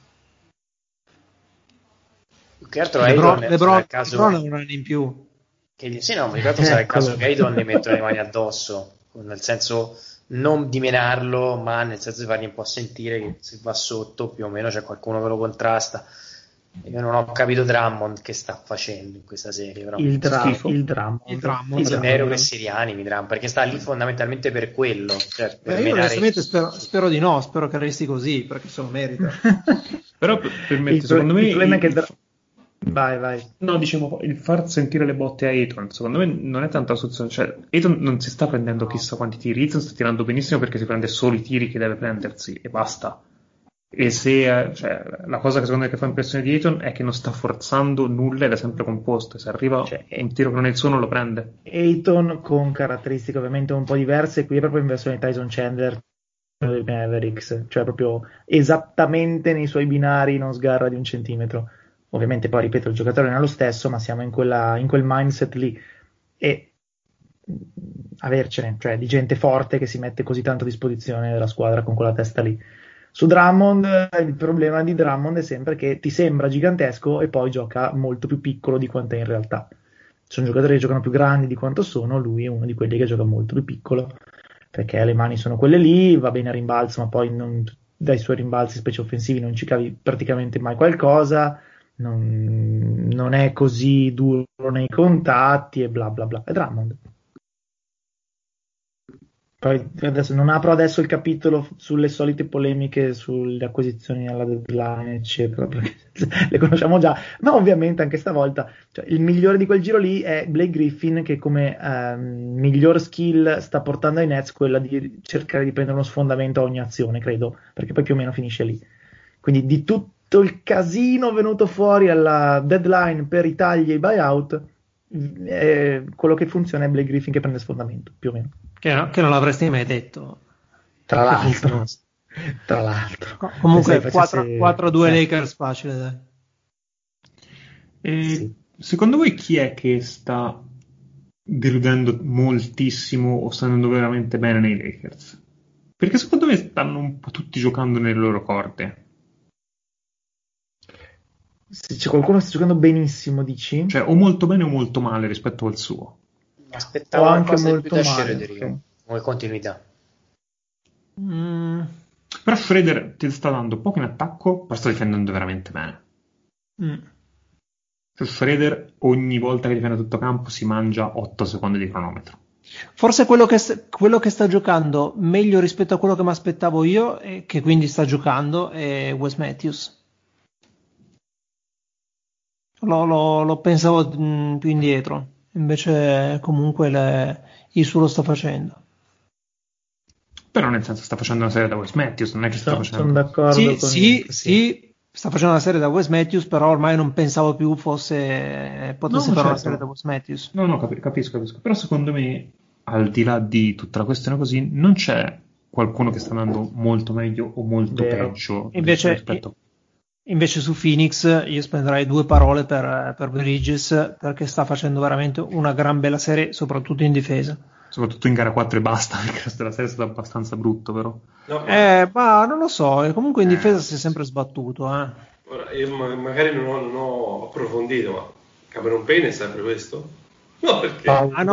Che altro LeBron è un anno in più. Sì, no, mi ricordo sarà il caso che Ayton ne mettono le mani addosso, nel senso non di menarlo, ma nel senso di fargli un po' sentire che se va sotto più o meno c'è qualcuno che lo contrasta. Io non ho capito Drummond che sta facendo in questa serie, però il Drummond sono ero che si rianimi Drummond, perché sta lì fondamentalmente per quello, cioè per io onestamente spero di no, spero che resti così, perché se lo merita. Però secondo me il problema è che vai. No, diciamo, il far sentire le botte a Ayton, secondo me non è tanta soluzione. Cioè, Ayton non si sta prendendo chissà quanti tiri. Ayton sta tirando benissimo perché si prende solo i tiri che deve prendersi e basta. E la cosa che secondo me che fa impressione di Ayton è che non sta forzando nulla ed è sempre composto. Se arriva un tiro che non è il suo, non lo prende. Ayton con caratteristiche ovviamente un po' diverse, qui è proprio in versione Tyson Chandler dei Mavericks, cioè proprio esattamente nei suoi binari non sgarra di 1 centimetro. Ovviamente poi, ripeto, il giocatore non è lo stesso, ma siamo in quel mindset lì, e avercene, cioè di gente forte che si mette così tanto a disposizione della squadra con quella testa lì. Su Drummond, il problema di Drummond è sempre che ti sembra gigantesco e poi gioca molto più piccolo di quanto è in realtà. Ci sono giocatori che giocano più grandi di quanto sono, lui è uno di quelli che gioca molto più piccolo, perché le mani sono quelle lì, va bene a rimbalzo, ma poi dai suoi rimbalzi specie offensivi non ci cavi praticamente mai qualcosa. Non è così duro nei contatti e bla bla bla. È Drummond. Poi adesso, non apro adesso il capitolo sulle solite polemiche sulle acquisizioni alla deadline, eccetera, perché le conosciamo già, ma ovviamente anche stavolta cioè, il migliore di quel giro lì è Blake Griffin, che come miglior skill sta portando ai Nets quella di cercare di prendere uno sfondamento a ogni azione, credo, perché poi più o meno finisce lì. Quindi di tutto il casino venuto fuori alla deadline per i tagli e i buyout, quello che funziona è Blake Griffin che prende sfondamento, più o meno. Che non l'avresti mai detto. Tra l'altro. Comunque 4-2 Lakers facile, dai. Sì. Secondo voi chi è che sta deludendo moltissimo o sta andando veramente bene nei Lakers? Perché secondo me stanno un po' tutti giocando nelle loro corde. Se c'è qualcuno che sta giocando benissimo, dici? Cioè o molto bene o molto male rispetto al suo. Aspettavo anche molto molto male, male, come continuità. Però Schroeder ti sta dando poco in attacco, ma sta difendendo veramente bene. Cioè, Schroeder ogni volta che difende tutto campo si mangia 8 secondi di cronometro. Forse quello che sta giocando meglio rispetto a quello che mi aspettavo io e che quindi sta giocando è Wes Matthews. Lo pensavo più indietro, invece comunque il suo lo sta facendo. Però nel senso sta facendo una serie da Wes Matthews, non è che sta facendo... Sono d'accordo sì, sta facendo una serie da Wes Matthews, però ormai non pensavo più potesse fare una serie da Wes Matthews. No, capisco. Però secondo me, al di là di tutta la questione così, non c'è qualcuno che sta andando molto meglio o molto peggio rispetto... Invece su Phoenix io spenderei 2 parole per Bridges, perché sta facendo veramente una gran bella serie, soprattutto in difesa. Soprattutto in gara 4 e basta, perché il resto della serie è stato abbastanza brutto, però. No, ma non lo so, comunque in difesa si è sempre sbattuto. Ora, io magari non ho approfondito, ma Cameron Payne è sempre questo? No, perché?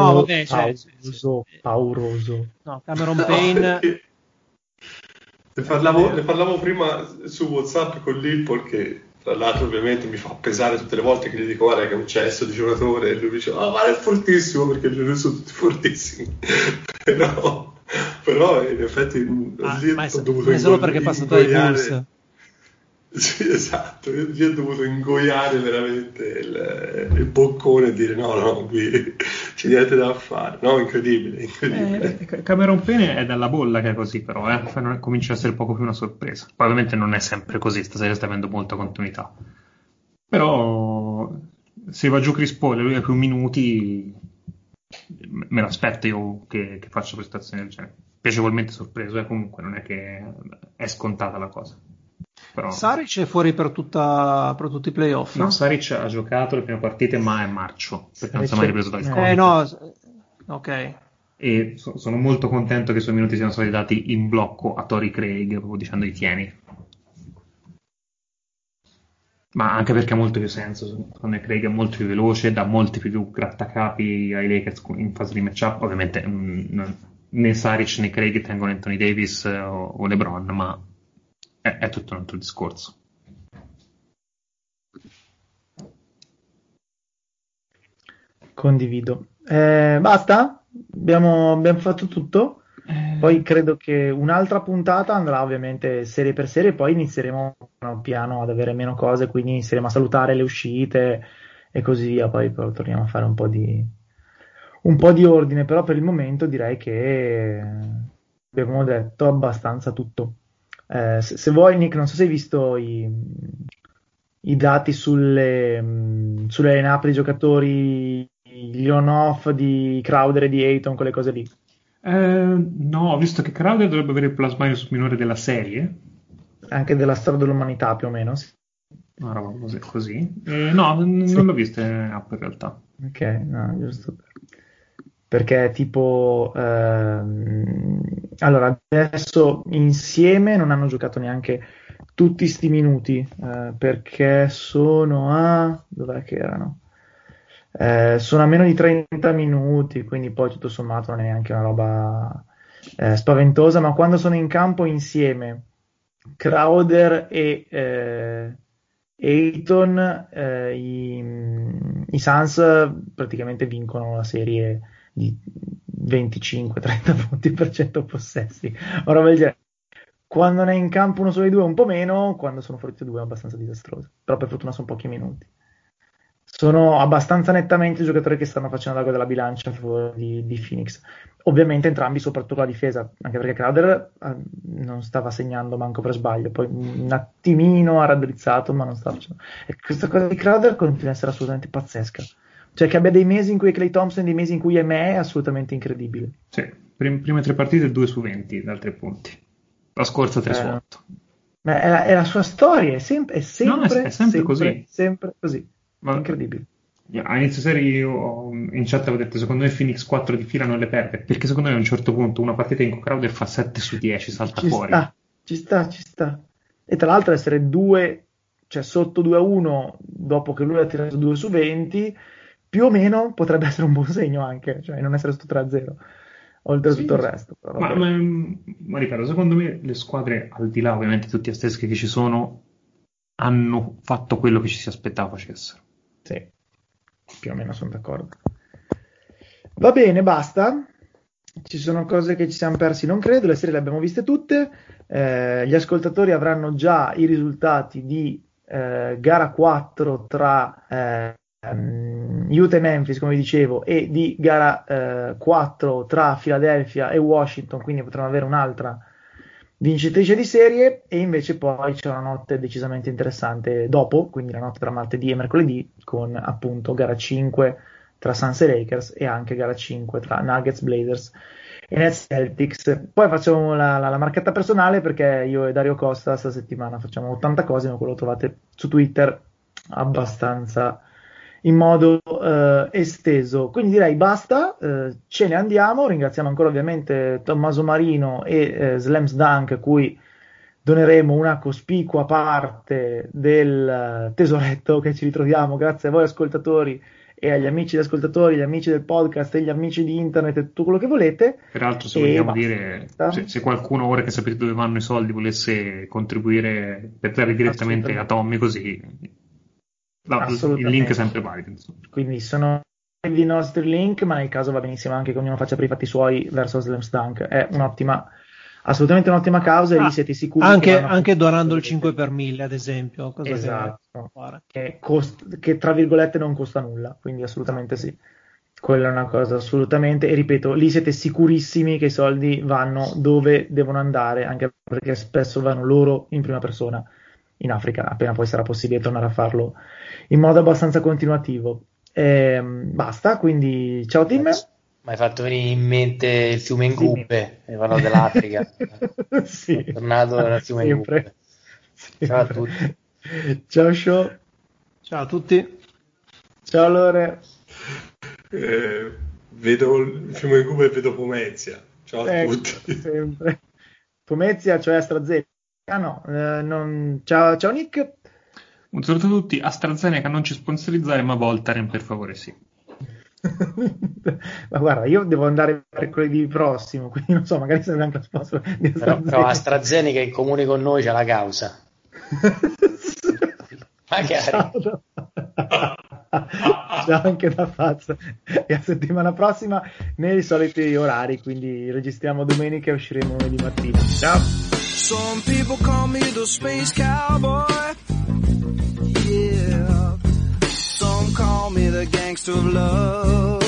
Pauroso. No, Cameron Payne... Ne parlavo prima su WhatsApp con Lilpol, che tra l'altro ovviamente mi fa pesare tutte le volte che gli dico guarda che è un cesso di giocatore, e lui dice ma è fortissimo, perché lui sono tutti fortissimi. però in effetti ho dovuto solo perché è passato ai Bulls. Sì, esatto, io ho dovuto ingoiare veramente il boccone e dire no, qui c'è niente da fare, no, incredibile. Cameron Payne è dalla bolla che è così, però comincia a essere poco più una sorpresa. Probabilmente non è sempre così, stasera sta avendo molta continuità, però se va giù Chris Paul e lui ha più minuti, me l'aspetto io che faccia prestazioni del genere. Piacevolmente sorpreso, comunque non è che è scontata la cosa. Però... Saric è fuori per tutti i playoff? No, Saric ha giocato le prime partite, ma è marcio, perché non si è mai ripreso dal Covid. No, ok. E sono molto contento che i suoi minuti siano stati dati in blocco a Torrey Craig, proprio dicendo i tieni. Ma anche perché ha molto più senso, Torrey Craig è molto più veloce, dà molti più grattacapi ai Lakers in fase di matchup. Ovviamente né Saric né Craig tengono Anthony Davis o LeBron, ma è tutto un altro discorso. Condivido. Basta? Abbiamo fatto tutto? Poi credo che un'altra puntata andrà ovviamente serie per serie, poi inizieremo piano piano ad avere meno cose, quindi inizieremo a salutare le uscite e così via, poi torniamo a fare un po' di ordine, però per il momento direi che abbiamo detto abbastanza tutto. Se vuoi, Nick, non so se hai visto i dati sulle line-up dei giocatori, gli on-off di Crowder e di Ayton, quelle cose lì. No, ho visto che Crowder dovrebbe avere il plus minus minore della serie. Anche della storia dell'umanità, più o meno. Sì. Una roba così. No, non l'ho vista in app in realtà. Ok, no, giusto. Perché tipo allora adesso insieme non hanno giocato neanche tutti sti minuti, perché sono a dov'è che erano? Sono a meno di 30 minuti, quindi poi tutto sommato non è neanche una roba spaventosa, ma quando sono in campo insieme Crowder e Ayton, i Suns praticamente vincono la serie di 25-30 punti per 100 possessi, ora del genere. Quando ne è in campo uno solo di due un po' meno, quando sono fuori tutti e due è abbastanza disastroso, però per fortuna sono pochi minuti. Sono abbastanza nettamente i giocatori che stanno facendo l'ago della bilancia a favore di Phoenix. Ovviamente entrambi, soprattutto la difesa, anche perché Crowder non stava segnando manco per sbaglio, poi un attimino ha raddrizzato, ma non stava facendo. E questa cosa di Crowder continua a essere assolutamente pazzesca. Cioè che abbia dei mesi in cui Klay Thompson, dei mesi in cui è assolutamente incredibile. Sì, prime 3 partite 2 su 20 da 3 punti. La scorsa 3 su 8. È la sua storia, è sempre così. Sempre così. Ma incredibile. A inizio serie io in chat avevo detto secondo me Phoenix 4 di fila non le perde, perché secondo me a un certo punto una partita in Crowder fa 7 su 10, salta fuori. Ci sta. E tra l'altro essere 2, cioè sotto 2-1 dopo che lui ha tirato 2 su 20, più o meno potrebbe essere un buon segno anche, cioè non essere sotto 3-0. Oltre a tutto il resto. Però, ma ripeto, secondo me le squadre, al di là ovviamente di tutti gli asteriski che ci sono, hanno fatto quello che ci si aspettava facessero. Sì, più o meno sono d'accordo. Va bene, basta. Ci sono cose che ci siamo persi, non credo, le serie le abbiamo viste tutte. Gli ascoltatori avranno già i risultati di gara 4 tra Utah e Memphis, come vi dicevo, e di gara 4 tra Philadelphia e Washington, quindi potremo avere un'altra vincitrice di serie. E invece poi c'è una notte decisamente interessante dopo, quindi la notte tra martedì e mercoledì, con appunto gara 5 tra Suns e Lakers e anche gara 5 tra Nuggets, Blazers e Nets Celtics. Poi facciamo la marchetta personale, perché io e Dario Costa questa settimana facciamo 80 cose, ma quello lo trovate su Twitter abbastanza in modo esteso. Quindi direi basta, ce ne andiamo. Ringraziamo ancora ovviamente Tommaso Marino e Slams Dunk, cui doneremo una cospicua parte del tesoretto che ci ritroviamo grazie a voi ascoltatori e agli amici degli ascoltatori, gli amici del podcast e gli amici di internet e tutto quello che volete. Peraltro, se vogliamo dire, se qualcuno, ora che sapete dove vanno i soldi, volesse contribuire per dare direttamente a Tommy, così il link è sempre valido, insomma. Quindi sono i nostri link, ma nel caso va benissimo anche che ognuno faccia per i fatti suoi verso Slams Dunk. È assolutamente un'ottima causa, e lì siete sicuri anche donando il 5 per 1000 ad esempio, cosa esatto, che tra virgolette non costa nulla, quindi assolutamente sì, quella è una cosa assolutamente. E ripeto, lì siete sicurissimi che i soldi vanno dove devono andare, anche perché spesso vanno loro in prima persona in Africa, appena poi sarà possibile tornare a farlo in modo abbastanza continuativo. Basta, quindi ciao team. Mi hai fatto venire in mente il fiume in Gubbe, e parlo dell'Africa. Sì, sono tornato dal fiume in Gubbe. Ciao a tutti. Ciao Show. Ciao a tutti. Ciao Lore. Vedo il fiume in Gubbe e vedo Pomezia. Ciao a tutti. Sempre. Pomezia, cioè AstraZeneca. Ciao Nick. Un saluto a tutti. AstraZeneca non ci sponsorizzare, ma Voltaren per favore sì. Ma guarda, io devo andare mercoledì prossimo, quindi non so, magari serve anche lo sponsor di AstraZeneca. Però AstraZeneca in comune con noi c'è la causa. Magari. Ciao anche da Fazza. E a settimana prossima nei soliti orari, quindi registriamo domenica e usciremo lunedì mattina. Ciao. Some people call me the space cowboy, yeah. Some call me the gangster of love.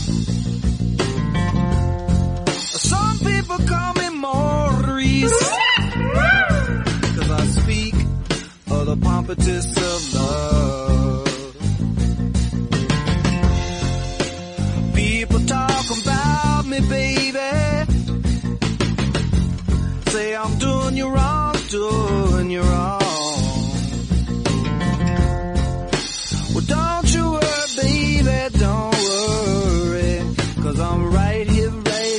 Some people call me Maurice, 'cause I speak of the pompatus of love. People talk about me, baby. Say I'm doing you wrong, doing you wrong. Well, don't you worry, baby, don't worry, 'cause I'm right here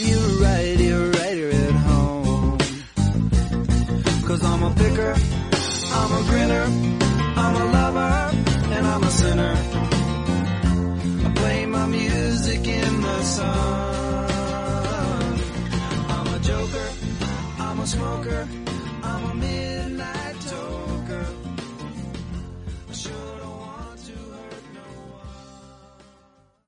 at home. 'Cause I'm a picker, I'm a grinner, I'm a lover, and I'm a sinner. I play my music in the sun. I'm a joker, I'm a smoker.